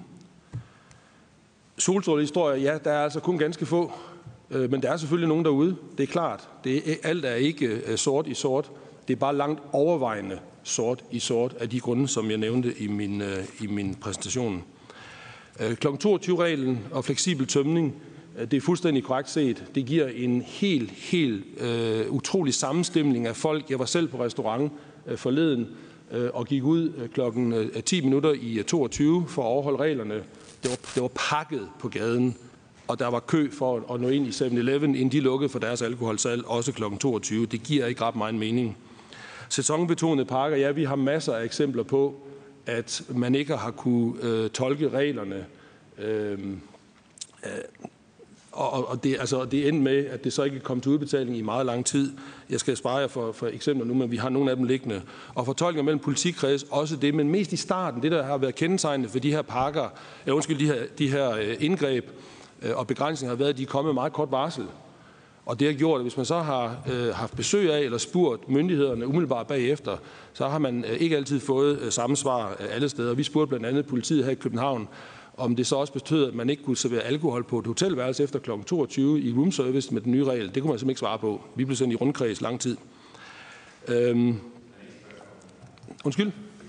Solstrålehistorier, ja, der er altså kun ganske få, øh, men der er selvfølgelig nogen derude. Det er klart. Det er, alt er ikke øh, sort i sort. Det er bare langt overvejende sort i sort af de grunde, som jeg nævnte i min, øh, i min præsentation. Øh, klokken toogtyve-reglen og fleksibel tømning, øh, det er fuldstændig korrekt set. Det giver en helt, helt øh, utrolig sammenstemning af folk. Jeg var selv på restaurant øh, forleden øh, og gik ud øh, klokken øh, ti minutter i toogtyve for at overholde reglerne. Det var, det var pakket på gaden, og der var kø for at nå ind i seven eleven, inden de lukkede for deres alkoholsalg, også klokken toogtyve. Det giver ikke ret meget mening. Sæsonbetonede parker, ja, vi har masser af eksempler på, at man ikke har kunne øh, tolke reglerne. Øh, øh, og og det, altså, det endte med, at det så ikke kom til udbetaling i meget lang tid. Jeg skal spare jer for, for eksempler nu, men vi har nogle af dem liggende. Og fortolkninger mellem politikreds, også det, men mest i starten, det der har været kendetegnende for de her pakker, ja, undskyld, de her, de her øh, indgreb øh, og begrænsninger har været, at de er kommet meget kort varsel. Og det har gjort, at hvis man så har øh, haft besøg af eller spurgt myndighederne umiddelbart bagefter, så har man øh, ikke altid fået øh, samme svar øh, alle steder. Vi spurgte blandt andet politiet her i København, om det så også betød, at man ikke kunne servere alkohol på et hotelværelse efter klokken toogtyve i room service med den nye regel. Det kunne man simpelthen ikke svare på. Vi blev sendt i rundkreds lang tid. Øhm. Undskyld?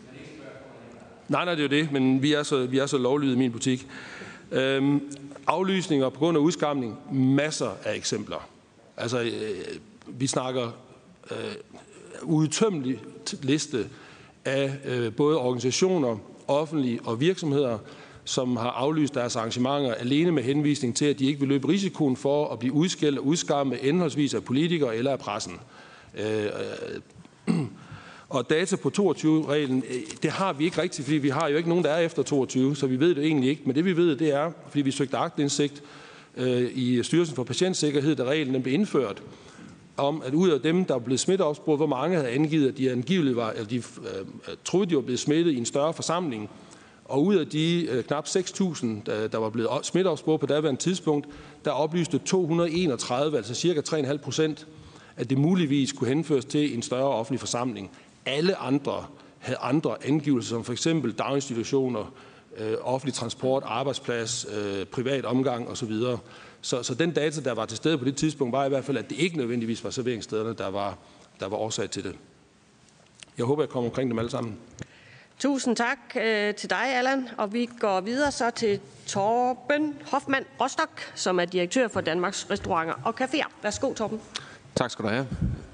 Nej, nej, det er jo det, men vi er så, vi er så lovlydige i min butik. Øhm. Aflysninger på grund af udskamning, masser af eksempler. Altså, øh, vi snakker øh, udtømmelig liste af øh, både organisationer, offentlige og virksomheder, som har aflyst deres arrangementer alene med henvisning til, at de ikke vil løbe risikoen for at blive udskældt og udskammet henholdsvis af politikere eller af pressen. Øh, øh, og data på toogtyve-reglen, det har vi ikke rigtigt, fordi vi har jo ikke nogen, der er efter toogtyve, så vi ved det egentlig ikke. Men det vi ved, det er, fordi vi søgte aktindsigt øh, i Styrelsen for Patientsikkerhed, da reglen blev indført, om at ud af dem, der er blevet smitteopsporet, hvor mange havde angivet, at de angiveligt var, eller de øh, troede, de var blevet smittet i en større forsamling. Og ud af de øh, knap seks tusind, der, der var blevet smitteopsporet på daværende tidspunkt, der oplyste to hundrede og enogtredive, altså cirka tre komma fem procent, at det muligvis kunne henføres til en større offentlig forsamling. Alle andre havde andre angivelser, som for eksempel daginstitutioner, øh, offentlig transport, arbejdsplads, øh, privat omgang osv. Så, så den data, der var til stede på det tidspunkt, var i hvert fald, at det ikke nødvendigvis var serveringsstederne, der var, der var årsag til det. Jeg håber, jeg kommer omkring dem alle sammen. Tusind tak øh, til dig, Allan. Og vi går videre så til Torben Hoffmann Rostock, som er direktør for Danmarks Restauranter og Caféer. Værsgo, Torben. Tak skal du have.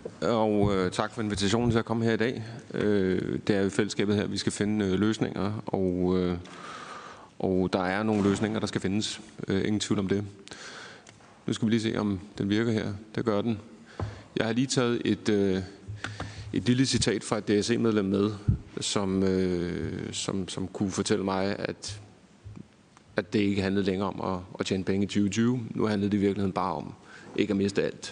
Og øh, tak for invitationen til at komme her i dag. Øh, det er jo i fællesskabet her, vi skal finde øh, løsninger, og, øh, og der er nogle løsninger, der skal findes. Øh, ingen tvivl om det. Nu skal vi lige se, om den virker her. Det gør den. Jeg har lige taget et, øh, et lille citat fra et D S E-medlem med, som, øh, som, som kunne fortælle mig, at, at det ikke handlede længere om at, at tjene penge i tyve tyve. Nu handlede det i virkeligheden bare om ikke at miste alt.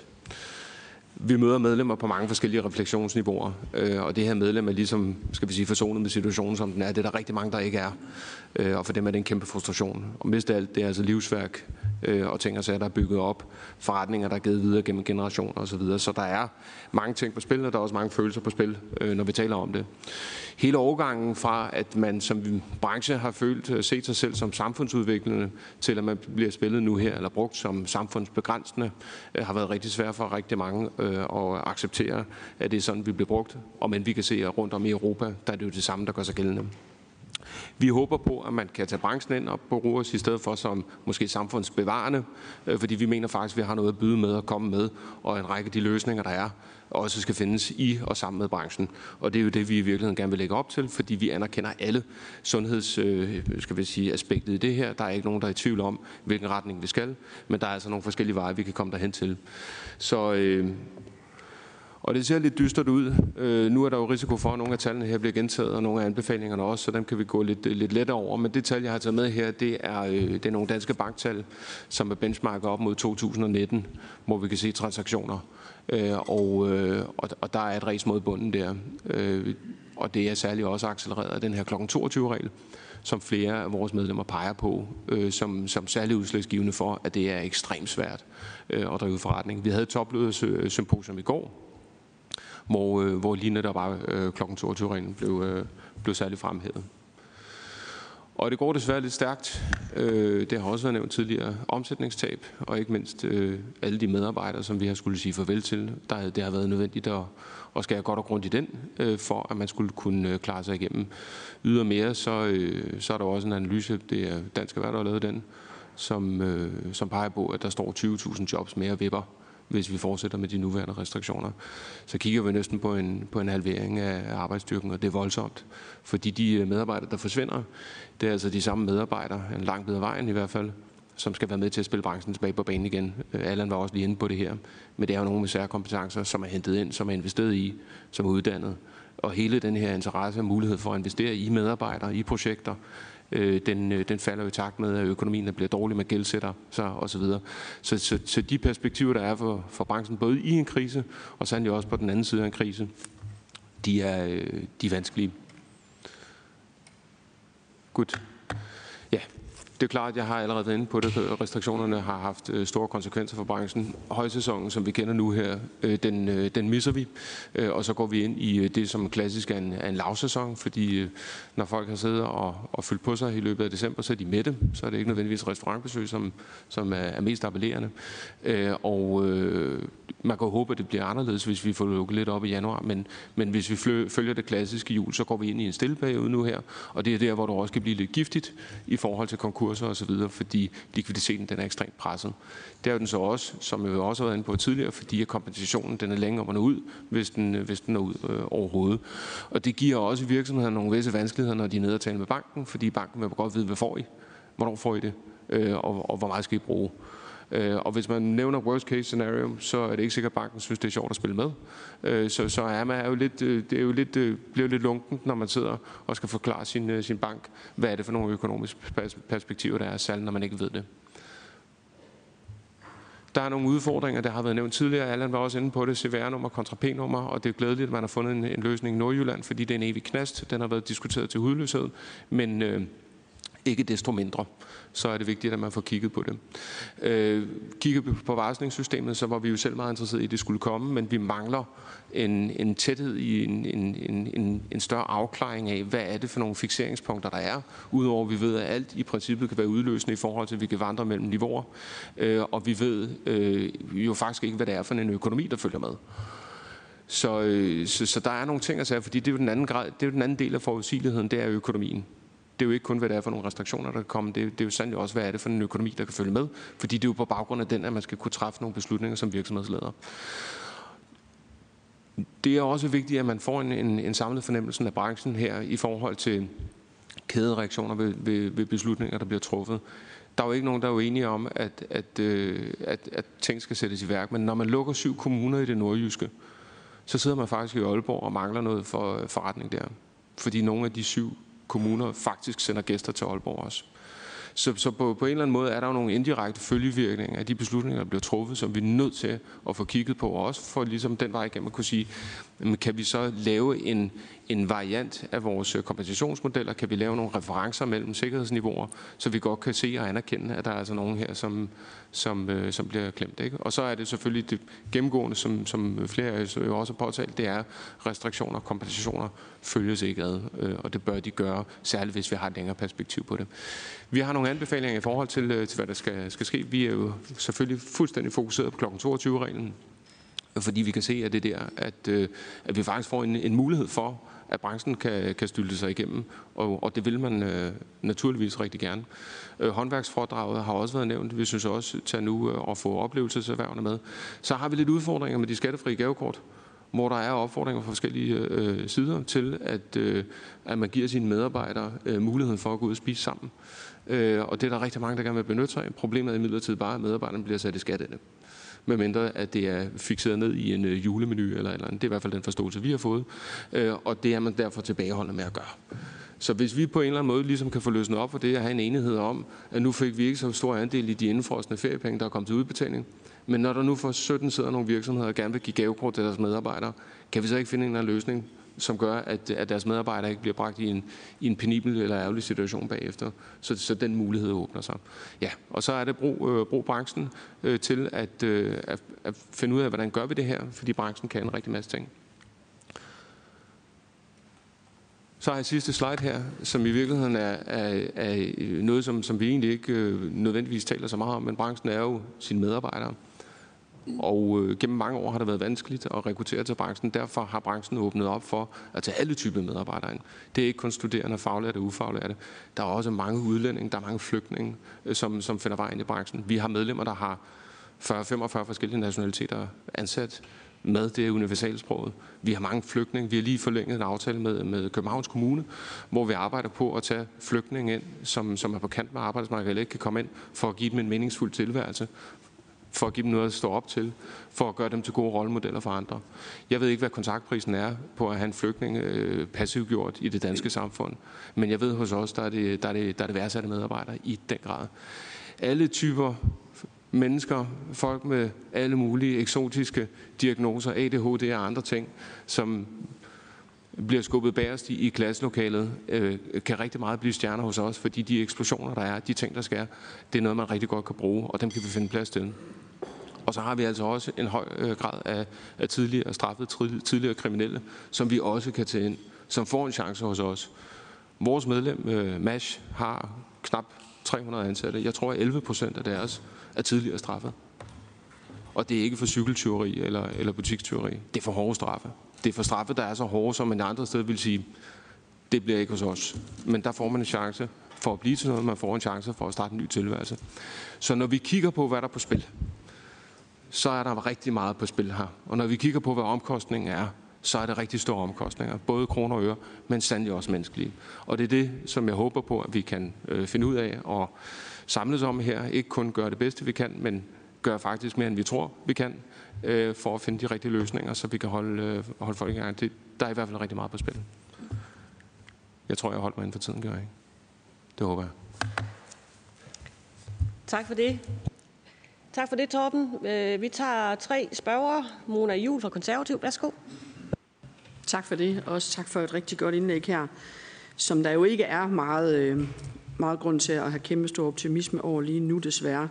Vi møder medlemmer på mange forskellige refleksionsniveauer, øh, og det her medlem er ligesom, skal vi sige, forsonet med situationen, som den er. Det er der rigtig mange, der ikke er, øh, og for dem er det en kæmpe frustration. Og miste alt, det er altså livsværk øh, og ting og sager, der er bygget op, forretninger, der er givet videre gennem generationer osv. Så, så der er mange ting på spil, og der er også mange følelser på spil, øh, når vi taler om det. Hele overgangen fra, at man som branche har følt, set sig selv som samfundsudviklende, til at man bliver spillet nu her, eller brugt som samfundsbegrænsende, øh, har været rigtig svært for rigtig mange øh, at acceptere, at det er sådan, vi bliver brugt. Og men vi kan se, at rundt om i Europa, der er det jo det samme, der gør sig gældende. Vi håber på, at man kan tage branchen ind og bruge os i stedet for som måske samfundsbevarende, øh, fordi vi mener faktisk, at vi har noget at byde med og komme med, og en række af de løsninger, der er, også skal findes i og sammen med branchen. Og det er jo det, vi i virkeligheden gerne vil lægge op til, fordi vi anerkender alle sundheds, øh, skal vi sige, aspektet i det her. Der er ikke nogen, der er i tvivl om, hvilken retning vi skal, men der er altså nogle forskellige veje, vi kan komme derhen til. Så... Øh, Og det ser lidt dystert ud. Øh, nu er der jo risiko for, at nogle af tallene her bliver gentaget, og nogle af anbefalingerne også, så dem kan vi gå lidt, lidt lettere over. Men det tal, jeg har taget med her, det er, øh, det er nogle danske banktal, som er benchmarket op mod to tusind og nitten, hvor vi kan se transaktioner. Øh, og, øh, og, og der er et race mod bunden der. Øh, og det er særligt også accelereret af den her klokken toogtyve-regel, som flere af vores medlemmer peger på, øh, som, som særligt udslagsgivende for, at det er ekstremt svært øh, at drive forretning. Vi havde et topledersymposium i går, hvor, øh, hvor lige netop bare øh, klokken toogtyve-reglen blev, øh, blev særligt fremhævet. Og det går desværre lidt stærkt. Øh, det har også været nævnt tidligere. Omsætningstab, og ikke mindst øh, alle de medarbejdere, som vi har skulle sige farvel til. Der, det har været nødvendigt at, at skære godt og grundigt den, øh, for at man skulle kunne øh, klare sig igennem. Ydermere, så, øh, så er der også en analyse, det er Dansk Erhverv, der har lavet den, som, øh, som peger på, at der står tyve tusind jobs mere vipper hvis vi fortsætter med de nuværende restriktioner. Så kigger vi næsten på en, på en halvering af arbejdsstyrken, og det er voldsomt. Fordi de medarbejdere, der forsvinder, det er altså de samme medarbejdere, en langt bedre vejen i hvert fald, som skal være med til at spille branchen tilbage på banen igen. Allan var også lige inde på det her. Men det er jo nogle med særkompetencer, som er hentet ind, som er investeret i, som er uddannet. Og hele den her interesse og mulighed for at investere i medarbejdere, i projekter, øh, den, den falder jo i takt med, at økonomien bliver dårlig med gældsætter sig osv. Så, så, så de perspektiver, der er for, for branchen, både i en krise, og sandelig også på den anden side af en krise, de er, de er vanskelige. Godt. Ja. Det er klart, at jeg har allerede været inde på det. Restriktionerne har haft store konsekvenser for branchen. Højsæsonen, som vi kender nu her, den, den misser vi. Og så går vi ind i det, som klassisk er en, er en lavsæson, fordi når folk har siddet og, og fyldt på sig i løbet af december, så er de mætte. Så er det ikke nødvendigvis restaurantbesøg, som, som er, er mest appellerende. Og man kan håbe, at det bliver anderledes, hvis vi får lukket lidt op i januar. Men, men hvis vi følger det klassiske jul, så går vi ind i en stille periode nu her. Og det er der, hvor det også kan blive lidt giftigt i forhold til konkurs og så videre, fordi likviditeten den er ekstremt presset. Det er jo den så også, som jeg også har været inde på tidligere, fordi kompensationen den er længere om at nå ud, hvis den, hvis den er ud øh, overhovedet. Og det giver også virksomhederne nogle visse vanskeligheder, når de er nede og tale med banken, fordi banken vil godt vide, hvad får I? Hvornår får I det? Øh, og, og hvor meget skal I bruge? Og hvis man nævner worst case scenario, så er det ikke sikkert, at banken synes, det er sjovt at spille med. Så, så er man er jo lidt, det er jo lidt, bliver jo lidt lunkent, når man sidder og skal forklare sin, sin bank, hvad er det for nogle økonomiske perspektiver, der er, særligt når man ikke ved det. Der er nogle udfordringer, der har været nævnt tidligere. Allan var også inde på det, C V R-nummer kontra P-nummer, og det er glædeligt, at man har fundet en, en løsning i Nordjylland, fordi det er en evig knast. Den har været diskuteret til hudløshed, men øh, ikke desto mindre, så er det vigtigt, at man får kigget på det. Øh, kigger vi på varslingssystemet, så var vi jo selv meget interesseret i, at det skulle komme, men vi mangler en, en tæthed i en, en, en, en større afklaring af, hvad er det for nogle fikseringspunkter, der er, udover at vi ved, at alt i princippet kan være udløsende i forhold til, at vi kan vandre mellem niveauer, øh, og vi ved øh, jo faktisk ikke, hvad det er for en økonomi, der følger med. Så, øh, så, så der er nogle ting at sige, fordi det er jo den anden, grad, det er jo den anden del af forudsigeligheden, det er økonomien. Det er jo ikke kun, hvad det er for nogle restriktioner, der kan komme. Det er, det er jo sandelig også, hvad er det for en økonomi, der kan følge med. Fordi det er jo på baggrund af den, at man skal kunne træffe nogle beslutninger som virksomhedsleder. Det er også vigtigt, at man får en, en, en samlet fornemmelse af branchen her i forhold til kædereaktioner ved, ved, ved beslutninger, der bliver truffet. Der er jo ikke nogen, der er uenige om, at, at, at, at ting skal sættes i værk. Men når man lukker syv kommuner i det nordjyske, så sidder man faktisk i Aalborg og mangler noget for forretning der. Fordi nogle af de syv kommuner faktisk sender gæster til Aalborg også. Så, så på, på en eller anden måde er der jo nogle indirekte følgevirkninger af de beslutninger, der bliver truffet, som vi er nødt til at få kigget på, og også for ligesom den vej igennem at kunne sige, kan vi så lave en, en variant af vores kompensationsmodeller, kan vi lave nogle referencer mellem sikkerhedsniveauer, så vi godt kan se og anerkende, at der er altså nogen her, som, som, øh, som bliver klemt. Ikke? Og så er det selvfølgelig det gennemgående, som, som flere af jer jo også har påtalt, det er restriktioner og kompensationer følges ikke ad, øh, og det bør de gøre, særligt hvis vi har et længere perspektiv på det. Vi har nogle anbefalinger i forhold til, til hvad der skal, skal ske. Vi er jo selvfølgelig fuldstændig fokuseret på klokken toogtyve-reglen, fordi vi kan se, at det er der, at, at vi faktisk får en, en mulighed for, at branchen kan, kan stylte sig igennem, og, og det vil man øh, naturligvis rigtig gerne. Øh, håndværksforedraget har også været nævnt. Vi synes også, tage nu øh, og få oplevelseserhvervene med. Så har vi lidt udfordringer med de skattefrie gavekort, hvor der er opfordringer fra forskellige øh, sider til, at, øh, at man giver sine medarbejdere øh, muligheden for at gå ud og spise sammen. Øh, og det er der rigtig mange, der gerne vil benytte sig af. Problemet er imidlertid bare, at medarbejderne bliver sat i skat af det. Medmindre at det er fikseret ned i en øh, julemenu eller eller andet. Det er i hvert fald den forståelse, vi har fået. Øh, og det er man derfor tilbageholdende med at gøre. Så hvis vi på en eller anden måde ligesom kan få løsnet op for det, at have en enighed om, at nu fik vi ikke så stor andel i de indefrosne feriepenge, der er kommet til udbetaling, men når der nu for sytten sidder nogle virksomheder og gerne vil give gavekort til deres medarbejdere, kan vi så ikke finde en eller anden løsning, som gør, at, at deres medarbejdere ikke bliver bragt i en, i en penibel eller ærgerlig situation bagefter. Så, så den mulighed åbner sig. Ja, og så er det brug, øh, brug branchen øh, til at, øh, at, at finde ud af, hvordan gør vi det her, fordi branchen kan en rigtig masse ting. Så har jeg sidste slide her, som i virkeligheden er, er, er noget, som, som vi egentlig ikke øh, nødvendigvis taler så meget om, men branchen er jo sine medarbejdere. Og øh, gennem mange år har det været vanskeligt at rekruttere til branchen. Derfor har branchen åbnet op for at tage alle typer medarbejdere ind. Det er ikke kun studerende, faglærte og ufaglærte. Der er også mange udlændinge, der er mange flygtninge, øh, som, som finder vejen i branchen. Vi har medlemmer, der har fyrre til femogfyrre forskellige nationaliteter ansat med det universalsproget. Vi har mange flygtninge. Vi har lige forlænget en aftale med, med Københavns Kommune, hvor vi arbejder på at tage flygtninge ind, som, som er på kant med arbejdsmarkedet eller ikke kan komme ind, for at give dem en meningsfuld tilværelse, for at give dem noget at stå op til, for at gøre dem til gode rollemodeller for andre. Jeg ved ikke, hvad kontaktprisen er på at have en flygtning øh, passivgjort i det danske samfund, men jeg ved hos os, der er det, der er det, der er det værdsatte medarbejdere i den grad. Alle typer mennesker, folk med alle mulige eksotiske diagnoser, A D H D og andre ting, som bliver skubbet bagerst i, i klasselokalet, øh, kan rigtig meget blive stjerner hos os, fordi de eksplosioner, der er, de ting, der skal, det er noget, man rigtig godt kan bruge, og dem kan vi finde plads til. Og så har vi altså også en høj øh, grad af, af tidligere straffede, tidligere kriminelle, som vi også kan tage ind, som får en chance hos os. Vores medlem, øh, M A S H, har knap tre hundrede ansatte. Jeg tror, at elleve procent af deres er tidligere straffet. Og det er ikke for cykeltyveri eller, eller butikstyveri. Det er for hårde straffe. Det er for straffe, der er så hårde, som man andre steder vil sige, det bliver ikke hos os. Men der får man en chance for at blive til noget, man får en chance for at starte en ny tilværelse. Så når vi kigger på, hvad der er på spil, så er der rigtig meget på spil her. Og når vi kigger på, hvad omkostningen er, så er det rigtig store omkostninger. Både kroner og øre, men sandelig også menneskelige. Og det er det, som jeg håber på, at vi kan øh, finde ud af og samles om her. Ikke kun gøre det bedste, vi kan, men gøre faktisk mere, end vi tror, vi kan, øh, for at finde de rigtige løsninger, så vi kan holde, øh, holde folk i gang. Det, der er i hvert fald rigtig meget på spil. Jeg tror, jeg har holdt mig inden for tiden, gør jeg ikke? Det håber jeg. Tak for det. Tak for det, Torben. Vi tager tre spørgere. Mona Juhl fra Konservativ. Værsgo. Tak for det. Også tak for et rigtig godt indlæg her, som der jo ikke er meget, meget grund til at have kæmpe stor optimisme over lige nu, desværre.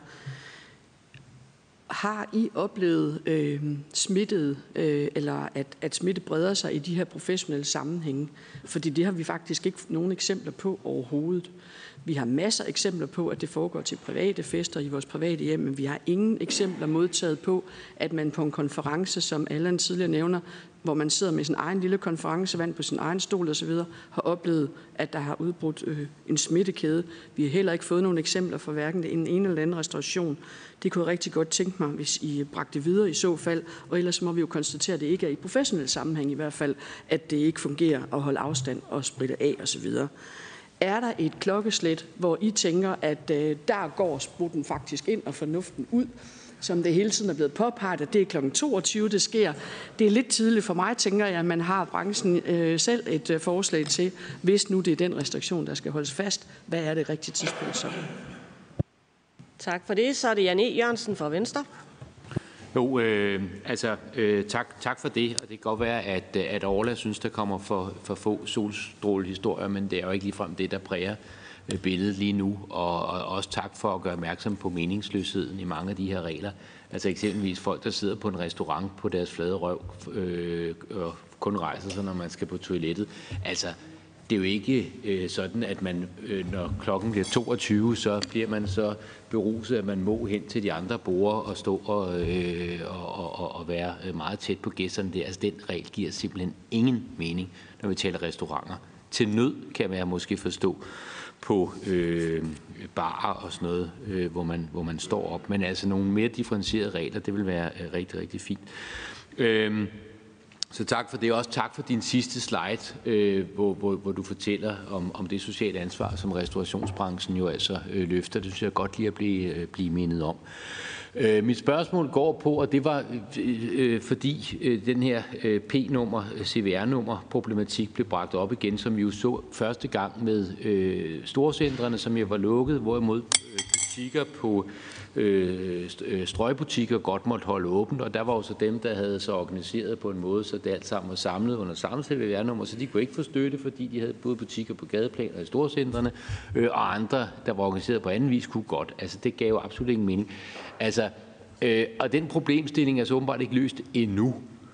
Har I oplevet øh, smittet, øh, eller at, at smitte breder sig i de her professionelle sammenhænge? Fordi det har vi faktisk ikke nogen eksempler på overhovedet. Vi har masser af eksempler på, at det foregår til private fester i vores private hjem, men vi har ingen eksempler modtaget på, at man på en konference, som Allan tidligere nævner, hvor man sidder med sin egen lille konferencevand på sin egen stol osv., har oplevet, at der har udbrudt øh, en smittekæde. Vi har heller ikke fået nogle eksempler for hverken den ene eller anden restauration. Det kunne jeg rigtig godt tænke mig, hvis I bragte videre i så fald, og ellers må vi jo konstatere, at det ikke er i professionel sammenhæng i hvert fald, at det ikke fungerer at holde afstand og spritte af osv. Er der et klokkeslæt, hvor I tænker, at øh, der går sprutten faktisk ind og fornuften ud, som det hele tiden er blevet påpeget, at det er klokken toogtyve, det sker. Det er lidt tidligt for mig, tænker jeg, at man har branchen øh, selv et øh, forslag til, hvis nu det er den restriktion, der skal holdes fast. Hvad er det rigtige tidspunkt så? Tak for det. Så er det Jan E. Jørgensen fra Venstre. Jo, øh, altså øh, tak, tak for det, og det kan godt være, at, at Orla synes, der kommer for, for få solstrålehistorier, men det er jo ikke ligefrem det, der præger øh, billedet lige nu, og, og også tak for at gøre opmærksom på meningsløsheden i mange af de her regler. Altså eksempelvis folk, der sidder på en restaurant på deres flade røv øh, og kun rejser sig, når man skal på toilettet. Altså, det er jo ikke øh, sådan, at man, øh, når klokken bliver toogtyve, så bliver man så beruset, at man må hen til de andre borde og stå og, øh, og, og, og være meget tæt på gæsterne der. Altså, den regel giver simpelthen ingen mening, når vi taler restauranter. Til nød kan man måske forstå på øh, barer og sådan noget, øh, hvor, man, hvor man står op. Men altså nogle mere differentierede regler, det vil være øh, rigtig, rigtig fint. Øh, Så tak for det. Også tak for din sidste slide, øh, hvor, hvor, hvor du fortæller om, om det sociale ansvar, som restaurationsbranchen jo altså øh, løfter. Det synes jeg godt lige at blive, øh, blive mindet om. Øh, mit spørgsmål går på, og det var øh, øh, fordi øh, den her øh, P-nummer, C V R-nummer problematik blev bragt op igen, som vi jo så første gang med øh, storcentrene, som jo var lukket, hvorimod øh, butikker på Øh, strøgbutikker godt måtte holde åbent, og der var også dem, der havde så organiseret på en måde, så det alt sammen var samlet under samme C V R-nummer, så de kunne ikke få støtte, fordi de havde både butikker på gadeplan og i storcentrene, øh, og andre, der var organiseret på anden vis, kunne godt. Altså, det gav jo absolut ingen mening. Altså, øh, og den problemstilling er så åbenbart ikke løst endnu.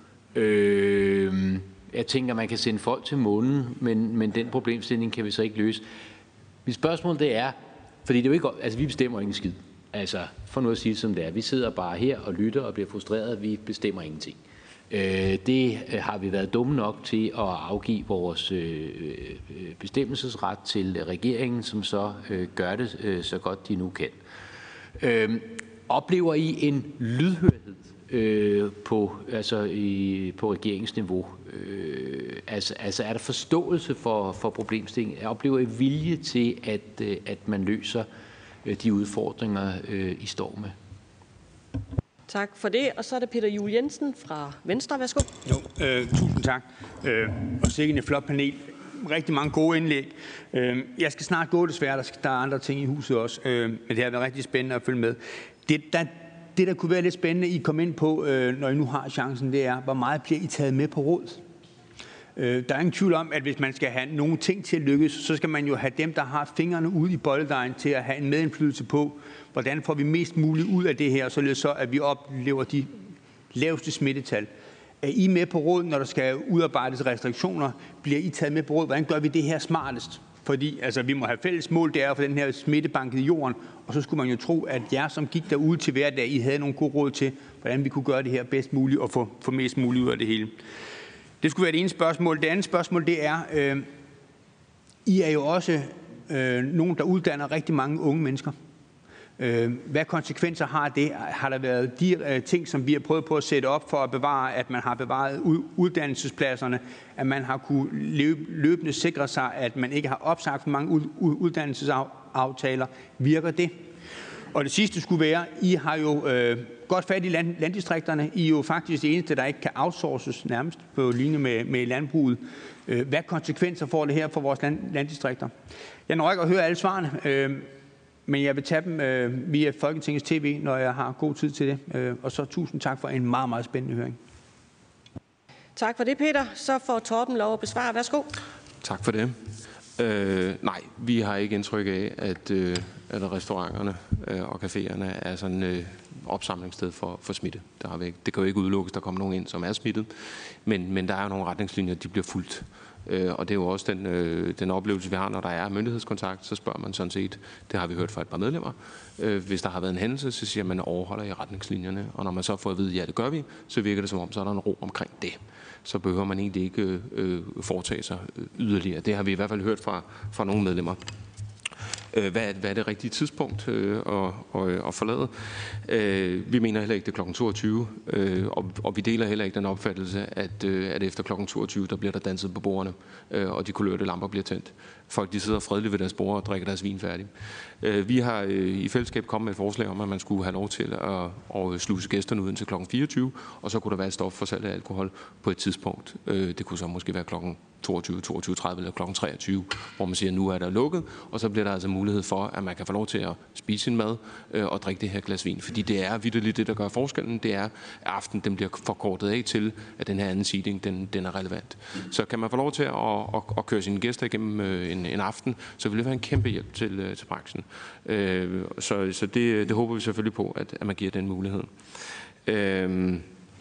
Øh, jeg tænker, man kan sende folk til månen, men, men den problemstilling kan vi så ikke løse. Mit spørgsmål det er, fordi det er jo ikke, altså vi bestemmer ikke en skid. Altså, for nu at sige som det er. Vi sidder bare her og lytter og bliver frustreret. Vi bestemmer ingenting. Øh, det har vi været dumme nok til at afgive vores øh, bestemmelsesret til regeringen, som så øh, gør det øh, så godt de nu kan. Øh, oplever I en lydhørhed øh, på, altså i, på regeringsniveau? Øh, altså, altså er der forståelse for, for problemstillingen? Oplever I vilje til, at, at man løser de udfordringer, øh, I står med? Tak for det. Og så er det Peter Juel Jensen fra Venstre. Værsgo. Jo, øh, tusind tak. Øh, og sikkert et flot panel. Rigtig mange gode indlæg. Øh, jeg skal snart gå desværre. Der, skal, der er andre ting i huset også. Øh, men det har været rigtig spændende at følge med. Det, der, det, der kunne være lidt spændende, I kom ind på, øh, når I nu har chancen, det er, hvor meget bliver I taget med på råd? Øh, der er ingen tvivl om, at hvis man skal have nogle ting til at lykkes, så skal man jo have dem, der har fingrene ude i bolledejen, til at have en medindflydelse på, hvordan får vi mest muligt ud af det her, således så, at vi oplever de laveste smittetal. Er I med på råd, når der skal udarbejdes restriktioner? Bliver I taget med på råd? Hvordan gør vi det her smartest? Fordi altså, vi må have fælles mål, det er for den her smittebank i jorden, og så skulle man jo tro, at jer, som gik derude til hverdag, I havde nogle gode råd til, hvordan vi kunne gøre det her bedst muligt og få, få mest muligt ud af det hele. Det skulle være det ene spørgsmål. Det andet spørgsmål, det er, øh, I er jo også øh, nogen, der uddanner rigtig mange unge mennesker. Øh, hvad konsekvenser har det? Har der været de øh, ting, som vi har prøvet på at sætte op for at bevare, at man har bevaret uddannelsespladserne, at man har kunne løb, løbende sikre sig, at man ikke har opsagt for mange ud, uddannelsesaftaler? Virker det? Og det sidste skulle være, I har jo øh, godt fat i land, landdistrikterne. I er jo faktisk det eneste, der ikke kan outsources nærmest på linje med, med landbruget. Øh, hvad konsekvenser får det her for vores land, landdistrikter? Jeg når ikke at høre alle svarene, øh, men jeg vil tage dem øh, via Folketingets tv, når jeg har god tid til det. Øh, og så tusind tak for en meget, meget spændende høring. Tak for det, Peter. Så får Torben lov at besvare. Værsgo. Tak for det. Øh, nej, vi har ikke indtryk af, at, øh, at restauranterne øh, og caféerne er sådan et øh, opsamlingssted for, for smitte. Der har vi ikke. Det kan jo ikke udelukkes, der kommer nogen ind, som er smittet, men, men der er jo nogle retningslinjer, de bliver fulgt. Øh, og det er jo også den, øh, den oplevelse, vi har, når der er myndighedskontakt, så spørger man sådan set, det har vi hørt fra et par medlemmer, øh, hvis der har været en hændelse, så siger man, overholder I retningslinjerne, og når man så får at vide, ja, det gør vi, så virker det som om, så er der en ro omkring det. Så behøver man egentlig ikke øh, foretage sig yderligere. Det har vi i hvert fald hørt fra, fra nogle medlemmer. Hvad er, hvad er det rigtige tidspunkt øh, at, at, at forlade? Øh, vi mener heller ikke, det er klokken toogtyve, øh, og, og vi deler heller ikke den opfattelse, at, øh, at efter klokken toogtyve, der bliver der danset på bordene, øh, og de kulørte lamper bliver tændt. Folk de sidder fredeligt ved deres bord og drikker deres vin færdig. Øh, vi har øh, i fællesskab kommet med et forslag om, at man skulle have lov til at, at sluse gæsterne ud indtil klokken fireogtyve, og så kunne der være et stop for salg af alkohol på et tidspunkt. Øh, det kunne så måske være klokken toogtyve, toogtyve tredive eller klokken treogtyve, hvor man siger, at nu er der lukket, og så bliver der altså mulighed for, at man kan få lov til at spise sin mad øh, og drikke det her glas vin. Fordi det er vitterligt det, der gør forskellen. Det er, at aftenen den bliver forkortet af til, at den her anden seating, den, den er relevant. Så kan man få lov til at, at, at køre sine gæster igennem øh, en, en aften, så vil det være en kæmpe hjælp til, øh, til branchen. Øh, så så det, det håber vi selvfølgelig på, at, at man giver den mulighed. Øh,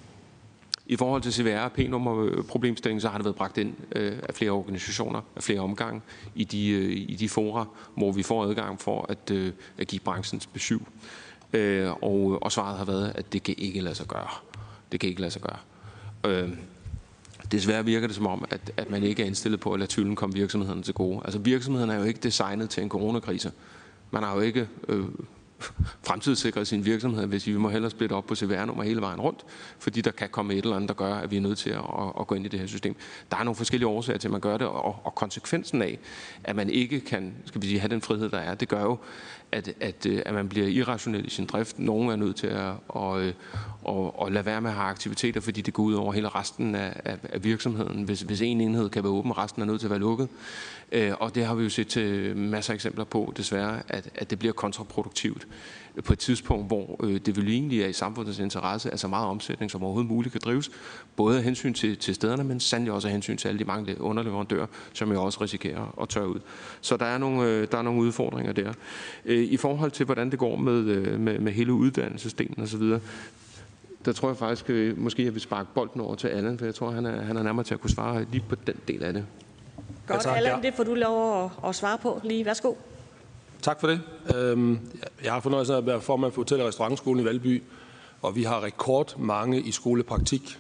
I forhold til C V R og P-nummer-problemstillingen, så har det været bragt ind øh, af flere organisationer, af flere omgange, i de, øh, i de fora, hvor vi får adgang for at, øh, at give branchens besyv. Øh, og, og svaret har været, at det kan ikke lade sig gøre. Det kan ikke lade sig gøre. Øh, desværre virker det som om, at, at man ikke er indstillet på at lade tvivlen komme virksomhederne til gode. Altså virksomhederne er jo ikke designet til en coronakrise. Man har jo ikke øh, fremtidssikret sin virksomhed, hvis vi må hellere splitte op på C V R-nummer hele vejen rundt, fordi der kan komme et eller andet, der gør, at vi er nødt til at, at gå ind i det her system. Der er nogle forskellige årsager til, at man gør det, og, og konsekvensen af, at man ikke kan, skal vi sige, have den frihed, der er, det gør jo, at, at, at man bliver irrationel i sin drift. Nogle er nødt til at, at, at, at, at lade være med at have aktiviteter, fordi det går ud over hele resten af, af, af virksomheden. Hvis, hvis en enhed kan være åben, resten er nødt til at være lukket. Og det har vi jo set til masser af eksempler på, desværre, at, at det bliver kontraproduktivt på et tidspunkt, hvor øh, det vil egentlig er i samfundets interesse, at så meget omsætning som overhovedet muligt kan drives, både af hensyn til, til stederne, men sandelig også af hensyn til alle de mange underleverandører, som jo også risikerer at tørre ud. Så der er nogle, øh, der er nogle udfordringer der. Øh, I forhold til, hvordan det går med, øh, med, med hele uddannelsesdelen osv., der tror jeg faktisk, øh, måske jeg vil sparke bolden over til Allan, for jeg tror, han er, han er nærmere til at kunne svare lige på den del af det. Godt, Allan, det får du lov at, at svare på lige. Værsgo. Tak for det. Jeg har fornøjelsen af at være formand for Hotel- og Restaurantskolen i Valby, og vi har rekord mange i skolepraktik.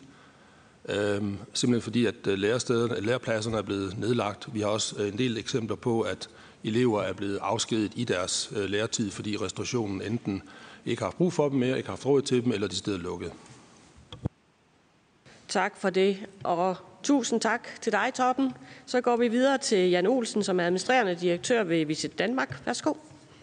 Simpelthen fordi, at lærestederne, lærepladserne er blevet nedlagt. Vi har også en del eksempler på, at elever er blevet afskediget i deres øh, læretid, fordi restaurationen enten ikke har haft brug for dem mere, ikke har haft råd til dem, eller de steder lukket. Tak for det, og tusind tak til dig, Torben. Så går vi videre til Jan Olsen, som er administrerende direktør ved Visit Danmark. Værsgo.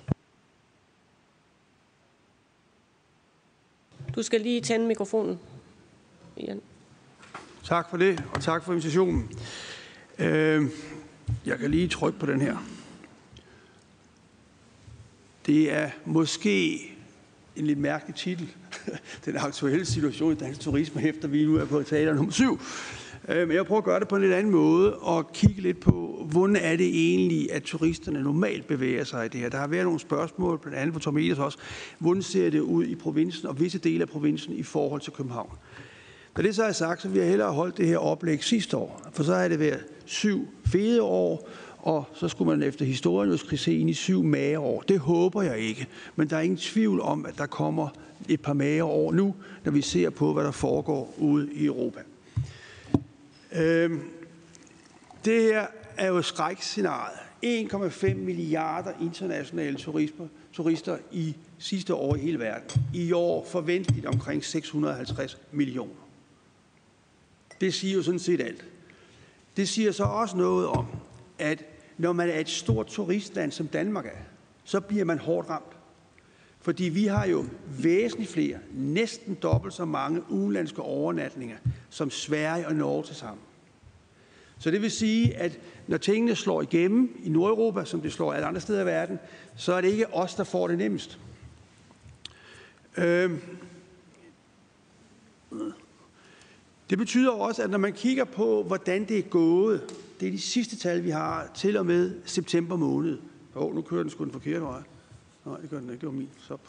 Du skal lige tænde mikrofonen, Jan. Tak for det, og tak for invitationen. Øh, jeg kan lige trykke på den her. Det er måske en lidt mærkelig titel. Den aktuelle situation i dansk turisme, efter vi nu er på teater nummer syv. Men jeg prøver at gøre det på en lidt anden måde og kigge lidt på, hvordan er det egentlig, at turisterne normalt bevæger sig i det her. Der har været nogle spørgsmål, blandt andet på Tom Eders også. Hvordan ser det ud i provinsen og visse dele af provinsen i forhold til København? Når det så er sagt, så vil jeg hellere holde det her oplæg sidste år, for så har det været syv fede år, og så skulle man efter historien jo se ind i syv magre år. Det håber jeg ikke, men der er ingen tvivl om, at der kommer et par magre år nu, når vi ser på, hvad der foregår ude i Europa. Øhm, det her er jo skrækscenariet. en komma fem milliarder internationale turister, turister i sidste år i hele verden. I år forventeligt omkring seks hundrede og halvtreds millioner. Det siger jo sådan set alt. Det siger så også noget om, at når man er et stort turistland, som Danmark er, så bliver man hårdt ramt. Fordi vi har jo væsentligt flere, næsten dobbelt så mange udenlandske overnatninger, som Sverige og Norge til sammen. Så det vil sige, at når tingene slår igennem i Nordeuropa, som det slår alle andre steder i verden, så er det ikke os, der får det nemmest. Øh, Det betyder også, at når man kigger på, hvordan det er gået, det er de sidste tal, vi har til og med september måned. Åh, oh, nu kører den sgu den forkerte vej. Nej, det gør den ikke. Det var min. Stop.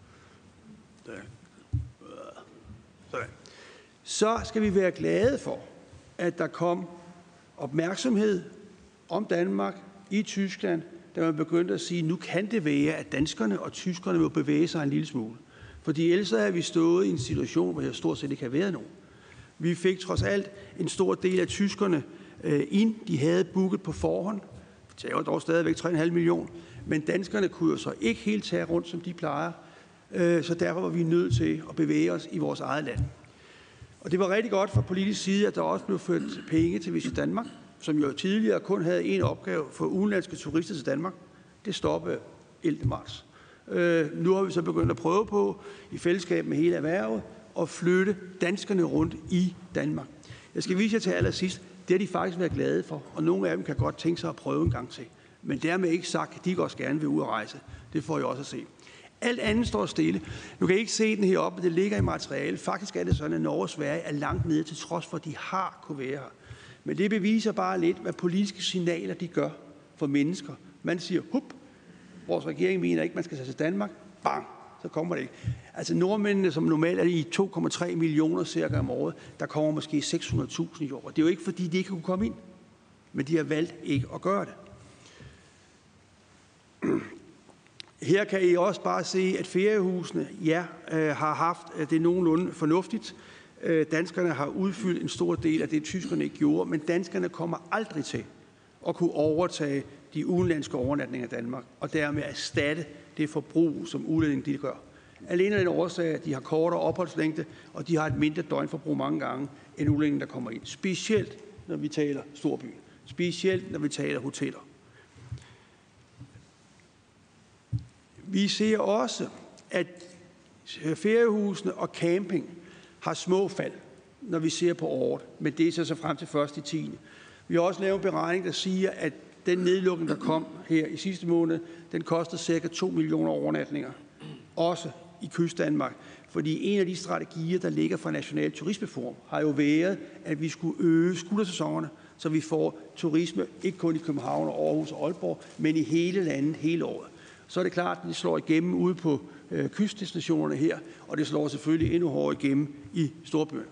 Sådan. Så skal vi være glade for, at der kom opmærksomhed om Danmark i Tyskland, da man begyndte at sige, at nu kan det være, at danskerne og tyskerne vil bevæge sig en lille smule. Fordi ellers er vi stået i en situation, hvor jeg stort set ikke har været nogen. Vi fik trods alt en stor del af tyskerne øh, ind. De havde booket på forhånd. Det var dog stadigvæk tre komma fem millioner. Men danskerne kunne jo så ikke helt tage rundt, som de plejer. Øh, så derfor var vi nødt til at bevæge os i vores eget land. Og det var rigtig godt fra politisk side, at der også blev ført penge til Visit Danmark, som jo tidligere kun havde en opgave for udenlandske turister til Danmark. Det stoppede ellevte marts. Øh, nu har vi så begyndt at prøve på, i fællesskab med hele erhvervet, at flytte danskerne rundt i Danmark. Jeg skal vise jer til allersidst, det har de faktisk været glade for, og nogle af dem kan godt tænke sig at prøve en gang til. Men dermed ikke sagt, at de også gerne vil ud og rejse. Det får jeg også at se. Alt andet står stille. Nu kan I ikke se den heroppe, men det ligger i materiale. Faktisk er det sådan, at Norge og Sverige er langt nede, til trods for, at de har kunne være her. Men det beviser bare lidt, hvad politiske signaler de gør for mennesker. Man siger, hup, vores regering mener ikke, man skal tage til Danmark. Bang, så kommer det ikke. Altså nordmændene, som normalt er i to komma tre millioner cirka om året, der kommer måske seks hundrede tusind i år. Det er jo ikke, fordi de ikke kunne komme ind, men de har valgt ikke at gøre det. Her kan I også bare se, at feriehusene, ja, har haft det nogenlunde fornuftigt. Danskerne har udfyldt en stor del af det, tyskerne ikke gjorde, men danskerne kommer aldrig til at kunne overtage de udenlandske overnatninger i Danmark, og dermed erstatte det forbrug, som udlændinge de gør. Alene den årsag, at de har kortere opholdslængde, og de har et mindre døgnforbrug mange gange, end udlændinge, der kommer ind. Specielt, når vi taler storbyen. Specielt, når vi taler hoteller. Vi ser også, at feriehusene og camping har små fald, når vi ser på året, men det er så, så frem til første tiende. Vi har også lavet en beregning, der siger, at den nedlukning, der kom her i sidste måned, den kostede cirka to millioner overnatninger, også i Kystdanmark. Fordi en af de strategier, der ligger fra National Turismeforum, har jo været, at vi skulle øge skuldersæsonerne, så vi får turisme ikke kun i København og Aarhus og Aalborg, men i hele landet hele året. Så er det klart, at det slår igennem ude på øh, kystdestinationerne her, og det slår selvfølgelig endnu hårdere igennem i storbyerne.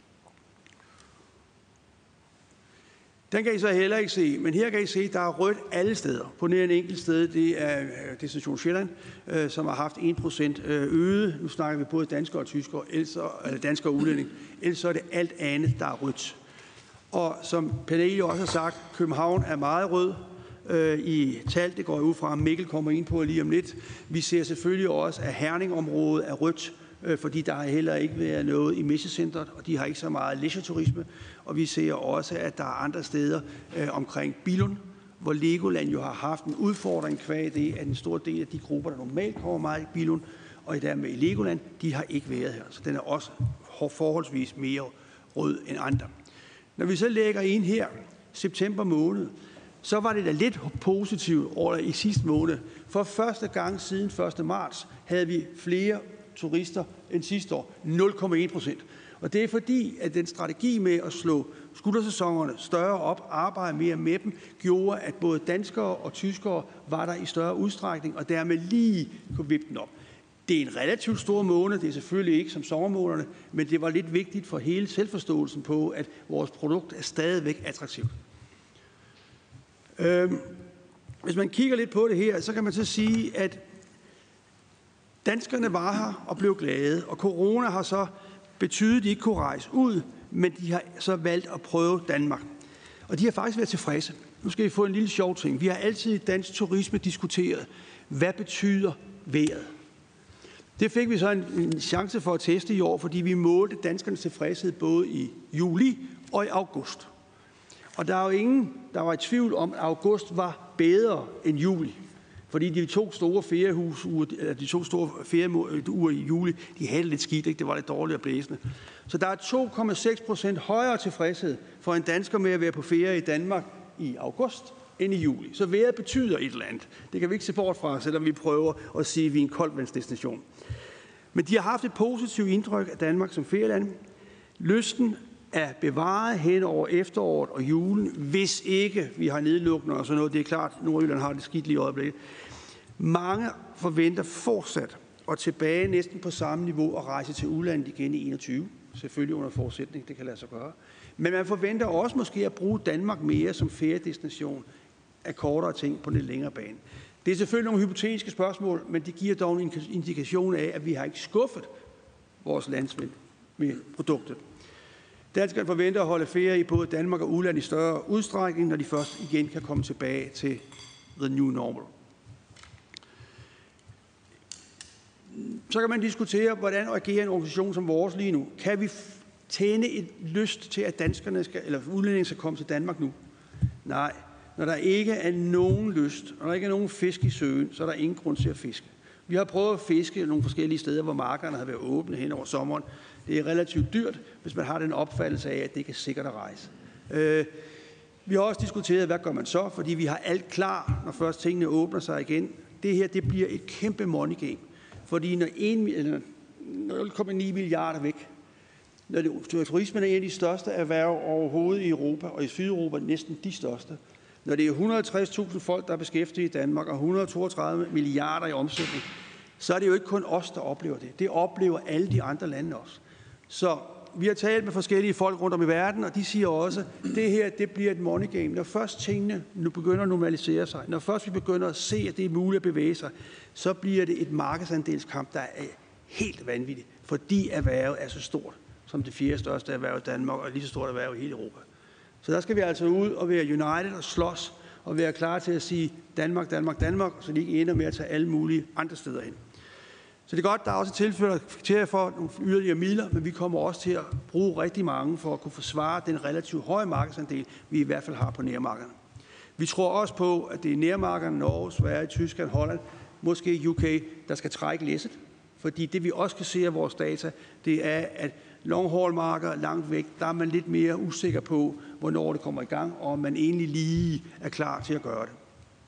Den kan I så heller ikke se, men her kan I se, at der er rødt alle steder. På nær en enkelt sted, det er Destination Sjælland, øh, som har haft en procent øget. Nu snakker vi både danskere og tyskere, eller danskere og udlænding. Ellers så er det alt andet, der er rødt. Og som Pernille også har sagt, København er meget rød. øh, i tal. Det går jeg ud fra, at Mikkel kommer ind på lige om lidt. Vi ser selvfølgelig også, at Herning-området er rødt, øh, fordi der har heller ikke været noget i Messecentret, og de har ikke så meget leisure-turisme. Og vi ser også, at der er andre steder øh, omkring Billund, hvor Legoland jo har haft en udfordring kvad det, at en stor del af de grupper, der normalt kommer meget i Billund, og i dermed i Legoland, de har ikke været her. Så den er også forholdsvis mere rød end andre. Når vi så lægger ind her, september måned, så var det da lidt positivt over i sidste måned. For første gang siden første marts havde vi flere turister end sidste år. nul komma en procent. Og det er fordi, at den strategi med at slå skuldersæsonerne større op, arbejde mere med dem, gjorde, at både danskere og tyskere var der i større udstrækning, og dermed lige kunne vippe den op. Det er en relativt stor måned, det er selvfølgelig ikke som sommermånederne, men det var lidt vigtigt for hele selvforståelsen på, at vores produkt er stadigvæk attraktivt. Øhm, hvis man kigger lidt på det her, så kan man så sige, at danskerne var her og blev glade, og corona har så betydet, at de ikke kunne rejse ud, men de har så valgt at prøve Danmark. Og de har faktisk været tilfredse. Nu skal I få en lille sjov ting. Vi har altid i dansk turisme diskuteret, hvad betyder vejret? Det fik vi så en, en chance for at teste i år, fordi vi målte danskernes tilfredshed både i juli og i august. Og der er jo ingen, der var i tvivl om, at august var bedre end juli. Fordi de to store feriehus, de to store ferieuger i juli, de havde lidt skidt, ikke? Det var lidt dårligt og blæsende. Så der er to komma seks procent højere tilfredshed for en dansker med at være på ferie i Danmark i august end i juli. Så vejret betyder et eller andet. Det kan vi ikke se bort fra, selvom vi prøver at sige, at vi er en koldvandsdestination. Men de har haft et positivt indtryk af Danmark som ferieland. Lysten er bevaret hen over efteråret og julen, hvis ikke vi har nedlukninger og sådan noget. Det er klart, at Nordjylland har det skidt lige i øjeblikket. Mange forventer fortsat og tilbage næsten på samme niveau at rejse til udlandet igen i enogtyve. Selvfølgelig under forudsætning, det kan lade sig gøre. Men man forventer også måske at bruge Danmark mere som feriedestination af kortere ting på den længere bane. Det er selvfølgelig nogle hypotetiske spørgsmål, men det giver dog en indikation af, at vi har ikke skuffet vores landsmænd med produktet. Danskerne forventer at holde ferie i både Danmark og udlandet i større udstrækning, når de først igen kan komme tilbage til the new normal. Så kan man diskutere, hvordan agerer en organisation som vores lige nu. Kan vi tænde et lyst til, at danskerne skal, eller udlændinge skal komme til Danmark nu? Nej. Når der ikke er nogen lyst, og der ikke er nogen fisk i søen, så er der ingen grund til at fiske. Vi har prøvet at fiske nogle forskellige steder, hvor markerne har været åbne hen over sommeren. Det er relativt dyrt, hvis man har den opfattelse af, at det ikke er sikkert at rejse. Øh, vi har også diskuteret, hvad gør man så, fordi vi har alt klar, når først tingene åbner sig igen. Det her, det bliver et kæmpe money game, fordi når nul komma ni milliarder væk, når det, turismen er en af de største erhverv overhovedet i Europa, og i Sydeuropa næsten de største. Når det er et hundrede og tres tusind folk, der er beskæftiget i Danmark, og et hundrede og toogtredive milliarder i omsætning, så er det jo ikke kun os, der oplever det. Det oplever alle de andre lande også. Så vi har talt med forskellige folk rundt om i verden, og de siger også, at det her det bliver et money game. Når først tingene nu begynder at normalisere sig, når først vi begynder at se, at det er muligt at bevæge sig, så bliver det et markedsandelskamp, der er helt vanvittigt, fordi erhvervet er så stort som det fjerde største erhverv i Danmark, og lige så stort erhverv i hele Europa. Så der skal vi altså ud og være united og slås, og være klar til at sige Danmark, Danmark, Danmark, så de ikke ender med at tage alle mulige andre steder hen. Så det er godt, der er også tilfælde kriterier for nogle yderligere midler, men vi kommer også til at bruge rigtig mange for at kunne forsvare den relativt høje markedsandel, vi i hvert fald har på nærmarkederne. Vi tror også på, at det er nærmarkederne, Norge, Sverige, Tyskland, Holland, måske U K, der skal trække læsset. Fordi det vi også kan se af vores data, det er, at long-haul-markeder langt væk, der er man lidt mere usikker på, hvornår det kommer i gang, og om man egentlig lige er klar til at gøre det.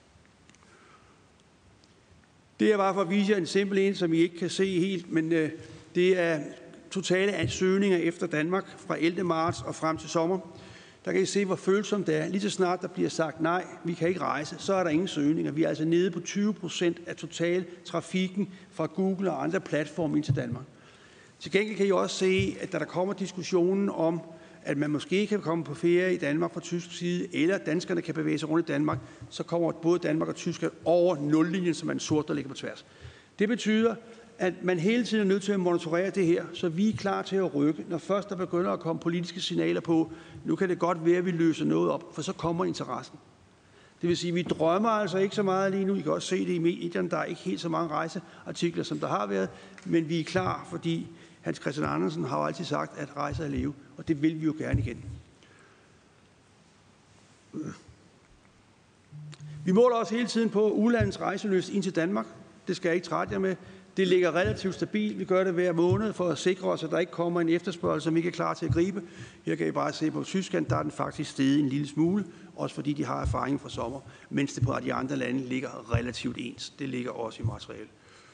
Det er bare for at vise jer en simpel en, som I ikke kan se helt, men øh, det er totale ansøgninger efter Danmark fra ellevte marts og frem til sommer. Der kan I se, hvor følsomt det er. Lige så snart der bliver sagt nej, vi kan ikke rejse, så er der ingen søgninger. Vi er altså nede på tyve procent af total trafikken fra Google og andre platforme ind til Danmark. Til gengæld kan I også se, at da der kommer diskussionen om, at man måske kan komme på ferie i Danmark fra tysk side, eller danskerne kan bevæge sig rundt i Danmark, så kommer både Danmark og Tyskland over nullinjen, som er en sort, der ligger på tværs. Det betyder, at man hele tiden er nødt til at monitorere det her, så vi er klar til at rykke, når først der begynder at komme politiske signaler på, nu kan det godt være, at vi løser noget op, for så kommer interessen. Det vil sige, at vi drømmer altså ikke så meget lige nu. I kan også se det i medierne. Der er ikke helt så mange rejseartikler, som der har været. Men vi er klar, fordi Hans Christian Andersen har jo altid sagt, at rejse er at leve. Og det vil vi jo gerne igen. Vi måler også hele tiden på udlandets rejseløst ind til Danmark. Det skal jeg ikke trætte jer med. Det ligger relativt stabilt. Vi gør det hver måned for at sikre os, at der ikke kommer en efterspørgsel, som ikke er klar til at gribe. Her kan I bare se på Tyskland, der er den faktisk steget en lille smule, også fordi de har erfaring fra sommer, mens det på de andre lande ligger relativt ens. Det ligger også i materiale.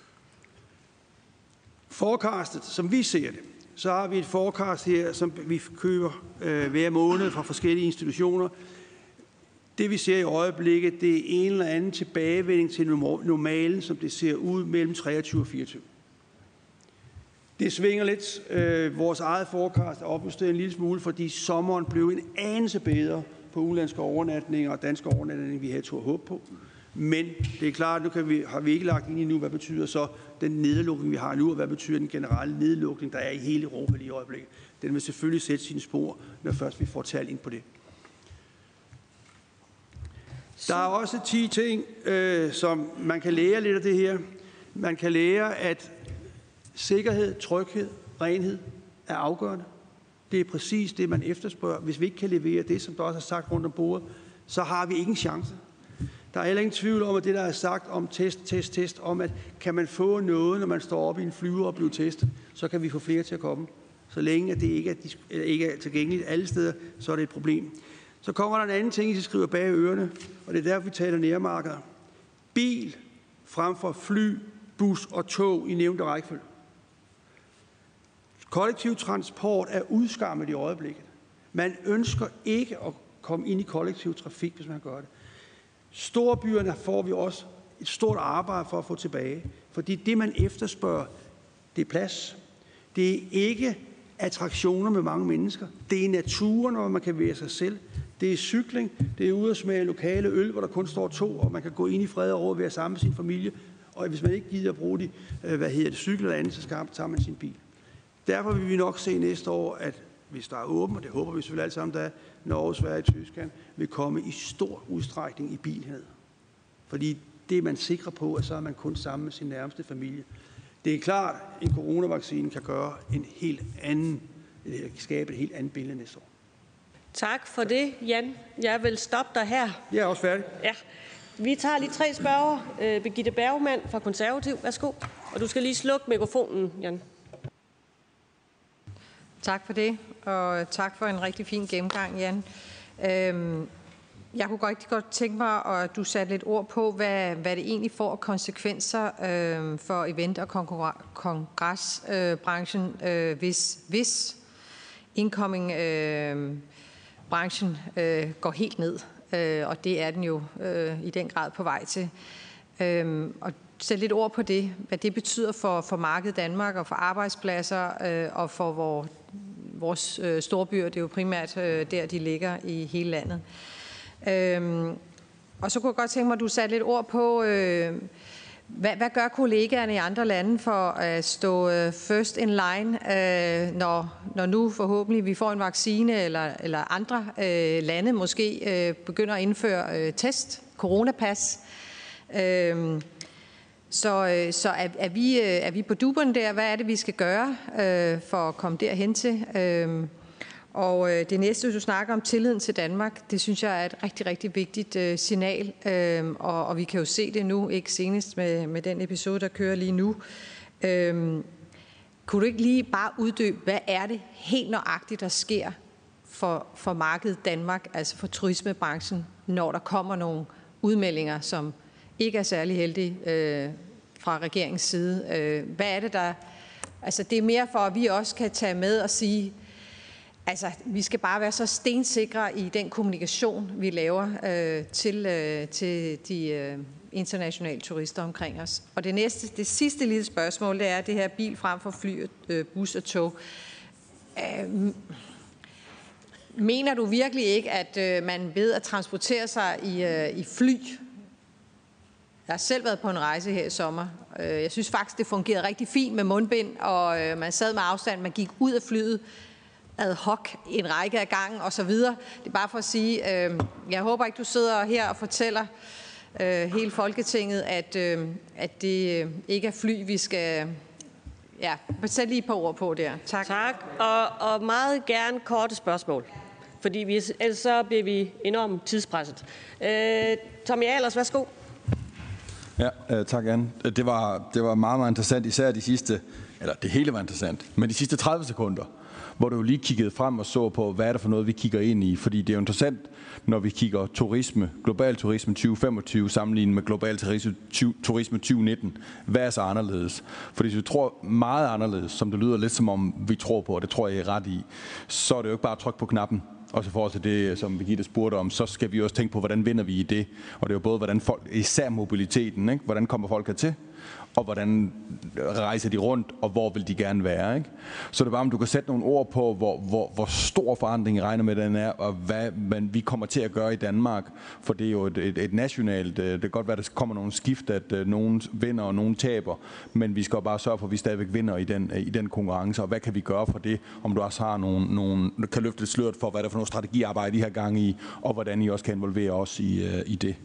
Forecastet, som vi ser det, så har vi et forecast her, som vi køber øh, hver måned fra forskellige institutioner. Det vi ser i øjeblikket, det er en eller anden tilbagevending til normalen, som det ser ud mellem treogtyve og fireogtyve. Det svinger lidt. Øh, vores eget forecast er opjusteret en lille smule, fordi sommeren blev en anelse bedre på udenlandske overnatninger og danske overnatninger, vi havde turde håbe på. Men det er klart, nu kan vi, har vi ikke lagt ind endnu, hvad betyder så den nedlukning, vi har nu, og hvad betyder den generelle nedlukning, der er i hele Europa lige i øjeblikket. Den vil selvfølgelig sætte sine spor, når først vi får tal ind på det. Der er også ti ting, øh, som man kan lære lidt af det her. Man kan lære, at sikkerhed, tryghed, renhed er afgørende. Det er præcis det, man efterspørger. Hvis vi ikke kan levere det, som der også er sagt rundt om bordet, så har vi ikke en chance. Der er heller ingen tvivl om, at det, der er sagt om test, test, test, om at kan man få noget, når man står op i en flyver og bliver testet, så kan vi få flere til at komme. Så længe at det ikke er, ikke er tilgængeligt alle steder, så er det et problem. Så kommer der en anden ting, I skriver bag ørerne, og det er derfor, vi taler nærmarkeder. Bil frem for fly, bus og tog i nævnte rækkefølge. Kollektiv transport er udskammet i øjeblikket. Man ønsker ikke at komme ind i kollektiv trafik, hvis man gør det. Storbyerne får vi også et stort arbejde for at få tilbage, fordi det, man efterspørger, det er plads. Det er ikke attraktioner med mange mennesker. Det er naturen, hvor man kan være sig selv. Det er cykling. Det er ude at smage lokale øl, hvor der kun står to, og man kan gå ind i fred og ro og være sammen med sin familie. Og hvis man ikke gider at bruge de, hvad hedder det, cykel eller andet, så tager man sin bil. Derfor vil vi nok se næste år, at hvis der er åbent, og det håber vi selvfølgelig alle sammen, der Norge, Sverige og Tyskland, vil komme i stor udstrækning i bil hernede. Fordi det er man sikker på, at så er man kun sammen med sin nærmeste familie. Det er klart, at en coronavaccine kan gøre en helt anden, kan skabe et helt andet billede næste år. Tak for det, Jan. Jeg vil stoppe dig her. Jeg er også færdig. Ja. Vi tager lige tre spørger. Øh, Birgitte Bergmann fra Konservativ. Værsgo. Og du skal lige slukke mikrofonen, Jan. Tak for det, og tak for en rigtig fin gennemgang, Jan. Øhm, jeg kunne rigtig godt tænke mig, at du satte lidt ord på, hvad, hvad det egentlig får konsekvenser øh, for event- og kongresbranchen, øh, hvis, hvis incoming-branchen øh, øh, går helt ned. Øh, og det er den jo øh, i den grad på vej til. Øh, og sætte lidt ord på det, hvad det betyder for, for markedet Danmark og for arbejdspladser øh, og for vores, vores øh, storbyer. Det er jo primært øh, der, de ligger i hele landet. Øhm, og så kunne jeg godt tænke mig, at du satte lidt ord på, øh, hvad, hvad gør kollegaerne i andre lande for at stå øh, first in line, øh, når, når nu forhåbentlig vi får en vaccine, eller, eller andre øh, lande måske øh, begynder at indføre øh, test, coronapas. Øh, Så, så er, er, vi, er vi på duberne der? Hvad er det, vi skal gøre øh, for at komme derhen til? Øh, og øh, det næste, du snakker om tilliden til Danmark, det synes jeg er et rigtig, rigtig vigtigt øh, signal. Øh, og, og vi kan jo se det nu, ikke senest med, med den episode, der kører lige nu. Øh, kunne du ikke lige bare uddybe, hvad er det helt nøjagtigt, der sker for, for markedet Danmark, altså for turismebranchen, når der kommer nogle udmeldinger, som ikke er særlig heldige øh, fra regeringens side. Øh, hvad er det, der... Altså, det er mere for, at vi også kan tage med og sige, altså, vi skal bare være så stensikre i den kommunikation, vi laver øh, til, øh, til de øh, internationale turister omkring os. Og det næste, det sidste lille spørgsmål, det er det her bil frem for fly, øh, bus og tog. Øh, mener du virkelig ikke, at øh, man ved at transportere sig i, øh, i fly... Jeg har selv været på en rejse her i sommer. Jeg synes faktisk, det fungerede rigtig fint med mundbind, og man sad med afstand, man gik ud af flyet, ad hoc en række af gangen og så videre. Det er bare for at sige, øh, jeg håber ikke, du sidder her og fortæller øh, hele Folketinget, at, øh, at det øh, ikke er fly, vi skal... Ja, sæt lige et par ord på der. Tak. Tak, og, og meget gerne korte spørgsmål, fordi vi, ellers så bliver vi enormt tidspresset. Øh, Tommy Ahlers, værsgo. Ja, øh, tak Anne. Det var, det var meget, meget interessant, især de sidste, eller det hele var interessant, men de sidste tredive sekunder, hvor du lige kiggede frem og så på, hvad er det for noget, vi kigger ind i. Fordi det er jo interessant, når vi kigger turisme, global turisme tyve femogtyve sammenlignet med global turisme tyve nitten. Hvad er så anderledes? Fordi hvis vi tror meget anderledes, som det lyder lidt som om vi tror på, og det tror jeg er ret i, så er det jo ikke bare at trykke på knappen. Også i forhold til det, som Birgitte spurgte om, så skal vi også tænke på, hvordan vinder vi i det. Og det er jo både, hvordan folk, især mobiliteten, ikke? Hvordan kommer folk hertil? Og hvordan rejser de rundt, og hvor vil de gerne være, ikke? Så det er bare, om du kan sætte nogle ord på, hvor, hvor, hvor stor forandring I regner med den er, og hvad man, vi kommer til at gøre i Danmark. For det er jo et, et, et nationalt, det kan godt være, at der kommer nogle skift, at uh, nogen vinder og nogen taber, men vi skal bare sørge for, at vi stadigvæk vinder i den, i den konkurrence, og hvad kan vi gøre for det, om du også har nogle, nogle kan løfte et sløret for, hvad der er for noget strategiarbejde, I har gang i, og hvordan I også kan involvere os i, uh, i det.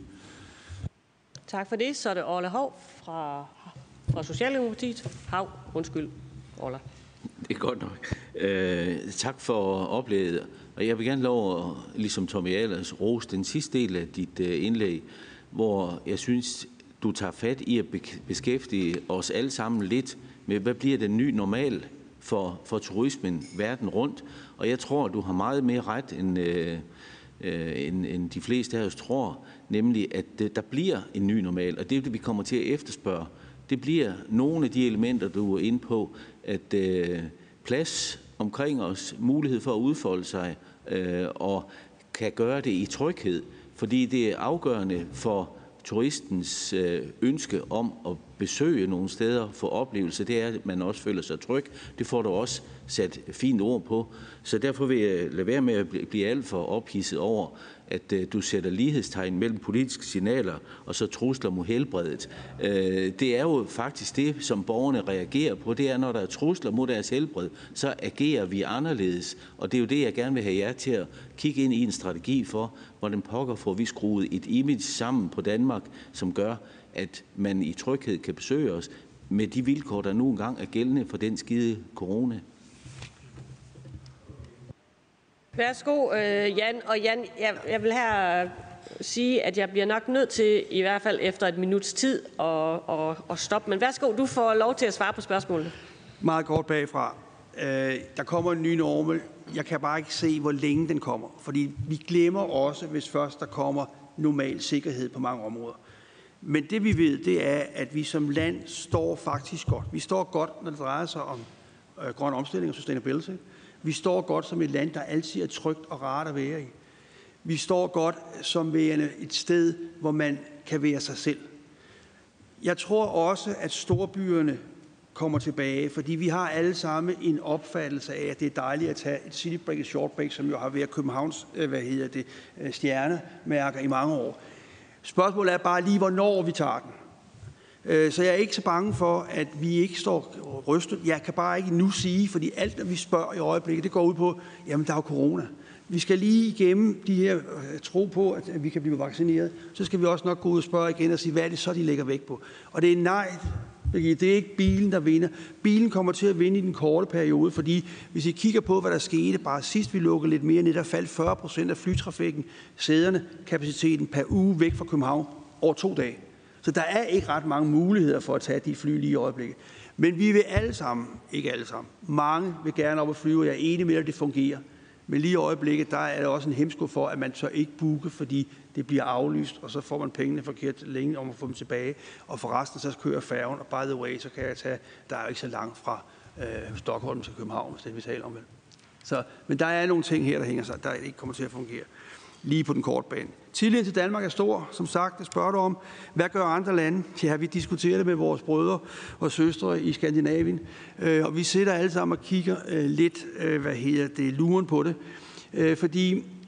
Tak for det. Så er det Orla Hov fra, fra Socialdemokratiet. Hav, undskyld, Orla. Det er godt nok. Øh, tak for oplevet. Og jeg vil gerne lov at, ligesom Tommy Ahlers, rose den sidste del af dit uh, indlæg, hvor jeg synes, du tager fat i at beskæftige os alle sammen lidt med, hvad bliver den nye normal for, for turismen verden rundt. Og jeg tror, du har meget mere ret, end, øh, øh, end, end de fleste af os tror, nemlig at øh, der bliver en ny normal, og det er det, vi kommer til at efterspørge. Det bliver nogle af de elementer, du er inde på, at øh, plads omkring os, mulighed for at udfolde sig, øh, og kan gøre det i tryghed, fordi det er afgørende for turistens øh, ønske om at besøge nogle steder for oplevelse, det er, at man også føler sig tryg. Det får du også sat fint ord på. Så derfor vil jeg lade være med at blive alt for ophidset over, at øh, du sætter lighedstegn mellem politiske signaler og så trusler mod helbredet. Øh, det er jo faktisk det, som borgerne reagerer på. Det er, når der er trusler mod deres helbred, så agerer vi anderledes. Og det er jo det, jeg gerne vil have jer til at kigge ind i en strategi for, hvordan pokker får vi skruet et image sammen på Danmark, som gør, at man i tryghed kan besøge os med de vilkår, der nu engang er gældende for den skide corona. Værsgo, øh, Jan. Og Jan, jeg, jeg vil her sige, at jeg bliver nok nødt til, i hvert fald efter et minuts tid, at, at, at stoppe. Men værsgo, du får lov til at svare på spørgsmålet. Meget kort bagfra. Øh, der kommer en ny normal. Jeg kan bare ikke se, hvor længe den kommer. Fordi vi glemmer også, hvis først der kommer normal sikkerhed på mange områder. Men det vi ved, det er, at vi som land står faktisk godt. Vi står godt, når det drejer sig om øh, grøn omstilling og sustainability. Vi står godt som et land, der altid er trygt og rart at være i. Vi står godt som værende et sted, hvor man kan være sig selv. Jeg tror også, at storbyerne kommer tilbage, fordi vi har alle sammen en opfattelse af, at det er dejligt at tage et city break, et short break, som jo har været Københavns hvad hedder det, stjernemærker i mange år. Spørgsmålet er bare lige, hvornår vi tager den. Så jeg er ikke så bange for, at vi ikke står rystet. Jeg kan bare ikke nu sige, fordi alt, hvad vi spørger i øjeblikket, det går ud på, jamen der er jo corona. Vi skal lige igennem de her tro på, at vi kan blive vaccineret. Så skal vi også nok gå ud og spørge igen og sige, hvad er det så, de lægger væk på. Og det er nej, det er ikke bilen, der vinder. Bilen kommer til at vinde i den korte periode, fordi hvis I kigger på, hvad der skete, bare sidst vi lukkede lidt mere ned, der faldt fyrre procent af flytrafikken, sæderne, kapaciteten per uge væk fra København over to dage. Så der er ikke ret mange muligheder for at tage de fly lige i øjeblikket. Men vi vil alle sammen, ikke alle sammen, mange vil gerne op og flyve, og jeg er enig med, at det fungerer. Men lige i øjeblikket, der er der også en hemsko for, at man så ikke booke, fordi det bliver aflyst, og så får man pengene forkert længe om at få dem tilbage. Og for resten, så kører færgen, og by the way, så kan jeg tage, der er jo ikke så langt fra øh, Stockholm til København, hvis det vi taler om. Vel. Så, men der er nogle ting her, der hænger sig, der ikke kommer til at fungere lige på den korte bane. Tilliden til Danmark er stor, som sagt, det spørger du om. Hvad gør andre lande? Ja, vi diskuterer det med vores brødre og søstre i Skandinavien, øh, og vi sidder alle sammen og kigger øh, lidt, øh, hvad hedder det, luren på det. Øh, fordi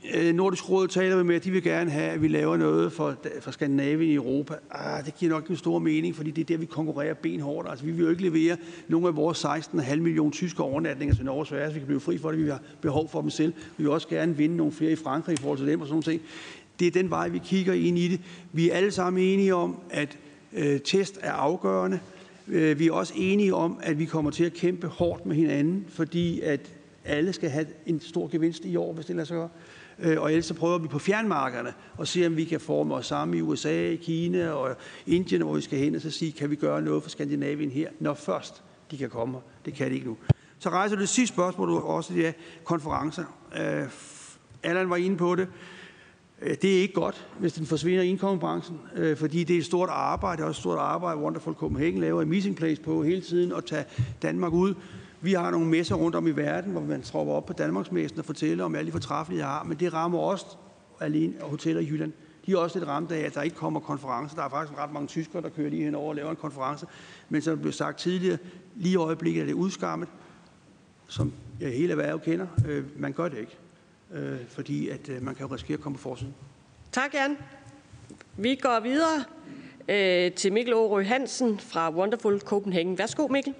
Nordisk Råd taler vi med, at de vil gerne have, at vi laver noget for, for Skandinavien i Europa. Ah, det giver nok en stor mening, fordi det er der, vi konkurrerer benhårdt. Altså, vi vil jo ikke levere nogle af vores seksten komma fem millioner tyske overnatninger til Norge og Sverige, så vi kan blive fri for det. Vi har behov for dem selv. Vi vil også gerne vinde nogle flere i Frankrig i forhold til dem og sådan noget. Det er den vej, vi kigger ind i det. Vi er alle sammen enige om, at øh, test er afgørende. Øh, vi er også enige om, at vi kommer til at kæmpe hårdt med hinanden, fordi at alle skal have en stor gevinst i år, hvis det lader sig gøre. Og ellers så prøver vi på fjernmarkederne og se, om vi kan forme os sammen i U S A, Kina og Indien, hvor vi skal hen og så sige, kan vi gøre noget for Skandinavien her, når først de kan komme. Det kan de ikke nu. Så rejser det sidste spørgsmål også, det er konferencer. Uh, Allan var inde på det. Det er ikke godt, hvis den forsvinder i indkomstbranchen, uh, fordi det er et stort arbejde. Det er også et stort arbejde, Wonderful Copenhagen laver en meeting place på hele tiden og tage Danmark ud. Vi har nogle messer rundt om i verden, hvor man tropper op på Danmarksmessen og fortæller om alle de fortræffelige, jeg har. Men det rammer også alene hoteller i Jylland. De er også lidt ramt af, at der ikke kommer konferencer. Der er faktisk ret mange tyskere, der kører lige henover og laver en konference. Men som det blev sagt tidligere, lige i øjeblikket er det udskammet, som jeg hele erhvervet kender. Øh, man gør det ikke, øh, fordi at, øh, man kan jo risikere at komme på forsiden. Tak, Jan. Vi går videre øh, til Mikkel Aarø Hansen fra Wonderful Copenhagen. Værsgo, Mikkel.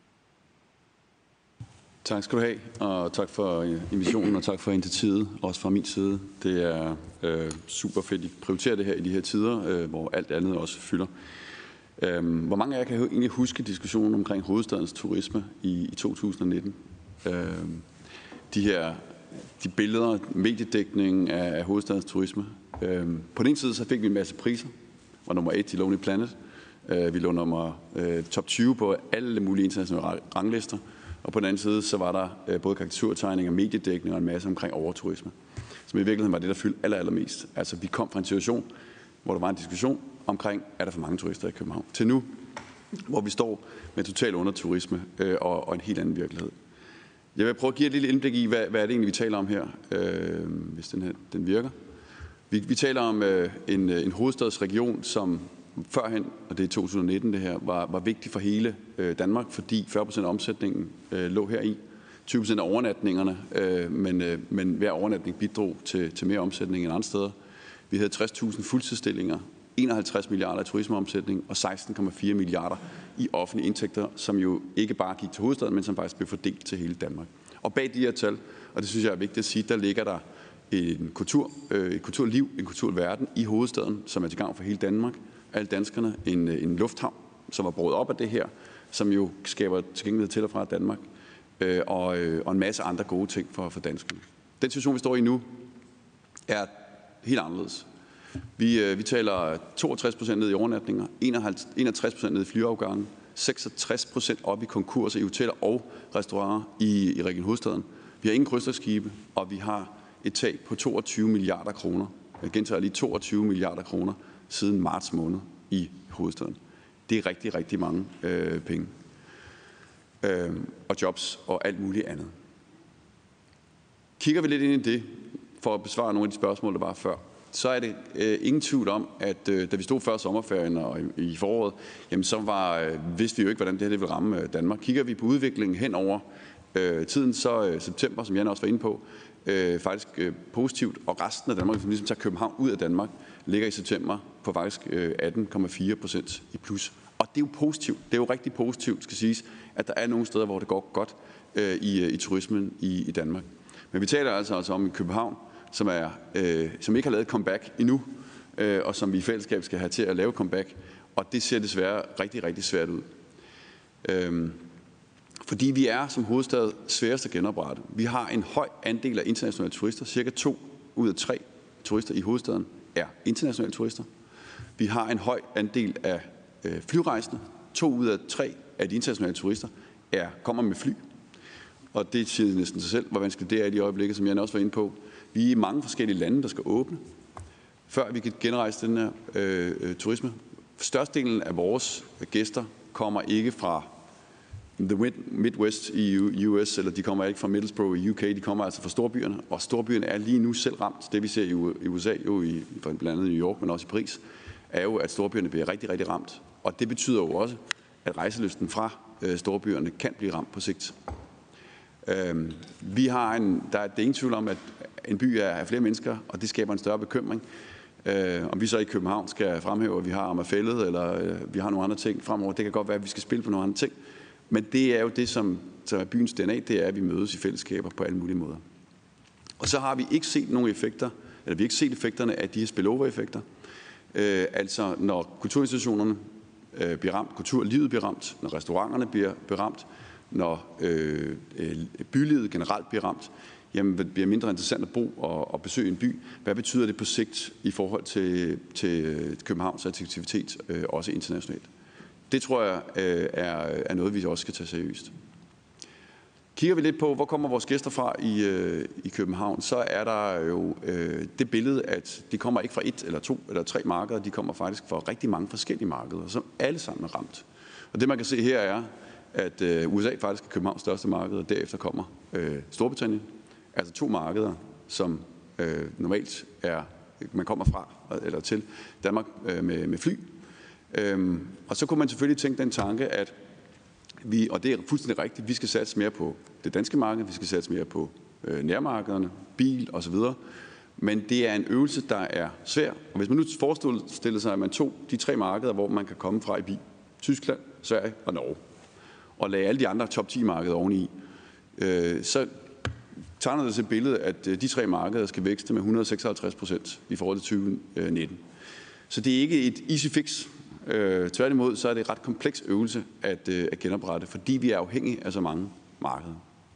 Tak skal du have, og tak for invitationen, og tak for initiativet, også fra min side. Det er øh, super fedt, at I prioriterer det her i de her tider, øh, hvor alt andet også fylder. Øh, hvor mange af jer kan egentlig huske diskussionen omkring hovedstadens turisme i, i to tusind nitten? Øh, de her de billeder, mediedækning af, af hovedstadens turisme. Øh, på den ene side så fik vi en masse priser, var nummer et i Lonely Planet. Øh, vi lå nummer øh, top tyve på alle mulige internationale ranglister. Og på den anden side, så var der øh, både karikaturtegninger, mediedækning og en masse omkring overturisme. Som i virkeligheden var det, der fyldte aller, allermest. Altså, vi kom fra en situation, hvor der var en diskussion omkring, er der for mange turister i København, til nu, hvor vi står med total underturisme øh, og, og en helt anden virkelighed. Jeg vil prøve at give et lille indblik i, hvad, hvad er det egentlig, vi taler om her, øh, hvis den her den virker. Vi, vi taler om øh, en, en hovedstadsregion, som førhen, og det er to tusind nitten det her, var, var vigtigt for hele øh, Danmark, fordi fyrre procent af omsætningen øh, lå her i. tyve procent af overnatningerne, øh, men, øh, men hver overnatning bidrog til, til mere omsætning end andre steder. Vi havde tres tusind fuldtidsstillinger, enoghalvtreds milliarder i turismeomsætning og seksten komma fire milliarder i offentlige indtægter, som jo ikke bare gik til hovedstaden, men som faktisk blev fordelt til hele Danmark. Og bag de her tal, og det synes jeg er vigtigt at sige, der ligger der en kultur, øh, et kulturliv, en kulturverden i hovedstaden, som er til gavn for hele Danmark, alle danskerne, en, en lufthavn, som var brugt op af det her, som jo skaber tilgængelighed til og fra Danmark, øh, og, øh, og en masse andre gode ting for, for danskerne. Den situation, vi står i nu, er helt anderledes. Vi, øh, vi taler toogtres procent ned i overnatninger, enogtres procent ned i flyafgange, seksogtres procent op i konkurser i hoteller og restauranter i, i Region Hovedstaden. Vi har ingen krydstogtskibe, og vi har et tab på toogtyve milliarder kroner. Jeg gentager lige toogtyve milliarder kroner siden marts måned i hovedstaden. Det er rigtig, rigtig mange øh, penge. Øh, og jobs og alt muligt andet. Kigger vi lidt ind i det, for at besvare nogle af de spørgsmål, der var før, så er det øh, ingen tvivl om, at øh, da vi stod før sommerferien og i, i foråret, jamen så var, øh, vidste vi jo ikke, hvordan det her det ville ramme øh, Danmark. Kigger vi på udviklingen hen over øh, tiden, så øh, september, som Jan også var inde på, øh, faktisk øh, positivt, og resten af Danmark, som ligesom tager København ud af Danmark, ligger i september på faktisk øh, atten komma fire procent i plus. Og det er jo positivt. Det er jo rigtig positivt, skal siges, at der er nogle steder, hvor det går godt øh, i, i turismen i, i Danmark. Men vi taler altså, altså om København, som, er, øh, som ikke har lavet comeback endnu, øh, og som vi i fællesskab skal have til at lave comeback. Og det ser desværre rigtig, rigtig svært ud. Øhm, fordi vi er som hovedstad sværest at genoprette. Vi har en høj andel af internationale turister. Cirka to ud af tre turister i hovedstaden er internationale turister. Vi har en høj andel af øh, flyrejsende. To ud af tre af de internationale turister er, kommer med fly. Og det siger næsten sig selv, hvor vanskeligt det er i de øjeblikke, som Jan også var inde på. Vi er i mange forskellige lande, der skal åbne, før vi kan genrejse den her øh, øh, turisme. Størstedelen af vores gæster kommer ikke fra the Midwest i U S, eller de kommer ikke fra Middlesbrough i U K, de kommer altså fra storbyerne, og storbyerne er lige nu selv ramt. Det vi ser i U S A, jo i blandt andet New York, men også i Paris, er jo, at storbyerne bliver rigtig, rigtig ramt. Og det betyder jo også, at rejselysten fra øh, storbyerne kan blive ramt på sigt. Øh, vi har en, der er det ingen tvivl om, at en by er flere mennesker, og det skaber en større bekymring. Øh, om vi så i København skal fremhæve, at vi har Amagerfælled, eller øh, vi har nogle andre ting fremover, det kan godt være, at vi skal spille på nogle andre ting. Men det er jo det, som, som er byens D N A, det er, at vi mødes i fællesskaber på alle mulige måder. Og så har vi ikke set nogle effekter, eller vi har ikke set effekterne af de her spillover-effekter. Øh, altså når kulturinstitutionerne øh, bliver ramt, kulturlivet bliver ramt, når restauranterne bliver ramt, når øh, bylivet generelt bliver ramt, jamen det bliver mindre interessant at bo og, og besøge en by. Hvad betyder det på sigt i forhold til, til Københavns attraktivitet, øh, også internationalt? Det tror jeg øh, er, er noget, vi også skal tage seriøst. Kigger vi lidt på, hvor kommer vores gæster fra i, øh, i København, så er der jo øh, det billede, at de kommer ikke fra et eller to eller tre markeder, de kommer faktisk fra rigtig mange forskellige markeder, som alle sammen er ramt. Og det man kan se her er, at øh, U S A faktisk er Københavns største marked, og derefter kommer øh, Storbritannien. Altså to markeder, som øh, normalt er, man kommer fra eller til Danmark øh, med, med fly. Øhm, og så kunne man selvfølgelig tænke den tanke, at vi, og det er fuldstændig rigtigt, vi skal satse mere på det danske marked, vi skal satse mere på øh, nærmarkederne, bil osv. Men det er en øvelse, der er svær. Og hvis man nu forestiller sig, at man tog de tre markeder, hvor man kan komme fra i bil, Tyskland, Sverige og Norge, og lagde alle de andre top ti markeder oveni, øh, så tegner det til et billede, at de tre markeder skal vækste med et hundrede og seksoghalvtreds procent i forhold til tyve nitten. Så det er ikke et easy fix. Øh, tværtimod så er det en ret kompleks øvelse at, øh, at genoprette, fordi vi er afhængige af så mange markeder.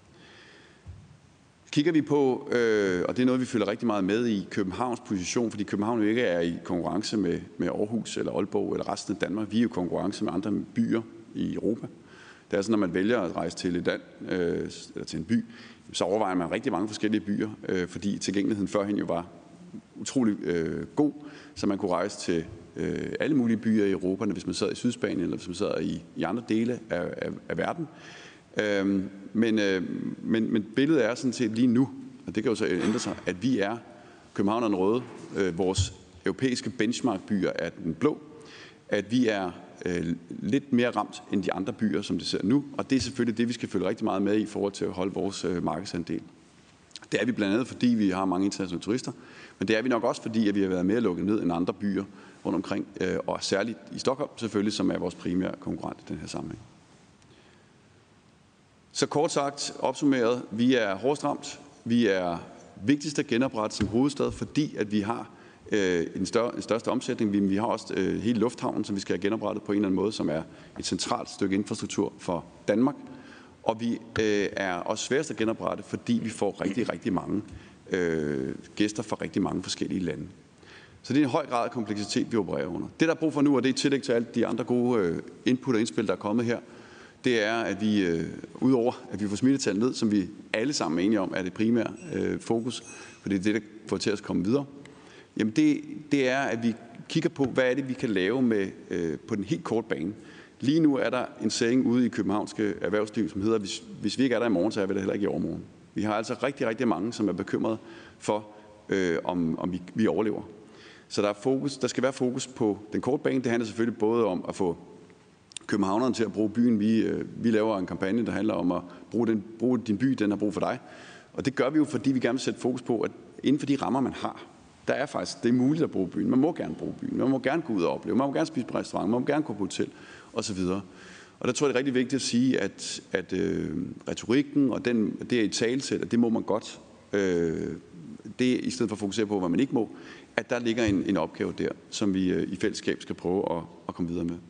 Kigger vi på, øh, og det er noget, vi følger rigtig meget med i, Københavns position, fordi København jo ikke er i konkurrence med, med Aarhus eller Aalborg eller resten af Danmark. Vi er jo i konkurrence med andre byer i Europa. Det er sådan, når man vælger at rejse til et land, øh, eller til en by, så overvejer man rigtig mange forskellige byer, øh, fordi tilgængeligheden førhen jo var utrolig øh, god, så man kunne rejse til øh, alle mulige byer i Europa, hvis man sad i Sydspanien, eller hvis man sad i, i andre dele af, af, af verden. Øh, men, øh, men, men billedet er sådan set lige nu, og det kan jo så ændre sig, at vi er København og den røde, øh, vores europæiske benchmark-byer er den blå, at vi er øh, lidt mere ramt end de andre byer, som det ser nu, og det er selvfølgelig det, vi skal følge rigtig meget med i forhold til at holde vores øh, markedsandel. Det er vi blandt andet, fordi vi har mange internationale turister, men det er vi nok også, fordi at vi har været mere lukket ned end andre byer rundt omkring, øh, og særligt i Stockholm selvfølgelig, som er vores primære konkurrent i den her sammenhæng. Så kort sagt, opsummeret, vi er hårdest ramt. Vi er vigtigst at genoprette som hovedstad, fordi at vi har øh, en, større, en største omsætning. Vi, vi har også øh, hele lufthavnen, som vi skal have genoprettet på en eller anden måde, som er et centralt stykke infrastruktur for Danmark. Og vi øh, er også sværest at genoprette, fordi vi får rigtig, rigtig mange øh, gæster fra rigtig mange forskellige lande. Så det er en høj grad af kompleksitet, vi opererer under. Det, der er brug for nu, og det er i tillæg til alle de andre gode øh, input og indspil, der er kommet her, det er, at vi, øh, udover at vi får smittetallet ned, som vi alle sammen er enige om, er det primære øh, fokus, for det er det, der får til at komme videre, jamen det, det er, at vi kigger på, hvad er det, vi kan lave med, øh, på den helt korte bane. Lige nu er der en saying ude i københavnske erhvervsliv, som hedder, hvis, hvis vi ikke er der i morgen, så er vi der heller ikke i overmorgen. Vi har altså rigtig, rigtig mange, som er bekymrede for, øh, om, om vi, vi overlever. Så der, er fokus, der skal være fokus på den korte bane. Det handler selvfølgelig både om at få københavnerne til at bruge byen. Vi, øh, vi laver en kampagne, der handler om at bruge, den, bruge din by, den har brug for dig. Og det gør vi jo, fordi vi gerne vil sætte fokus på, at inden for de rammer, man har, der er faktisk, det er muligt at bruge byen. Man må gerne bruge byen. Man må gerne gå ud og opleve. Man må gerne spise på restaurant. Man må gerne gå på hotel osv. Og der tror jeg, det er rigtig vigtigt at sige, at, at øh, retorikken og den, det er i talsæt, at det må man godt. Øh, det i stedet for at fokusere på, hvad man ikke må, at der ligger en, en opgave der, som vi øh, i fællesskab skal prøve at, at komme videre med.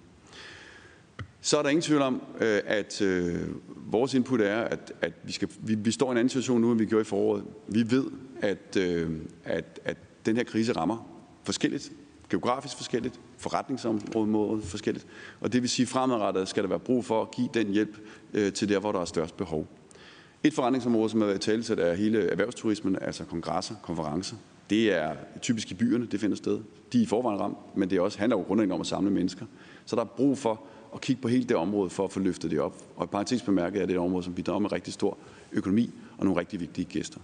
Så er der ingen tvivl om, øh, at øh, vores input er, at, at vi, skal, vi, vi står i en anden situation nu, end vi gjorde i foråret. Vi ved, at, øh, at, at den her krise rammer forskelligt, geografisk forskelligt, forretningsområdet forskelligt, og det vil sige, at fremadrettet skal der være brug for at give den hjælp øh, til der, hvor der er størst behov. Et forretningsområde, som er været talsat, er hele erhvervsturismen, altså kongresser, konferencer. Det er typisk i byerne, det finder sted. De er i forvejen ramt, men det også handler jo grundlæggende om at samle mennesker. Så der er brug for at kigge på hele det område for at få løftet det op. Og parentes bemærket er det et område, som bidrager med rigtig stor økonomi og nogle rigtig vigtige gæster.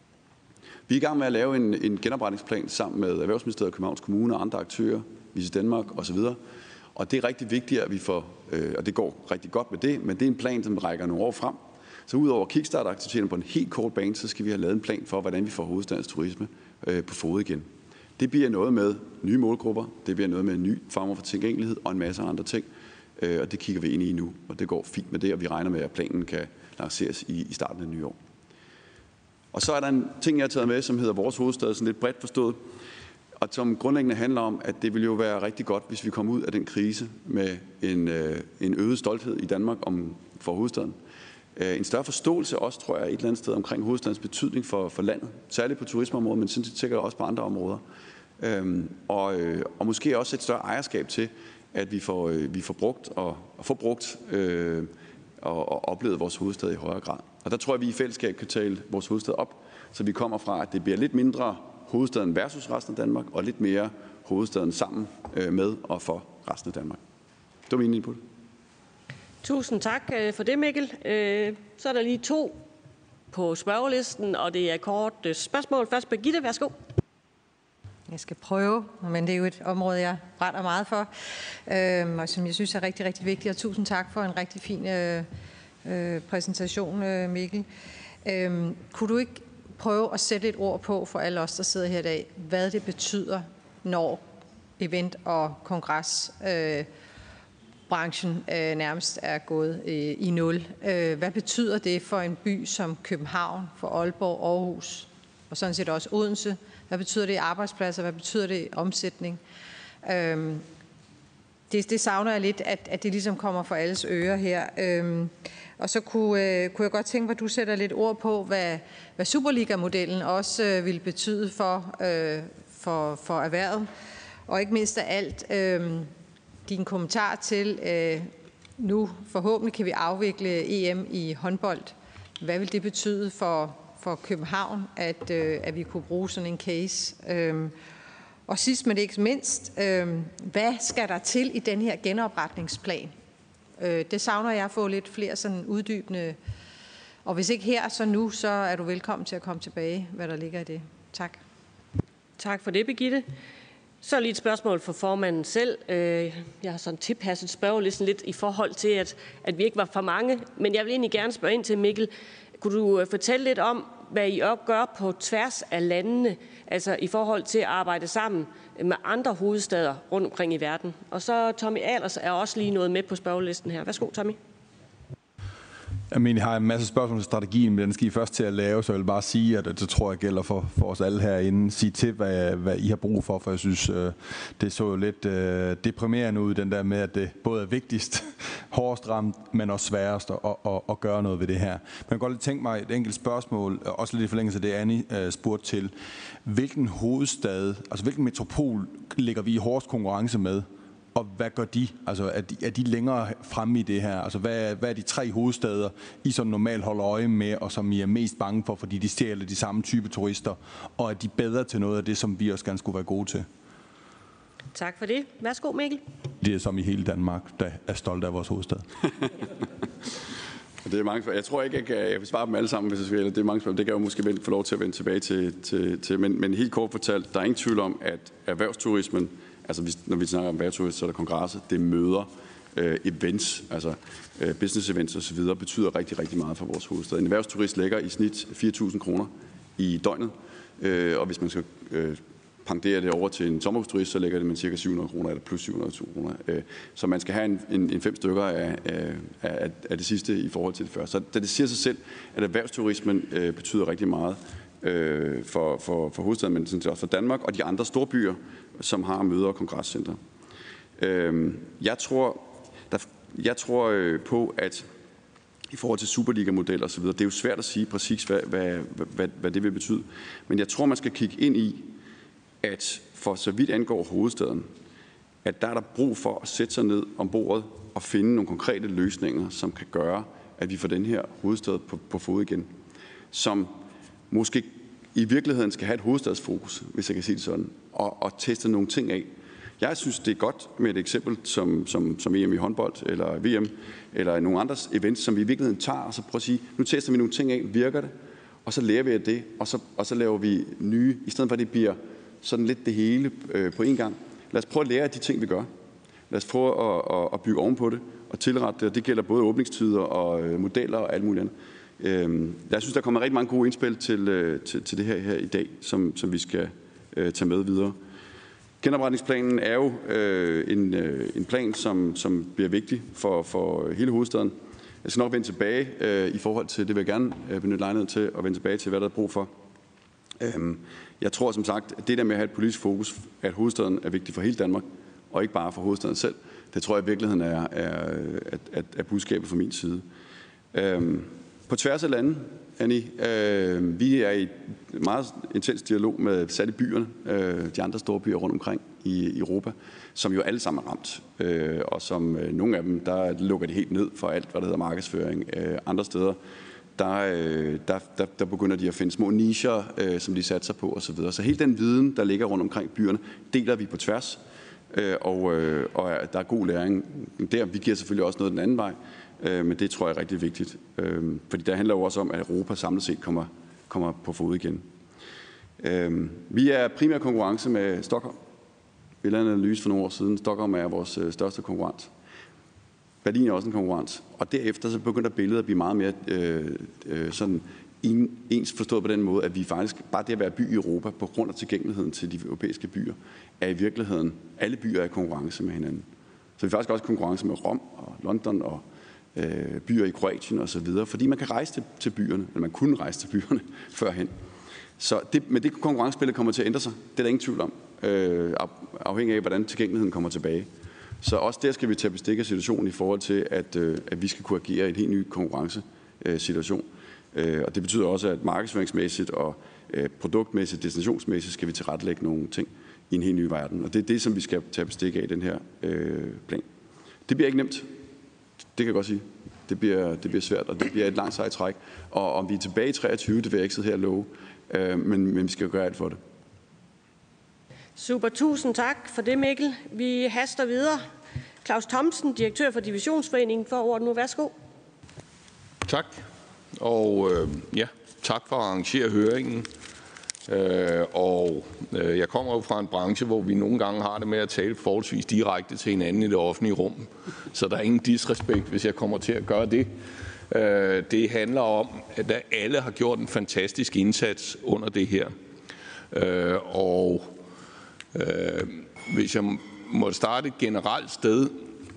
Vi er i gang med at lave en, en genopretningsplan sammen med Erhvervsministeriet, Københavns Kommune og andre aktører, Visit Danmark osv. Og det er rigtig vigtigt, at vi får, øh, og det går rigtig godt med det, men det er en plan, som rækker nogle år frem, Så udover kickstart-aktiviteterne på en helt kort bane, så skal vi have lavet en plan for, hvordan vi får hovedstadens turisme øh, på fod igen. Det bliver noget med nye målgrupper, det bliver noget med en ny form for tilgængelighed og en masse andre ting. Øh, og det kigger vi ind i nu, og det går fint med det, og vi regner med, at planen kan lanceres i, i starten af det nye år. Og så er der en ting, jeg har taget med, som hedder Vores Hovedstad, sådan lidt bredt forstået, og som grundlæggende handler om, at det vil jo være rigtig godt, hvis vi kommer ud af den krise med en, øh, en øget stolthed i Danmark om, for hovedstaden. Øh, en større forståelse også, tror jeg, et eller andet sted omkring hovedstadens betydning for, for landet, særligt på turismeområdet, men sådan set sikkert også på andre områder. Øh, og, øh, og måske også et større ejerskab til, at vi får, øh, vi får brugt og, og får brugt øh, og, og oplevet vores hovedstad i højere grad. Og der tror jeg, at vi i fællesskab kan tale vores hovedstad op, så vi kommer fra, at det bliver lidt mindre hovedstaden versus resten af Danmark, og lidt mere hovedstaden sammen øh, med og for resten af Danmark. Det var min input. Tusind tak for det, Mikkel. Så er der lige to på spørgelisten, og det er kort spørgsmål. Først Birgitte, værsgo. Jeg skal prøve, men det er jo et område, jeg brænder meget for, øh, og som jeg synes er rigtig, rigtig vigtigt. Og tusind tak for en rigtig fin øh, øh, præsentation, øh, Mikkel. Øh, kunne du ikke prøve at sætte et ord på for alle os, der sidder her i dag, hvad det betyder, når event- og kongresbranchen øh, øh, nærmest er gået øh, i nul? Øh, hvad betyder det for en by som København, for Aalborg, Aarhus og sådan set også Odense? Hvad betyder det i arbejdspladser? Hvad betyder det i omsætning? Øhm, det, det savner jeg lidt, at, at det ligesom kommer for alles ører her. Øhm, og så kunne, øh, kunne jeg godt tænke mig, at du sætter lidt ord på, hvad, hvad Superliga-modellen også øh, vil betyde for, øh, for, for erhvervet. Og ikke mindst af alt, øh, din kommentar til, øh, nu forhåbentlig kan vi afvikle E M i håndbold. Hvad vil det betyde for for København, at, øh, at vi kunne bruge sådan en case. Øhm, og sidst men ikke mindst, øh, hvad skal der til i den her genopretningsplan? Øh, det savner jeg at få lidt flere sådan uddybende. Og hvis ikke her, så nu, så er du velkommen til at komme tilbage, hvad der ligger i det. Tak. Tak for det, Birgitte. Så lige et spørgsmål for formanden selv. Jeg har sådan tilpasset spørgelisten lidt i forhold til, at, at vi ikke var for mange. Men jeg vil egentlig gerne spørge ind til, Mikkel. Kunne du fortælle lidt om, hvad I gør på tværs af landene, altså i forhold til at arbejde sammen med andre hovedsteder rundt omkring i verden? Og så Tommy Ahlers er også lige noget med på spørgelisten her. Værsgo, Tommy. Jeg mener, jeg har en masse spørgsmål til strategien, men den skal I først til at lave, så jeg vil bare sige, at det tror jeg gælder for, for os alle herinde. Sige til, hvad, hvad I har brug for, for jeg synes, det så jo lidt uh, deprimerende ud, den der med, at det både er vigtigst, hårdest ramt, men også sværest at, at, at gøre noget ved det her. Men jeg kan godt lige tænke mig et enkelt spørgsmål, også lidt i forlængelse af det, Annie uh, spurgte til. Hvilken hovedstad, altså hvilken metropol ligger vi i hårdest konkurrence med? Og hvad gør de? Altså er de, er de længere fremme i det her? Altså hvad, hvad er de tre hovedsteder, I som normalt holder øje med, og som I er mest bange for, fordi de stjæler de samme type turister? Og er de bedre til noget af det, som vi også gerne skulle være gode til? Tak for det. Værsgo, Mikkel. Det er som i hele Danmark, der er stolt af vores hovedstad. Det er mange, jeg tror ikke, jeg, kan, jeg vil svare dem alle sammen, hvis jeg skal. Det er mange spørgsmål. Det kan jeg jo måske få lov til at vende tilbage til. til, til men, men helt kort fortalt, der er ingen tvivl om, at erhvervsturismen, altså når vi snakker om erhvervsturisme, så er der kongresser, det møder, øh, events, altså øh, business events osv., betyder rigtig, rigtig meget for vores hovedstad. En erhvervsturist lægger i snit fire tusind kroner i døgnet, øh, og hvis man skal øh, pandere det over til en sommerhusturist, så lægger det man cirka syv hundrede kroner, eller plus syv hundrede kroner. Øh, så man skal have en, en, en fem stykker af, af, af, af det sidste i forhold til det første. Så det, det siger sig selv, at erhvervsturismen øh, betyder rigtig meget øh, for, for, for hovedstaden, men sådan set også for Danmark og de andre store byer, som har møder og kongresscenter. Øh, jeg tror, der, jeg tror øh, på, at i forhold til Superliga-model og så videre, det er jo svært at sige præcis, hvad, hvad, hvad, hvad det vil betyde. Men jeg tror, man skal kigge ind i, at for så vidt angår hovedstaden, at der er der brug for at sætte sig ned om bordet og finde nogle konkrete løsninger, som kan gøre, at vi får den her hovedstad på, på fod igen. Som måske i virkeligheden skal have et hovedstadsfokus, hvis jeg kan sige det sådan, og, og teste nogle ting af. Jeg synes, det er godt med et eksempel som, som, som E M i håndbold, eller V M, eller nogle andre events, som vi i virkeligheden tager, og så prøver at sige, nu tester vi nogle ting af, virker det? Og så lærer vi af det, og så, og så laver vi nye, i stedet for at det bliver sådan lidt det hele øh, på en gang. Lad os prøve at lære af de ting, vi gør. Lad os prøve at, at, at bygge ovenpå det, og tilrette det, og det gælder både åbningstider og øh, modeller og alt muligt andet. Øh, jeg synes, der kommer rigtig mange gode indspil til, øh, til, til det her, her i dag, som, som vi skal øh, tage med videre. Genopretningsplanen er jo øh, en, øh, en plan, som, som bliver vigtig for, for hele hovedstaden. Jeg skal nok vende tilbage øh, i forhold til, det vil jeg gerne øh, benytte lejligheden til, at vende tilbage til, hvad der er brug for. Øhm, jeg tror som sagt, at det der med at have et politisk fokus, at hovedstaden er vigtig for hele Danmark, og ikke bare for hovedstaden selv, det tror jeg i virkeligheden er, er, er, er budskabet fra min side. Øhm, på tværs af landet, Annie, øh, vi er i meget intens dialog med særligt byerne, øh, de andre store byer rundt omkring i Europa, som jo alle sammen er ramt. Øh, og som øh, nogle af dem, der lukker de helt ned for alt, hvad der hedder markedsføring. Øh, andre steder, der, øh, der, der, der begynder de at finde små nicher, øh, som de satser på osv. Så, så hele den viden, der ligger rundt omkring byerne, deler vi på tværs. Øh, og, øh, og der er god læring der. Vi giver selvfølgelig også noget den anden vej. Men det tror jeg er rigtig vigtigt, fordi det handler jo også om, at Europa samlet set kommer, kommer på fod igen. Vi er primært konkurrence med Stockholm. Vi lavede en analyse for nogle år siden. Stockholm er vores største konkurrent. Berlin er også en konkurrent. Og derefter så begynder billedet at blive meget mere øh, øh, sådan ens forstået på den måde, at vi faktisk, bare det at være by i Europa, på grund af tilgængeligheden til de europæiske byer, er i virkeligheden, alle byer er i konkurrence med hinanden. Så vi er faktisk også i konkurrence med Rom og London og byer i Kroatien og så videre, fordi man kan rejse til, til byerne, eller man kunne rejse til byerne førhen. Så det, men det konkurrencebillede kommer til at ændre sig, det er der ingen tvivl om, øh, afhængig af, hvordan tilgængeligheden kommer tilbage. Så også der skal vi tage bestik af situationen i forhold til, at, øh, at vi skal kunne agere i en helt ny konkurrencesituation. Øh, og det betyder også, at markedsføringsmæssigt og øh, produktmæssigt, destinationsmæssigt skal vi tilrettelægge nogle ting i en helt ny verden. Og det er det, som vi skal tage bestik af i den her øh, plan. Det bliver ikke nemt. Det kan jeg godt sige. Det bliver, det bliver svært, og det bliver et langt sejt træk. Og om vi er tilbage i treogtyve, det vil jeg ikke sidde her og love, øh, men, men vi skal gøre alt for det. Super, tusind tak for det, Mikkel. Vi haster videre. Claus Thomsen, direktør for Divisionsforeningen, for ordet nu. Værsgo. Tak, og øh, ja, tak for at arrangere høringen. Øh, og øh, jeg kommer jo fra en branche, hvor vi nogle gange har det med at tale forholdsvis direkte til hinanden i det offentlige rum. Så der er ingen disrespekt, hvis jeg kommer til at gøre det. Øh, det handler om, at alle har gjort en fantastisk indsats under det her. Øh, og øh, hvis jeg må starte et generelt sted,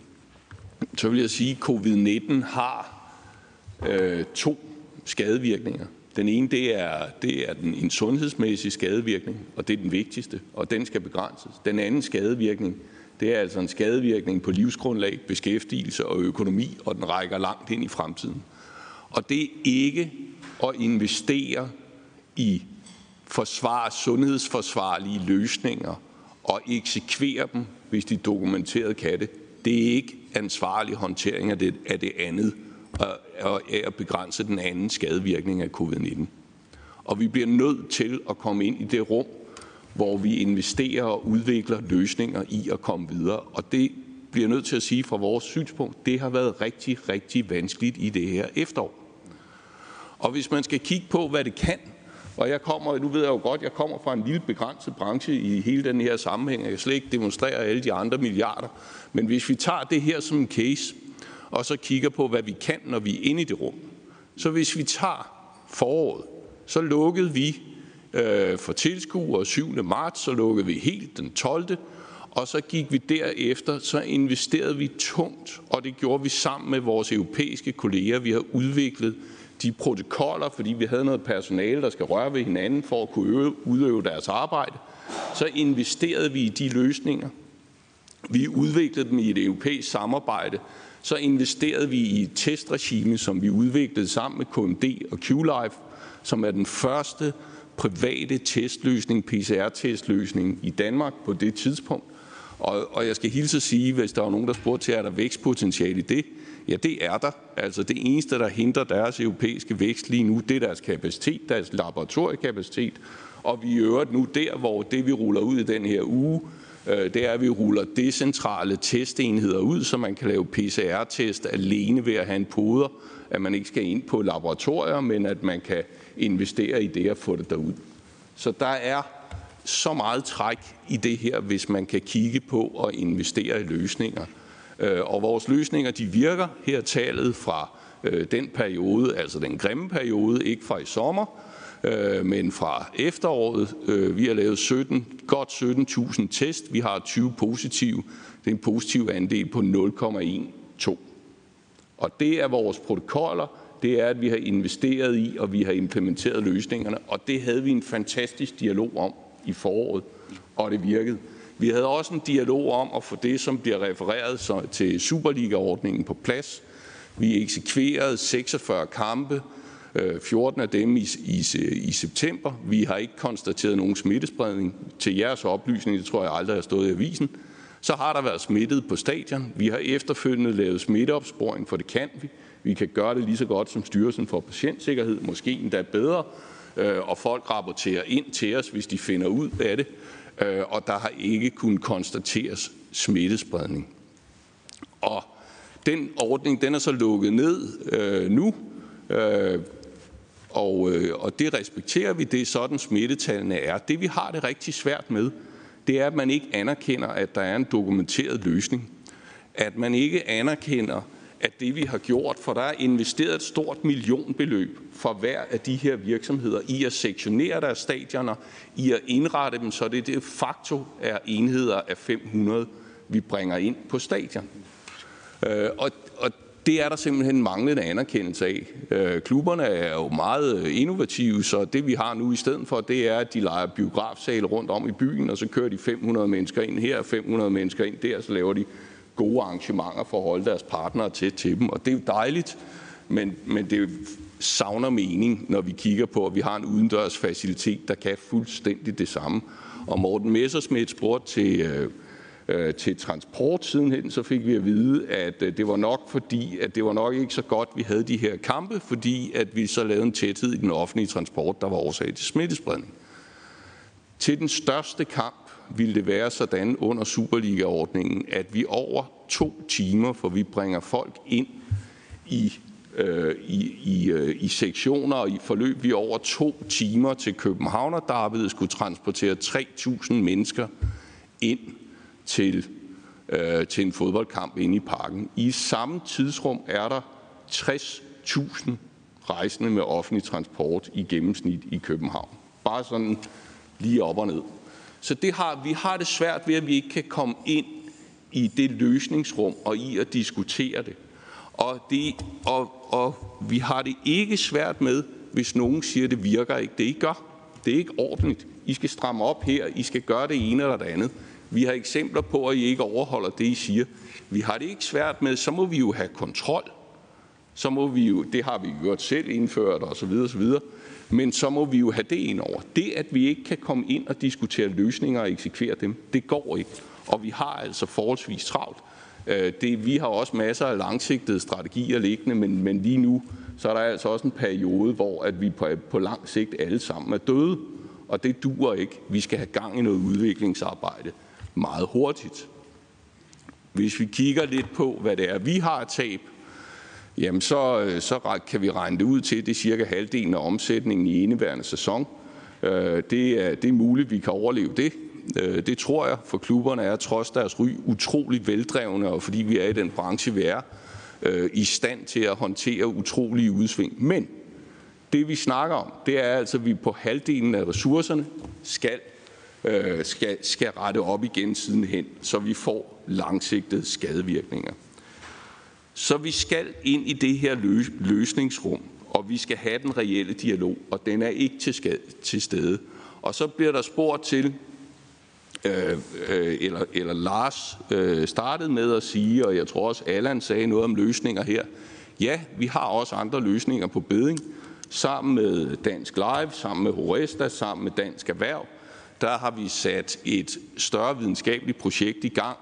så vil jeg sige, at covid nitten har øh, to skadevirkninger. Den ene, det er, det er den, en sundhedsmæssig skadevirkning, og det er den vigtigste, og den skal begrænses. Den anden skadevirkning, det er altså en skadevirkning på livsgrundlag, beskæftigelse og økonomi, og den rækker langt ind i fremtiden. Og det er ikke at investere i forsvar, sundhedsforsvarlige løsninger og eksekvere dem, hvis de dokumenteret kan det. Det er ikke ansvarlig håndtering af det, af det andet, og at begrænse den anden skadevirkning af covid nitten. Og vi bliver nødt til at komme ind i det rum, hvor vi investerer og udvikler løsninger i at komme videre. Og det bliver nødt til at sige fra vores synspunkt, det har været rigtig, rigtig vanskeligt i det her efterår. Og hvis man skal kigge på, hvad det kan, og jeg kommer, nu ved jeg jo godt, jeg kommer fra en lille begrænset branche i hele den her sammenhæng, jeg slet ikke demonstrerer alle de andre milliarder, men hvis vi tager det her som en case, og så kigger på, hvad vi kan, når vi er inde i det rum. Så hvis vi tager foråret, så lukkede vi øh, for tilskuere syvende marts, så lukkede vi helt den tolvte Og så gik vi derefter, så investerede vi tungt, og det gjorde vi sammen med vores europæiske kolleger. Vi har udviklet de protokoller, fordi vi havde noget personale, der skal røre ved hinanden for at kunne øve, udøve deres arbejde. Så investerede vi i de løsninger. Vi udviklede dem i et europæisk samarbejde. Så investerede vi i et testregime, som vi udviklede sammen med K M D og Q-Life, som er den første private testløsning, P C R-testløsning i Danmark på det tidspunkt. Og, og jeg skal hilse at sige, hvis der er nogen, der spurgte til, er der vækstpotentiale i det? Ja, det er der. Altså det eneste, der hindrer deres europæiske vækst lige nu, det er deres kapacitet, deres laboratoriekapacitet. Og vi er øvrigt nu der, hvor det vi ruller ud i den her uge, det er, at vi ruller decentrale testenheder ud, så man kan lave P C R-test alene ved at have en poder, at man ikke skal ind på laboratorier, men at man kan investere i det og få det derud. Så der er så meget træk i det her, hvis man kan kigge på og investere i løsninger. Og vores løsninger, de virker. Her tallet fra den periode, altså den grimme periode, ikke fra i sommer, men fra efteråret. Vi har lavet sytten, godt sytten tusind test. Vi har tyve positive. Det er en positiv andel på nul komma to. Og det er vores protokoller. Det er, at vi har investeret i, og vi har implementeret løsningerne. Og det havde vi en fantastisk dialog om i foråret, og det virkede. Vi havde også en dialog om at få det, som bliver refereret til Superliga-ordningen på plads. Vi eksekverede seksogfyrre kampe, fjorten af dem i, i, i september. Vi har ikke konstateret nogen smittespredning. Til jeres oplysning, det tror jeg aldrig har stået i avisen, så har der været smittet på stadion. Vi har efterfølgende lavet smitteopsporing, for det kan vi. Vi kan gøre det lige så godt som Styrelsen for Patientsikkerhed, måske endda bedre, og folk rapporterer ind til os, hvis de finder ud af det, og der har ikke kunnet konstateres smittespredning. Og den ordning, den er så lukket ned øh, nu, øh, og, øh, og det respekterer vi. Det er sådan, smittetallene er. Det, vi har det rigtig svært med, det er, at man ikke anerkender, at der er en dokumenteret løsning. At man ikke anerkender, at det, vi har gjort, for der er investeret et stort millionbeløb for hver af de her virksomheder i at sektionere deres stadioner, i at indrette dem, så det de facto er enheder af fem hundrede, vi bringer ind på stadion. Øh, og, og det er der simpelthen manglende anerkendelse af. Øh, klubberne er jo meget innovative, så det vi har nu i stedet for, det er, at de lejer biografsale rundt om i byen, og så kører de fem hundrede mennesker ind her, fem hundrede mennesker ind der, så laver de gode arrangementer for at holde deres partnere tæt til dem. Og det er jo dejligt, men, men det savner mening, når vi kigger på, at vi har en udendørs facilitet, der kan fuldstændig det samme. Og Morten Messerschmidt spurgte til, øh, til transport sidenhen, så fik vi at vide, at det var nok fordi, at det var nok ikke så godt, vi havde de her kampe, fordi at vi så lavede en tæthed i den offentlige transport, der var årsag til smittespredning. Til den største kamp ville det være sådan under Superliga-ordningen, at vi over to timer, for vi bringer folk ind i, øh, i, i, øh, i sektioner og i forløb, vi over to timer til København, og Derby'et skulle transportere tre tusind mennesker ind til, øh, til en fodboldkamp inde i parken. I samme tidsrum er der tres tusind rejsende med offentlig transport i gennemsnit i København. Bare sådan lige op og ned. Så det har, vi har det svært ved, at vi ikke kan komme ind i det løsningsrum og i at diskutere det. Og, det, og, og vi har det ikke svært med, hvis nogen siger, at det virker ikke. Det I gør. Det er ikke ordentligt. I skal stramme op her. I skal gøre det ene eller det andet. Vi har eksempler på, at I ikke overholder det, I siger. Vi har det ikke svært med, så må vi jo have kontrol. Så må vi jo, det har vi jo selv indført osv. osv. Men så må vi jo have det ind over. Det, at vi ikke kan komme ind og diskutere løsninger og eksekvere dem, det går ikke. Og vi har altså forholdsvis travlt. Det, vi har også masser af langsigtede strategier liggende, men, men lige nu så er der altså også en periode, hvor at vi på, på lang sigt alle sammen er døde. Og det duer ikke. Vi skal have gang i noget udviklingsarbejde meget hurtigt. Hvis vi kigger lidt på, hvad det er, vi har at tabe, jamen så, så kan vi regne det ud til, at det er cirka halvdelen af omsætningen i indeværende sæson. Det er, det er muligt, at vi kan overleve det. Det tror jeg, for klubberne er trods deres ry utroligt veldrevne, og fordi vi er i den branche, vi er, i stand til at håndtere utrolige udsving. Men det, vi snakker om, det er altså, at vi på halvdelen af ressourcerne skal, skal, skal rette op igen sidenhen, så vi får langsigtede skadevirkninger. Så vi skal ind i det her løsningsrum, og vi skal have den reelle dialog, og den er ikke til, til stede. Og så bliver der spurgt til, øh, øh, eller, eller Lars øh, startede med at sige, og jeg tror også Allan sagde noget om løsninger her. Ja, vi har også andre løsninger på bedding. Sammen med Dansk Live, sammen med Horesta, sammen med Dansk Erhverv, der har vi sat et større videnskabeligt projekt i gang,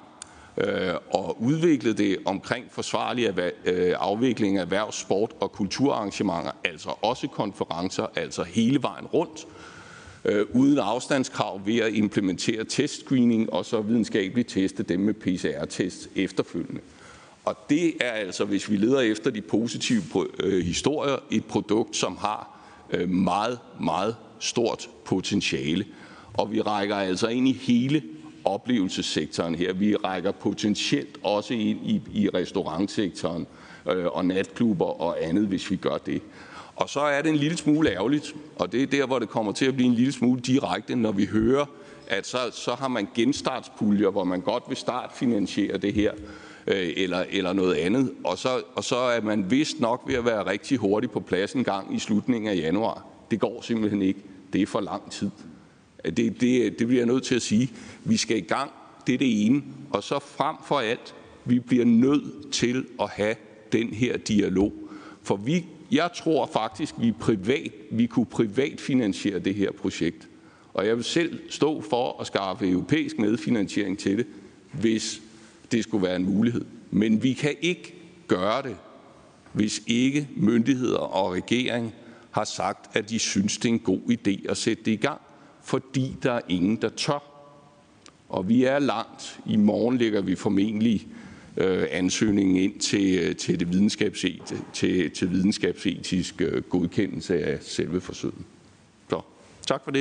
og udviklet det omkring forsvarlig afvikling af erhvervs-, sport- og kulturarrangementer, altså også konferencer, altså hele vejen rundt, uden afstandskrav ved at implementere testscreening og så videnskabeligt teste dem med P C R-test efterfølgende. Og det er altså, hvis vi leder efter de positive historier, et produkt, som har meget, meget stort potentiale. Og vi rækker altså ind i hele oplevelsessektoren her. Vi rækker potentielt også ind i, i restaurantsektoren øh, og natklubber og andet, hvis vi gør det. Og så er det en lille smule ærgerligt, og det er der, hvor det kommer til at blive en lille smule direkte, når vi hører, at så, så har man genstartspuljer, hvor man godt vil startfinansiere det her, øh, eller, eller noget andet. Og så, og så er man vist nok ved at være rigtig hurtigt på plads en gang i slutningen af januar. Det går simpelthen ikke. Det er for lang tid. Det, det, det bliver jeg nødt til at sige. Vi skal i gang. Det er det ene. Og så frem for alt, vi bliver nødt til at have den her dialog. For vi, jeg tror faktisk, vi privat, vi kunne privat finansiere det her projekt. Og jeg vil selv stå for at skaffe europæisk medfinansiering til det, hvis det skulle være en mulighed. Men vi kan ikke gøre det, hvis ikke myndigheder og regering har sagt, at de synes, det er en god idé at sætte det i gang, fordi der er ingen, der tør. Og vi er langt. I morgen lægger vi formentlig øh, ansøgningen ind til, til, det videnskabset, til, til videnskabsetisk øh, godkendelse af selve forsøget. Så tak for det.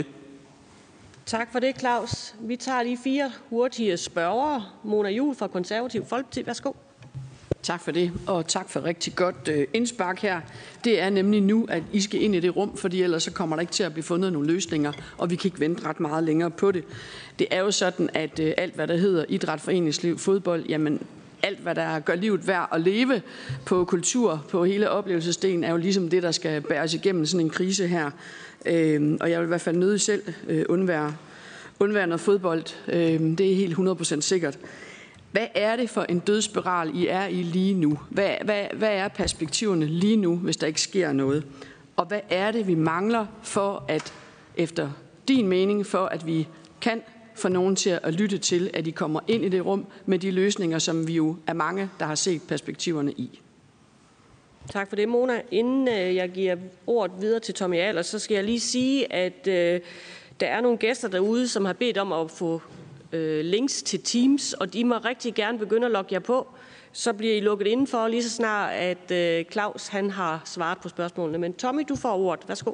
Tak for det, Claus. Vi tager lige fire hurtige spørgere. Mona Juul fra Konservativ Folkeparti. Værsgo. Tak for det, og tak for rigtig godt øh, indspark her. Det er nemlig nu, at I skal ind i det rum, fordi ellers så kommer der ikke til at blive fundet nogle løsninger, og vi kan ikke vente ret meget længere på det. Det er jo sådan, at øh, alt, hvad der hedder idræt, foreningsliv, fodbold, jamen alt, hvad der gør livet værd at leve på kultur, på hele oplevelsesdelen, er jo ligesom det, der skal bæres igennem sådan en krise her. Øh, og jeg vil i hvert fald nødig selv øh, undvære, undvære noget fodbold. Øh, det er helt hundrede procent sikkert. Hvad er det for en dødsspiral, I er i lige nu? Hvad, hvad, hvad er perspektiverne lige nu, hvis der ikke sker noget? Og hvad er det, vi mangler for at, efter din mening, for at vi kan få nogen til at lytte til, at de kommer ind i det rum med de løsninger, som vi jo er mange, der har set perspektiverne i? Tak for det, Mona. Inden jeg giver ordet videre til Tommy Ahlers, så skal jeg lige sige, at øh, der er nogle gæster derude, som har bedt om at få øh, links til Teams, og de må rigtig gerne begynde at logge jer på. Så bliver I lukket indenfor lige så snart, at øh, Claus han har svaret på spørgsmålene. Men Tommy, du får ordet. Værsgo.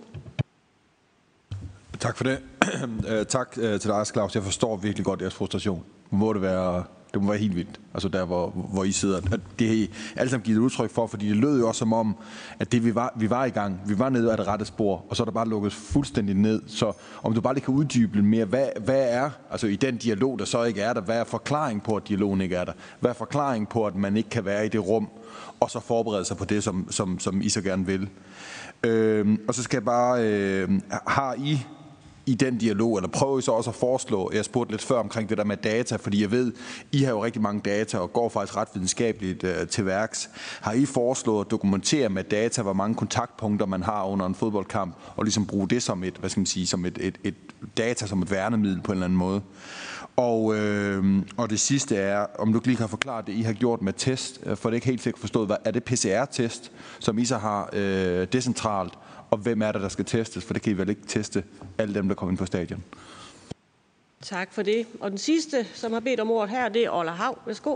Tak for det. Tak til dig, Claus. Jeg forstår virkelig godt jeres frustration. Må det være... Det må være helt vildt, altså der, hvor, hvor I sidder. Det har I alle sammen givet udtryk for, fordi det lød jo også som om, at det vi var, vi var i gang, vi var nede af det rette spor, og så er der bare lukket fuldstændig ned. Så om du bare lige kan uddybe lidt mere, hvad, hvad er, altså i den dialog, der så ikke er der, hvad er forklaring på, at dialogen ikke er der? Hvad er forklaring på, at man ikke kan være i det rum, og så forberede sig på det, som, som, som I så gerne vil? Øh, og så skal jeg bare, øh, har I... i den dialog, eller prøver I så også at foreslå, jeg spurgte lidt før omkring det der med data, fordi jeg ved, I har jo rigtig mange data, og går faktisk ret videnskabeligt uh, til værks. Har I foreslået at dokumentere med data, hvor mange kontaktpunkter man har under en fodboldkamp, og ligesom bruge det som et, hvad skal man sige, som et, et, et data, som et værnemiddel på en eller anden måde? Og, øh, og det sidste er, om du lige kan forklare det, I har gjort med test, for det ikke helt sikkert forstået, hvad er det P C R-test, som I så har øh, decentralt, og hvem er det, der skal testes? For det kan I vel ikke teste alle dem, der kommer ind på stadion. Tak for det. Og den sidste, som har bedt om ordet her, det er Ola Hav. Værsgo.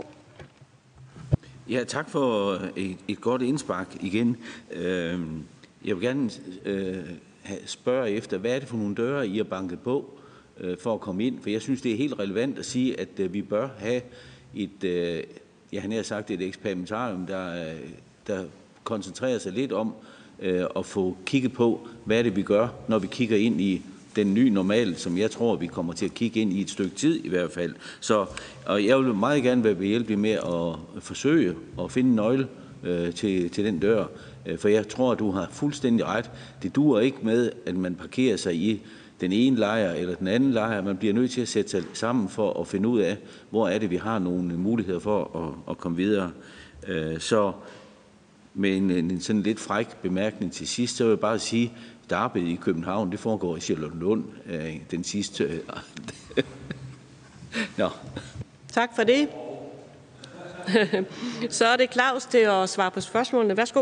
Ja, tak for et, et godt indspark igen. Jeg vil gerne spørge efter, hvad er det for nogle døre, I har banket på for at komme ind? For jeg synes, det er helt relevant at sige, at vi bør have et, jeg har nær sagt et eksperimentarium, der, der koncentrerer sig lidt om, at få kigget på, hvad er det, vi gør, når vi kigger ind i den nye normal, som jeg tror, vi kommer til at kigge ind i et stykke tid i hvert fald. Så, og jeg vil meget gerne være behjælpelig med at forsøge at finde en nøgle øh, til, til den dør, for jeg tror, at du har fuldstændig ret. Det duer ikke med, at man parkerer sig i den ene lejr eller den anden lejr. Man bliver nødt til at sætte sig sammen for at finde ud af, hvor er det, vi har nogle muligheder for at, at komme videre. Øh, så med en, en sådan lidt fræk bemærkning til sidst, så vil jeg bare sige, at derbyet i København, det foregår i Charlottenlund, øh, den sidste. Øh, Nå. Tak for det. Så er det Claus til at svare på spørgsmålene. Værsgo.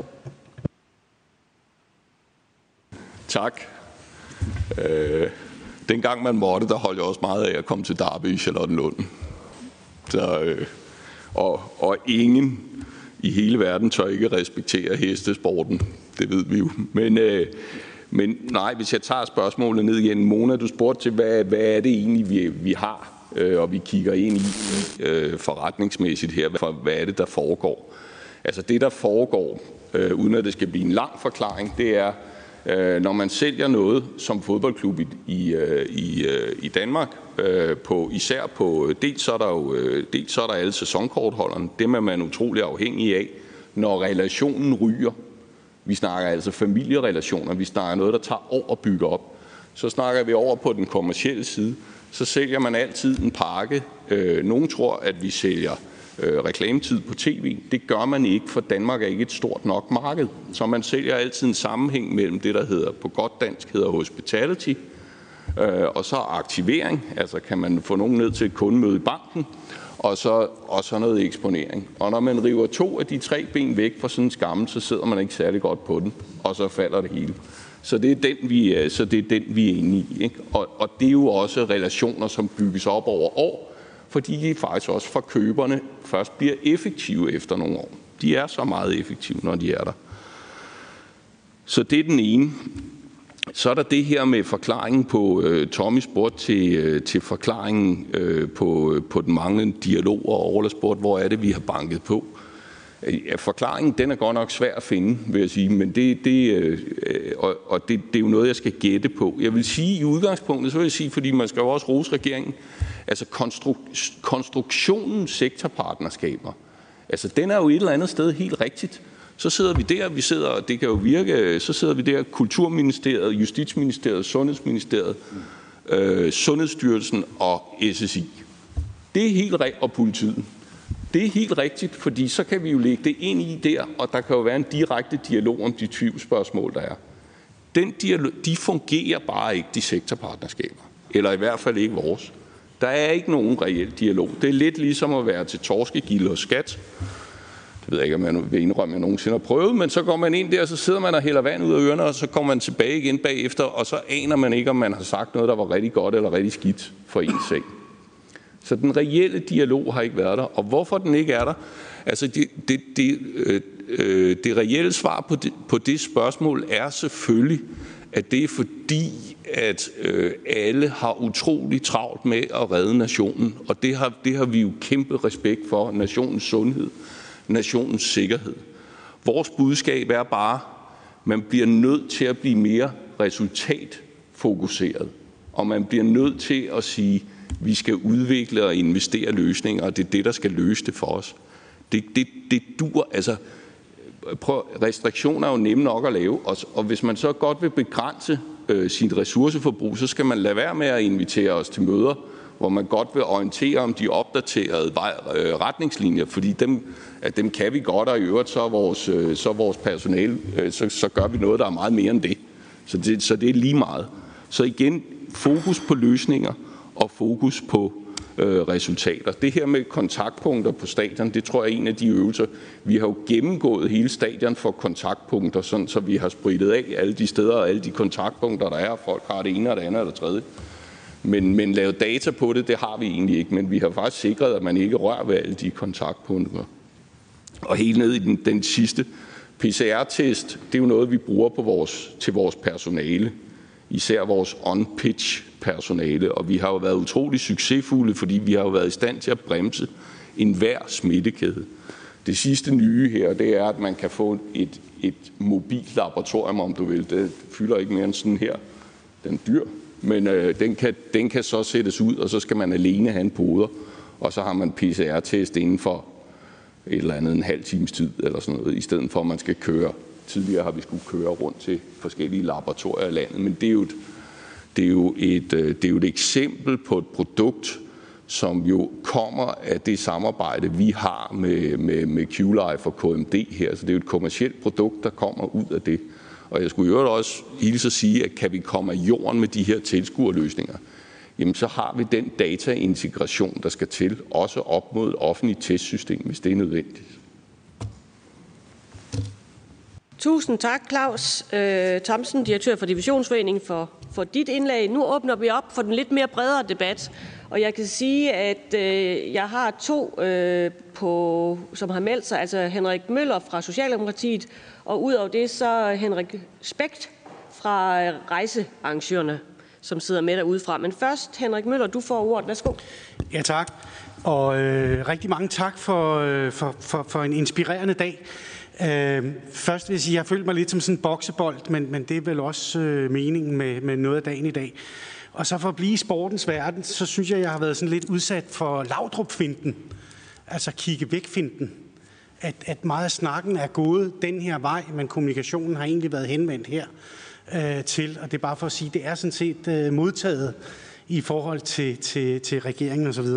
Tak. Øh, dengang man måtte, der holdt jeg også meget af at komme til derby i Charlottenlund. Så, øh, og, og ingen i hele verden tør ikke respektere hestesporten. Det ved vi jo. Men, øh, men nej, hvis jeg tager spørgsmålet ned igen. Mona, du spurgte til, hvad, hvad er det egentlig, vi, vi har øh, og vi kigger ind i øh, forretningsmæssigt her, for hvad er det, der foregår. Altså det, der foregår, øh, uden at det skal blive en lang forklaring, det er, øh, når man sælger noget som fodboldklub i, i, øh, i, øh, i Danmark, øh, på, især på, dels så er der jo øh, dels så er der alle sæsonkortholderne, dem er man utrolig afhængig af, når relationen ryger. Vi snakker altså familierelationer, vi snakker noget, der tager år at bygge op. Så snakker vi over på den kommercielle side, så sælger man altid en pakke. Øh, nogen tror, at vi sælger øh, reklametid på tv. Det gør man ikke, for Danmark er ikke et stort nok marked. Så man sælger altid en sammenhæng mellem det, der hedder på godt dansk hedder hospitality, øh, og så aktivering. Altså kan man få nogen ned til et kundemøde i banken, og så, og så noget eksponering. Og når man river to af de tre ben væk fra sådan en skammel, så sidder man ikke særlig godt på den, og så falder det hele. Så det er den, vi, så det er, den, vi er inde i. Ikke? Og, og det er jo også relationer, som bygges op over år, fordi de faktisk også fra køberne først bliver effektive efter nogle år. De er så meget effektive, når de er der. Så det er den ene. Så er der det her med forklaringen på, øh, Tommy spurgte til, øh, til forklaringen øh, på, på den manglende dialog, og Orla spurgte, hvor er det, vi har banket på. Ja, forklaringen, den er godt nok svær at finde, vil jeg sige, men det, det, øh, og, og det, det er jo noget, jeg skal gætte på. Jeg vil sige i udgangspunktet, så vil jeg sige, fordi man skal jo også rose regeringen, altså konstru- konstruktionen sektorpartnerskaber, altså den er jo et eller andet sted helt rigtigt. Så sidder vi der, vi sidder, det kan jo virke, så sidder vi der, Kulturministeriet, Justitsministeriet, Sundhedsministeriet, øh, Sundhedsstyrelsen og S S I. Det er helt rigtigt, og politiet. Det er helt rigtigt, fordi så kan vi jo lægge det ind i der, og der kan jo være en direkte dialog om de tvivlsspørgsmål, der er. Den dialog, de fungerer bare ikke, de sektorpartnerskaber. Eller i hvert fald ikke vores. Der er ikke nogen reel dialog. Det er lidt ligesom at være til torskegilde og skat. Det ved jeg ikke, om man vil indrømme, at jeg nogensinde har prøvet, men så går man ind der, og så sidder man og hælder vand ud af ørerne, og så kommer man tilbage igen bagefter, og så aner man ikke, om man har sagt noget, der var rigtig godt eller rigtig skidt for en sag. Så den reelle dialog har ikke været der. Og hvorfor den ikke er der? Altså det, det, det, øh, det reelle svar på det, på det spørgsmål er selvfølgelig, at det er fordi, at øh, alle har utrolig travlt med at redde nationen. Og det har, det har vi jo kæmpe respekt for, nationens sundhed, nationens sikkerhed. Vores budskab er bare, at man bliver nødt til at blive mere resultatfokuseret. Og man bliver nødt til at sige, vi skal udvikle og investere løsninger, og det er det, der skal løse det for os. Det, det, det dur, altså, prøv, restriktioner er jo nemme nok at lave, og, og hvis man så godt vil begrænse øh, sit ressourceforbrug, så skal man lade være med at invitere os til møder, hvor man godt vil orientere om de opdaterede øh, retningslinjer, fordi dem, at dem kan vi godt, og i øvrigt så er vores, øh, så er vores personale, øh, så, så gør vi noget, der er meget mere end det. Så det, så det er lige meget. Så igen, fokus på løsninger, og fokus på øh, resultater. Det her med kontaktpunkter på stadion, det tror jeg er en af de øvelser. Vi har jo gennemgået hele stadion for kontaktpunkter, sådan, så vi har spritet af alle de steder og alle de kontaktpunkter, der er. Folk har det ene og det andet og det tredje. Men, men lavet data på det, det har vi egentlig ikke. Men vi har faktisk sikret, at man ikke rører ved alle de kontaktpunkter. Og helt ned i den, den sidste P C R-test, det er jo noget, vi bruger på vores, til vores personale. Især vores on-pitch personale, og vi har jo været utrolig succesfulde, fordi vi har jo været i stand til at bremse enhver smittekæde. Det sidste nye her, det er, at man kan få et, et mobilt laboratorium, om du vil. Det fylder ikke mere end sådan her. Den er dyr, men øh, den, kan, den kan så sættes ud, og så skal man alene have en poder, og så har man P C R-test inden for et eller andet en halv times tid, eller sådan noget, i stedet for, at man skal køre. Tidligere har vi skulle køre rundt til forskellige laboratorier i landet, men det er jo et, det er jo et, det er jo et eksempel på et produkt, som jo kommer af det samarbejde, vi har med, med, med Q-Life og K M D her. Så det er jo et kommercielt produkt, der kommer ud af det. Og jeg skulle jo også hilse at sige, at kan vi komme af jorden med de her tilskuerløsninger, jamen så har vi den dataintegration, der skal til, også op mod et offentligt testsystem, hvis det er nødvendigt. Tusind tak, Claus øh, Thomsen, direktør for Divisionsforeningen, for, for dit indlæg. Nu åbner vi op for den lidt mere bredere debat, og jeg kan sige, at øh, jeg har to, øh, på, som har meldt sig, altså Henrik Møller fra Socialdemokratiet, og udover det så Henrik Spekt fra rejsearrangørerne. som sidder med derudefra. Men først, Henrik Møller, du får ordet. Værsgo. Ja, tak. Og øh, rigtig mange tak for, øh, for, for, for en inspirerende dag. Øh, først vil jeg sige, at jeg har følt mig lidt som sådan en boksebold, men, men det er vel også øh, meningen med, med noget af dagen i dag. Og så for at blive i sportens verden, så synes jeg, jeg har været sådan lidt udsat for Laudrup-finten. Altså kigge væk-finten. At, at meget af snakken er gået den her vej, men kommunikationen har egentlig været henvendt her øh, til. Og det er bare for at sige, at det er sådan set øh, modtaget i forhold til, til, til regeringen osv.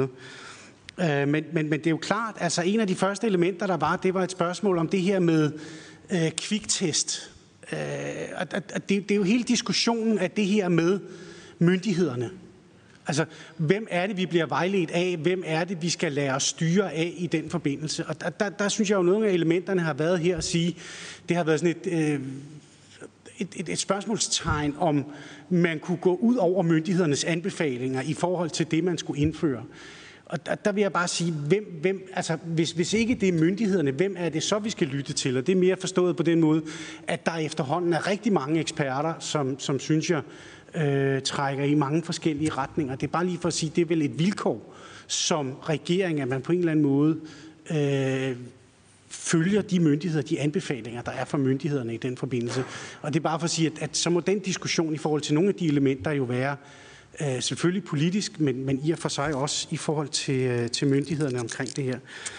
Øh, men, men, men det er jo klart, altså en af de første elementer, der var, det var et spørgsmål om det her med øh, kviktest. Øh, og, og det, det er jo hele diskussionen af det her med myndighederne. Altså, hvem er det, vi bliver vejledt af? Hvem er det, vi skal lade os styre af i den forbindelse? Og der, der, der synes jeg jo, nogle af elementerne har været her at sige, det har været sådan et, øh, et, et, et spørgsmålstegn, om man kunne gå ud over myndighedernes anbefalinger i forhold til det, man skulle indføre. Og der, der vil jeg bare sige, hvem, hvem, altså, hvis, hvis ikke det er myndighederne, hvem er det så, vi skal lytte til? Og det er mere forstået på den måde, at der efterhånden er rigtig mange eksperter, som, som synes jeg, Øh, trækker i mange forskellige retninger. Det er bare lige for at sige, det er vel et vilkår som regering, at man på en eller anden måde øh, følger de myndigheder, de anbefalinger, der er fra myndighederne i den forbindelse. Og det er bare for at sige, at, at så må den diskussion i forhold til nogle af de elementer jo være øh, selvfølgelig politisk, men, men i og for sig også i forhold til, øh, til myndighederne omkring det her.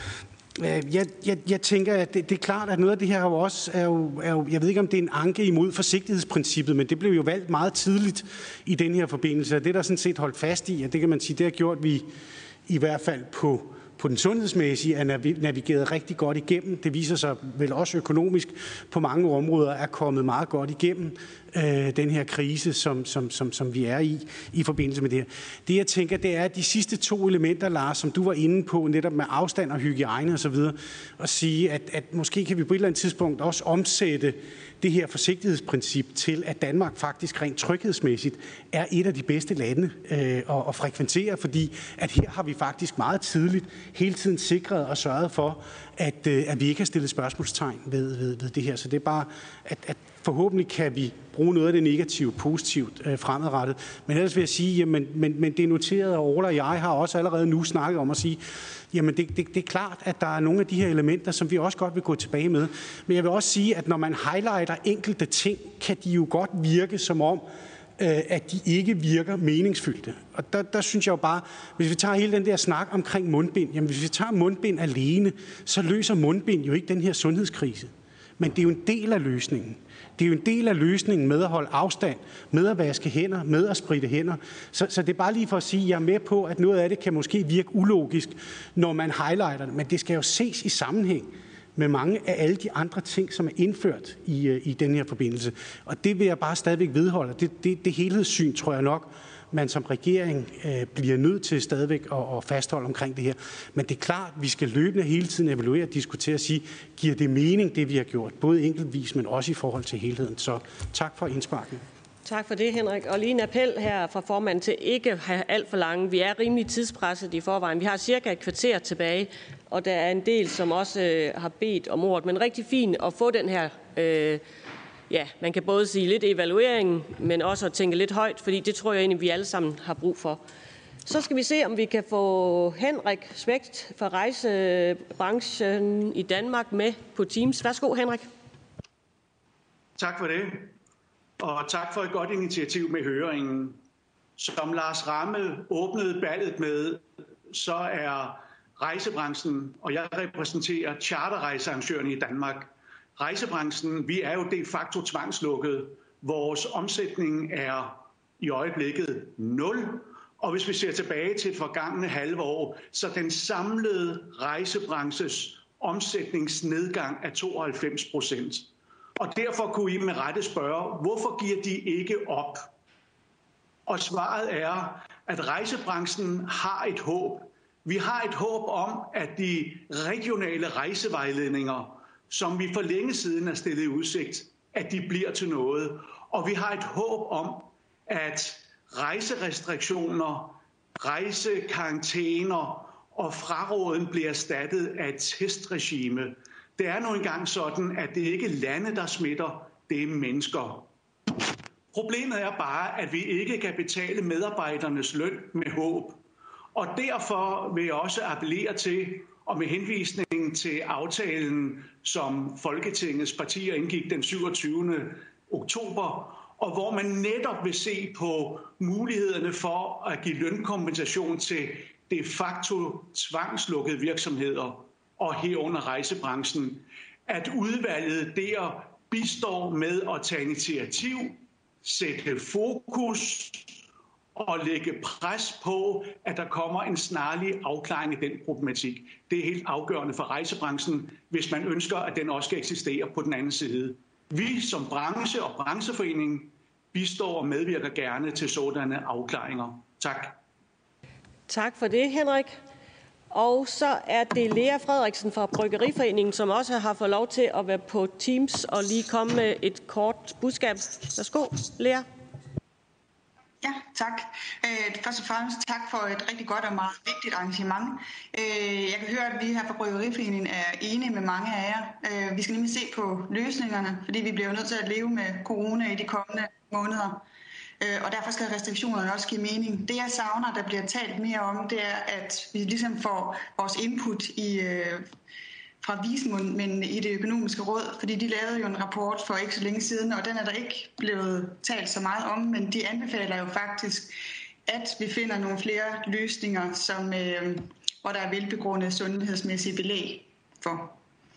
Jeg, jeg, jeg tænker, at det, det er klart, at noget af det her jo også er jo, er jo, jeg ved ikke, om det er en anke imod forsigtighedsprincippet, men det blev jo valgt meget tidligt i den her forbindelse, og det der sådan set holdt fast i, og det kan man sige, det har gjort vi i hvert fald på, på den sundhedsmæssige, er navigeret rigtig godt igennem. Det viser sig vel også økonomisk på mange områder er kommet meget godt igennem øh, den her krise, som, som, som, som vi er i, i forbindelse med det her. Det jeg tænker, det er de sidste to elementer, Lars, som du var inde på, netop med afstand og hygiejne osv., og sige, at, at måske kan vi på et eller andet tidspunkt også omsætte det her forsigtighedsprincip til, at Danmark faktisk rent tryghedsmæssigt er et af de bedste lande øh, at, at frekventere, fordi at her har vi faktisk meget tidligt hele tiden sikret og sørget for, at, øh, at vi ikke har stillet spørgsmålstegn ved, ved, ved det her. Så det er bare, at, at forhåbentlig kan vi bruge noget af det negative positivt øh, fremadrettet. Men ellers vil jeg sige, jamen, men, men det er noteret, og Ola og jeg har også allerede nu snakket om at sige, jamen det, det, det er klart, at der er nogle af de her elementer, som vi også godt vil gå tilbage med. Men jeg vil også sige, at når man highlighter enkelte ting, kan de jo godt virke som om, øh, at de ikke virker meningsfyldte. Og der, der synes jeg jo bare, hvis vi tager hele den der snak omkring mundbind, jamen hvis vi tager mundbind alene, så løser mundbind jo ikke den her sundhedskrise. Men det er jo en del af løsningen. Det er jo en del af løsningen med at holde afstand, med at vaske hænder, med at spritte hænder. Så, så det er bare lige for at sige, at jeg er med på, at noget af det kan måske virke ulogisk, når man highlighter det. Men det skal jo ses i sammenhæng med mange af alle de andre ting, som er indført i, i den her forbindelse. Og det vil jeg bare stadigvæk vedholde. Det, det, det helhedssyn, tror jeg nok, man som regering øh, bliver nødt til stadigvæk at, at fastholde omkring det her. Men det er klart, at vi skal løbende hele tiden evaluere og diskutere og sige, giver det mening, det vi har gjort, både enkeltvis, men også i forhold til helheden. Så tak for indsparken. Tak for det, Henrik. Og lige en appel her fra formanden til ikke at have alt for lange. Vi er rimelig tidspresset i forvejen. Vi har cirka et kvarter tilbage, og der er en del, som også øh, har bedt om ordet. Men rigtig fint at få den her... Øh, Ja, man kan både sige lidt evaluering, men også at tænke lidt højt, fordi det tror jeg egentlig, vi alle sammen har brug for. Så skal vi se, om vi kan få Henrik Smægt fra rejsebranchen i Danmark med på Teams. Værsgo, Henrik. Tak for det, og tak for et godt initiativ med høringen. Som Lars Ramme åbnede ballet med, så er rejsebranchen, og jeg repræsenterer charterrejsearrangørerne i Danmark. Rejsebranchen, vi er jo de facto tvangslukket. Vores omsætning er i øjeblikket nul. Og hvis vi ser tilbage til et forgangne halve år, så den samlede rejsebranches omsætningsnedgang er tooghalvfems procent. Og derfor kunne I med rette spørge, hvorfor giver de ikke op? Og svaret er, at rejsebranchen har et håb. Vi har et håb om, at de regionale rejsevejledninger, som vi for længe siden er stillet i udsigt, at de bliver til noget. Og vi har et håb om, at rejserestriktioner, rejsekarantæner og fraråden bliver erstattet af et testregime. Det er nu engang sådan, at det ikke er lande, der smitter, det er mennesker. Problemet er bare, at vi ikke kan betale medarbejdernes løn med håb. Og derfor vil jeg også appellere til, og med henvisning til aftalen, som Folketingets partier indgik den syvogtyvende oktober, og hvor man netop vil se på mulighederne for at give lønkompensation til de facto tvangslukkede virksomheder og herunder rejsebranchen, at udvalget der bistår med at tage initiativ, sætte fokus og lægge pres på, at der kommer en snarlig afklaring i den problematik. Det er helt afgørende for rejsebranchen, hvis man ønsker, at den også skal eksistere på den anden side. Vi som branche og brancheforening bistår og medvirker gerne til sådanne afklaringer. Tak. Tak for det, Henrik. Og så er det Lea Frederiksen fra Bryggeriforeningen, som også har fået lov til at være på Teams og lige komme med et kort budskab. Værsgo, Lea. Ja, tak. Først og fremmest tak for et rigtig godt og meget vigtigt arrangement. Jeg kan høre, at vi her fra Bryggeriforeningen er enige med mange af jer. Vi skal nemlig se på løsningerne, fordi vi bliver nødt til at leve med corona i de kommende måneder. Og derfor skal restriktionerne også give mening. Det, jeg savner, der bliver talt mere om, det er, at vi ligesom får vores input i, fra vismændene i det økonomiske råd, fordi de lavede jo en rapport for ikke så længe siden, og den er der ikke blevet talt så meget om, men de anbefaler jo faktisk, at vi finder nogle flere løsninger, som, øh, hvor der er velbegrundet sundhedsmæssige belæg for.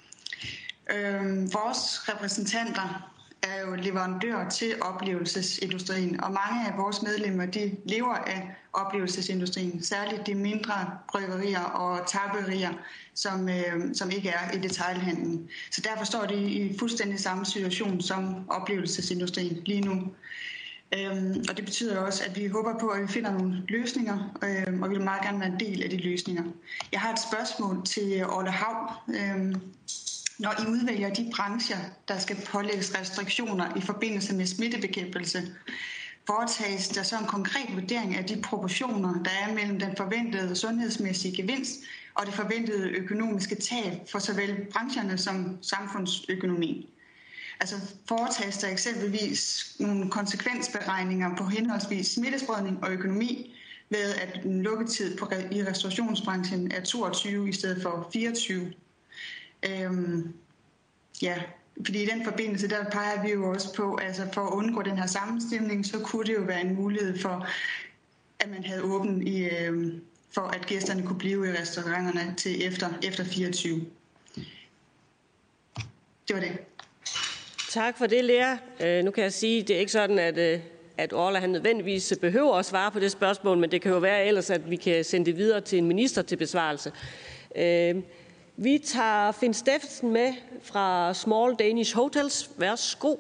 Øh, vores repræsentanter er jo leverandører til oplevelsesindustrien, og mange af vores medlemmer, de lever af oplevelsesindustrien, særligt de mindre bryggerier og tapperier, som, øh, som ikke er i detailhandlen. Så derfor står de i fuldstændig samme situation som oplevelsesindustrien lige nu. Øhm, og det betyder også, at vi håber på, at vi finder nogle løsninger, øh, og vi vil meget gerne være en del af de løsninger. Jeg har et spørgsmål til Orla Hav. Øh, Når I udvælger de brancher, der skal pålægges restriktioner i forbindelse med smittebekæmpelse, foretages der så en konkret vurdering af de proportioner, der er mellem den forventede sundhedsmæssige gevinst og det forventede økonomiske tab for såvel brancherne som samfundsøkonomien? Altså foretages der eksempelvis nogle konsekvensberegninger på henholdsvis smittespredning og økonomi, ved at en lukketid på, i restaurationsbranchen er toogtyve i stedet for fireogtyve? Øhm, ja, fordi i den forbindelse, der peger vi jo også på, altså for at undgå den her sammenstemning, så kunne det jo være en mulighed for, at man havde åbent i, øhm, for at gæsterne kunne blive i restauranterne til efter, efter fireogtyve. Det var det. Tak for det, Lea. Øh, nu kan jeg sige, det er ikke sådan, at, øh, at Orla han nødvendigvis behøver at svare på det spørgsmål, men det kan jo være ellers, at vi kan sende det videre til en minister til besvarelse. Øh, Vi tager Finn Steffensen med fra Small Danish Hotels. Værsgo.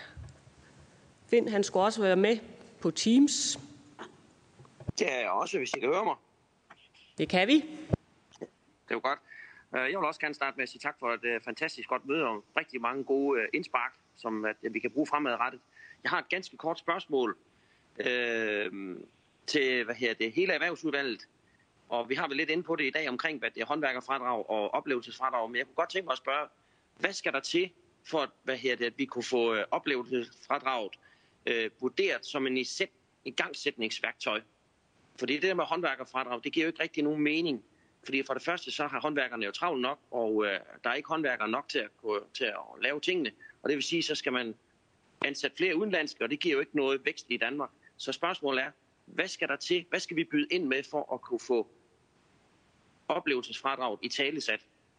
Finn, han skulle også være med på Teams. Det er jeg også, hvis I kan høre mig. Det kan vi. Det er jo godt. Jeg vil også gerne starte med at sige tak for et fantastisk godt møde og rigtig mange gode indspark, som vi kan bruge fremadrettet. Jeg har et ganske kort spørgsmål øh, til hvad her, det hele erhvervsudvalget. Og vi har vel lidt inde på det i dag omkring, hvad det er håndværkerfradrag og oplevelsesfradrag. Men jeg kunne godt tænke mig at spørge, hvad skal der til, for at, hvad her det, at vi kunne få oplevelsesfradraget øh, vurderet som en igangsætningsværktøj? Fordi det der med håndværkerfradrag, det giver jo ikke rigtig nogen mening. Fordi for det første, så har håndværkerne jo travlt nok, og øh, der er ikke håndværkere nok til at, til at lave tingene. Og det vil sige, så skal man ansætte flere udenlandske, og det giver jo ikke noget vækst i Danmark. Så spørgsmålet er, hvad skal der til? Hvad skal vi byde ind med for at kunne få oplevelsesfradraget i talesat?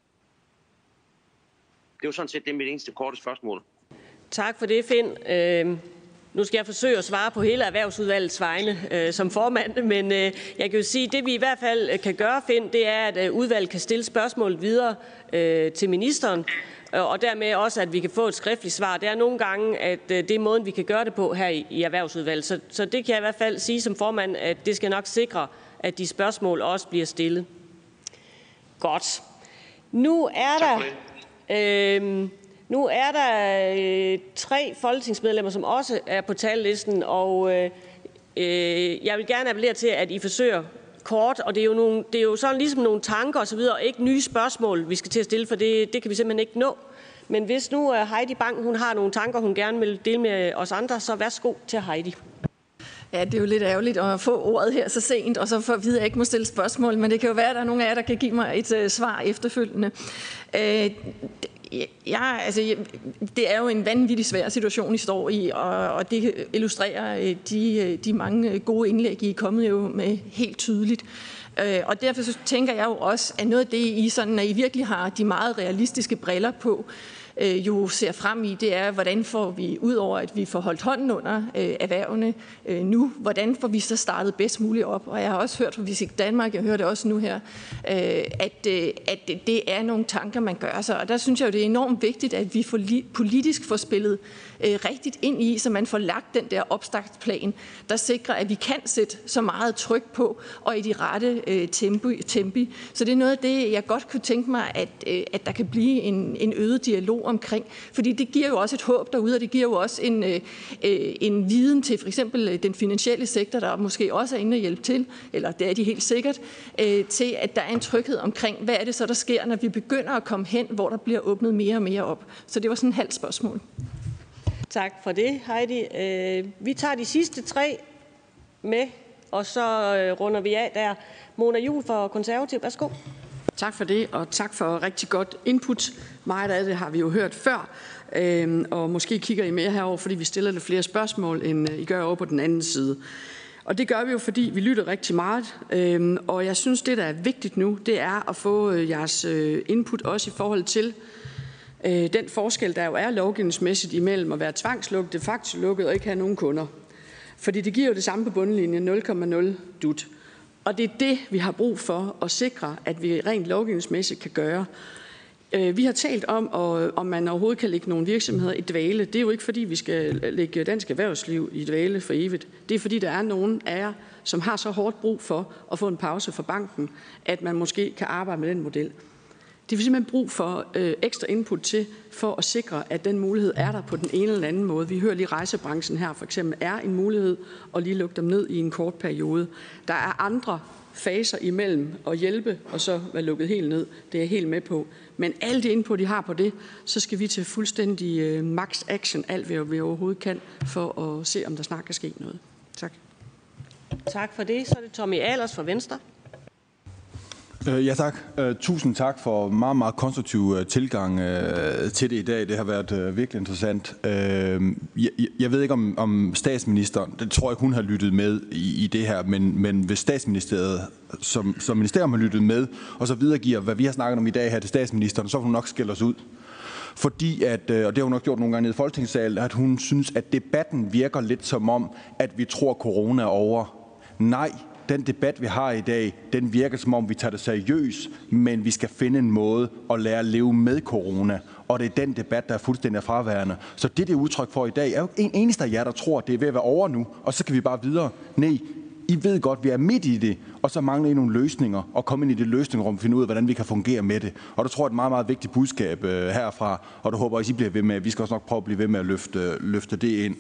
Det er jo sådan set det mit eneste korte spørgsmål. Tak for det, Finn. Øh, nu skal jeg forsøge at svare på hele erhvervsudvalgets vegne øh, som formand, men øh, jeg kan jo sige, at det vi i hvert fald kan gøre, Finn, det er, at øh, udvalget kan stille spørgsmål videre øh, til ministeren, og dermed også, at vi kan få et skriftligt svar. Det er nogle gange, at øh, det er måden, vi kan gøre det på her i, i erhvervsudvalget. Så, så det kan jeg i hvert fald sige som formand, at det skal nok sikre, at de spørgsmål også bliver stillet. Godt. Nu er der, øh, nu er der øh, tre folketingsmedlemmer, som også er på talelisten, og øh, øh, jeg vil gerne appellere til, at I forsøger kort, og det er jo, nogle, det er jo sådan ligesom nogle tanker og så videre, og ikke nye spørgsmål, vi skal til at stille, for det, det kan vi simpelthen ikke nå. Men hvis nu Heidi Bank hun har nogle tanker, hun gerne vil dele med os andre, så værsgo til Heidi. Ja, det er jo lidt ærgerligt at få ordet her så sent, og så for at vide, at jeg ikke må stille spørgsmål, men det kan jo være, at der er nogle af jer, der kan give mig et uh, svar efterfølgende. Uh, Ja, altså, det er jo en vanvittig svær situation, I står i, og, og det illustrerer de, de mange gode indlæg, I er kommet jo med helt tydeligt. Og derfor så tænker jeg jo også, at noget af det, I, sådan, at I virkelig har de meget realistiske briller på, øh, jo ser frem i, det er, hvordan får vi, ud over at vi får holdt hånden under øh, erhvervene øh, nu, hvordan får vi så startet bedst muligt op? Og jeg har også hørt fra Visit Danmark, jeg hører det også nu her, øh, at, øh, at det er nogle tanker, man gør sig. Og der synes jeg jo, det er enormt vigtigt, at vi får li- politisk får spillet øh, rigtigt ind i, så man får lagt den der opstartsplan, der sikrer, at vi kan sætte så meget tryk på, og i de rette øh, tempi, tempi. Så det er noget af det, jeg godt kunne tænke mig, at, øh, at der kan blive en, en øget dialog omkring. Fordi det giver jo også et håb derude, og det giver jo også en, øh, en viden til for eksempel den finansielle sektor, der måske også er inde og hjælpe til, eller det er de helt sikkert, øh, til at der er en tryghed omkring, hvad er det så, der sker, når vi begynder at komme hen, hvor der bliver åbnet mere og mere op. Så det var sådan et halvt spørgsmål. Tak for det, Heidi. Øh, vi tager de sidste tre med, og så øh, runder vi af der. Mona Juul for Konservativ. Værsgo. Tak for det, og tak for rigtig godt input. Meget af det har vi jo hørt før, øh, og måske kigger I mere herover, fordi vi stiller lidt flere spørgsmål, end I gør over på den anden side. Og det gør vi jo, fordi vi lytter rigtig meget, øh, og jeg synes, det der er vigtigt nu, det er at få øh, jeres øh, input også i forhold til øh, den forskel, der jo er lovgivningsmæssigt imellem at være tvangslukket, de facto lukket og ikke have nogen kunder. Fordi det giver jo det samme på bundlinjen, nul komma nul dut. Og det er det, vi har brug for at sikre, at vi rent lovgivningsmæssigt kan gøre. Vi har talt om, om man overhovedet kan lægge nogle virksomheder i dvale. Det er jo ikke, fordi vi skal lægge dansk erhvervsliv i dvale for evigt. Det er, fordi der er nogen af jer, som har så hårdt brug for at få en pause fra banken, at man måske kan arbejde med den model. Det er simpelthen brug for øh, ekstra input til, for at sikre, at den mulighed er der på den ene eller anden måde. Vi hører lige rejsebranchen her for eksempel er en mulighed at lige lukke dem ned i en kort periode. Der er andre faser imellem at hjælpe og så være lukket helt ned. Det er jeg helt med på. Men alle de input, de har på det, så skal vi til fuldstændig øh, max action, alt hvad vi overhovedet kan, for at se, om der snart kan ske noget. Tak. Tak for det. Så er det Tommy Ahlers fra Venstre. Uh, ja tak. Uh, tusind tak for meget, meget konstruktiv uh, tilgang uh, til det i dag. Det har været uh, virkelig interessant. Uh, jeg, jeg ved ikke, om, om statsministeren, det tror jeg, hun har lyttet med i, i det her, men, men hvis statsministeriet som, som ministerium har lyttet med, og så videregiver, hvad vi har snakket om i dag her til statsministeren, så vil hun nok skælde os ud. Fordi, at, og det har hun nok gjort nogle gange nede i Folketingssalen, at hun synes, at debatten virker lidt som om, at vi tror, corona er over. Nej. Den debat, vi har i dag, den virker som om, vi tager det seriøst, men vi skal finde en måde at lære at leve med corona. Og det er den debat, der er fuldstændig fraværende. Så det, det er udtryk for i dag, er jo en eneste af jer, der tror, at det er ved at være over nu, og så kan vi bare videre. Nej, I ved godt, vi er midt i det, og så mangler I nogle løsninger, og komme ind i det løsningsrum og finde ud af, hvordan vi kan fungere med det. Og der tror jeg, et meget, meget vigtigt budskab øh, herfra, og der håber jeg, at I bliver ved med. Vi skal også nok prøve at blive ved med at løfte, løfte det ind.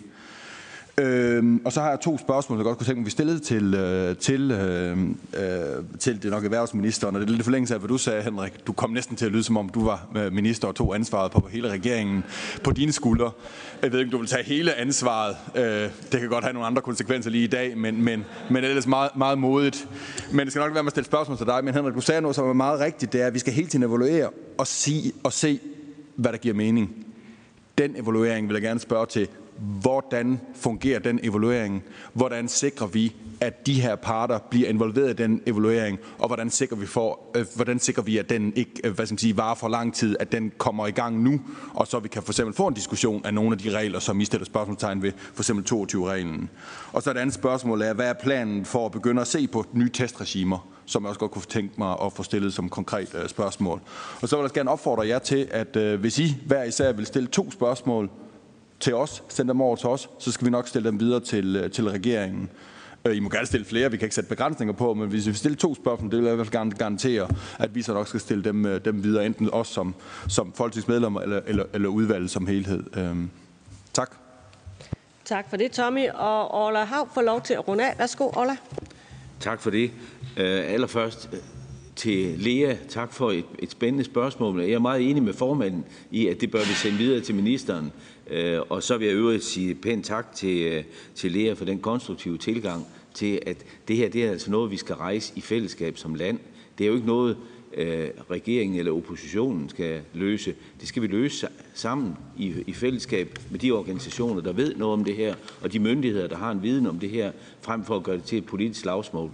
Øhm, og så har jeg to spørgsmål, jeg godt kunne tænke mig, vi stillede til, øh, til, øh, til det nok erhvervsministeren, og det er lidt forlængelse af, hvad du sagde, Henrik. Du kom næsten til at lyde, som om du var minister og tog ansvaret på hele regeringen på dine skuldre. Jeg ved ikke, om du vil tage hele ansvaret. Øh, det kan godt have nogle andre konsekvenser lige i dag, men, men, men ellers meget, meget modigt. Men det skal nok være med at stille spørgsmål til dig. Men Henrik, du sagde noget, som er meget rigtigt, det er, at vi skal hele tiden evaluere og, sige, og se, hvad der giver mening. Den evaluering vil jeg gerne spørge til. Hvordan fungerer den evaluering? Hvordan sikrer vi, at de her parter bliver involveret i den evaluering? Og hvordan sikrer vi, for, øh, hvordan sikrer vi at den ikke øh, hvad skal man sige, varer for lang tid, at den kommer i gang nu, og så vi kan for eksempel få en diskussion af nogle af de regler, som I stiller spørgsmålstegn ved, for eksempel toogtyve-reglen. Og så et andet spørgsmål er, hvad er planen for at begynde at se på nye testregimer, som jeg også godt kunne tænke mig at få stillet som konkret øh, spørgsmål. Og så vil jeg gerne opfordre jer til, at øh, hvis I hver især vil stille to spørgsmål til os, send dem over til os, så skal vi nok stille dem videre til, til regeringen. I må gerne stille flere, vi kan ikke sætte begrænsninger på, men hvis vi stiller to spørgsmål, det vil jeg i hvert fald gerne garantere, at vi så nok skal stille dem, dem videre, enten os som, som folketingsmedlemmer eller, eller, eller udvalget som helhed. Øhm, tak. Tak for det, Tommy. Og Orla Hav får lov til at runde af. Værsgo, Orla. Tak for det. Uh, allerførst, Til Lea, tak for et, et spændende spørgsmål. Jeg er meget enig med formanden i, at det bør vi sende videre til ministeren. Og så vil jeg øvrigt sige pænt tak til, til Lea for den konstruktive tilgang til, at det her det er altså noget, vi skal rejse i fællesskab som land. Det er jo ikke noget, øh, regeringen eller oppositionen skal løse. Det skal vi løse sammen i, i fællesskab med de organisationer, der ved noget om det her, og de myndigheder, der har en viden om det her, frem for at gøre det til et politisk slagsmål.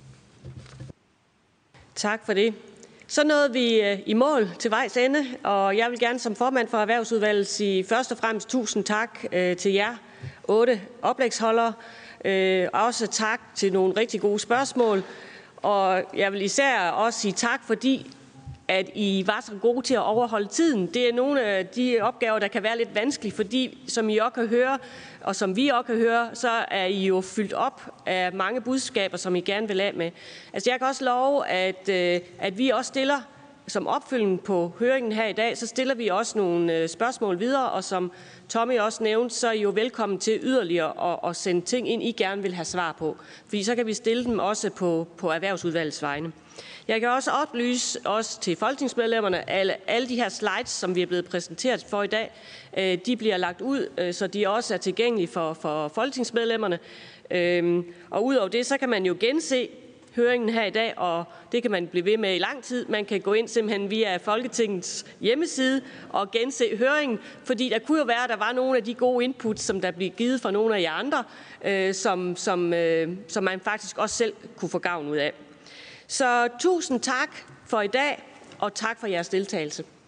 Tak for det. Så nåede vi i mål til vejs ende, og jeg vil gerne som formand for Erhvervsudvalget sige først og fremmest tusind tak til jer otte oplægsholdere. Også tak til nogle rigtig gode spørgsmål, og jeg vil især også sige tak, fordi at I var så gode til at overholde tiden. Det er nogle af de opgaver, der kan være lidt vanskelige, fordi som I også kan høre, og som vi også kan høre, så er I jo fyldt op af mange budskaber, som I gerne vil af med. Altså jeg kan også love, at, at vi også stiller, som opfølgning på høringen her i dag, så stiller vi også nogle spørgsmål videre, og som Tommy også nævnte, så er I jo velkommen til yderligere at, at sende ting ind, I gerne vil have svar på. Fordi så kan vi stille dem også på, på Erhvervsudvalgets vegne. Jeg kan også oplyse også til folketingsmedlemmerne, at alle, alle de her slides, som vi er blevet præsenteret for i dag, de bliver lagt ud, så de også er tilgængelige for, for folketingsmedlemmerne. Og udover det, så kan man jo gense høringen her i dag, og det kan man blive ved med i lang tid. Man kan gå ind simpelthen via Folketingets hjemmeside og gense høringen, fordi der kunne jo være, at der var nogle af de gode inputs, som der blev givet fra nogle af jer andre, øh, som, som, øh, som man faktisk også selv kunne få gavn ud af. Så tusind tak for i dag, og tak for jeres deltagelse.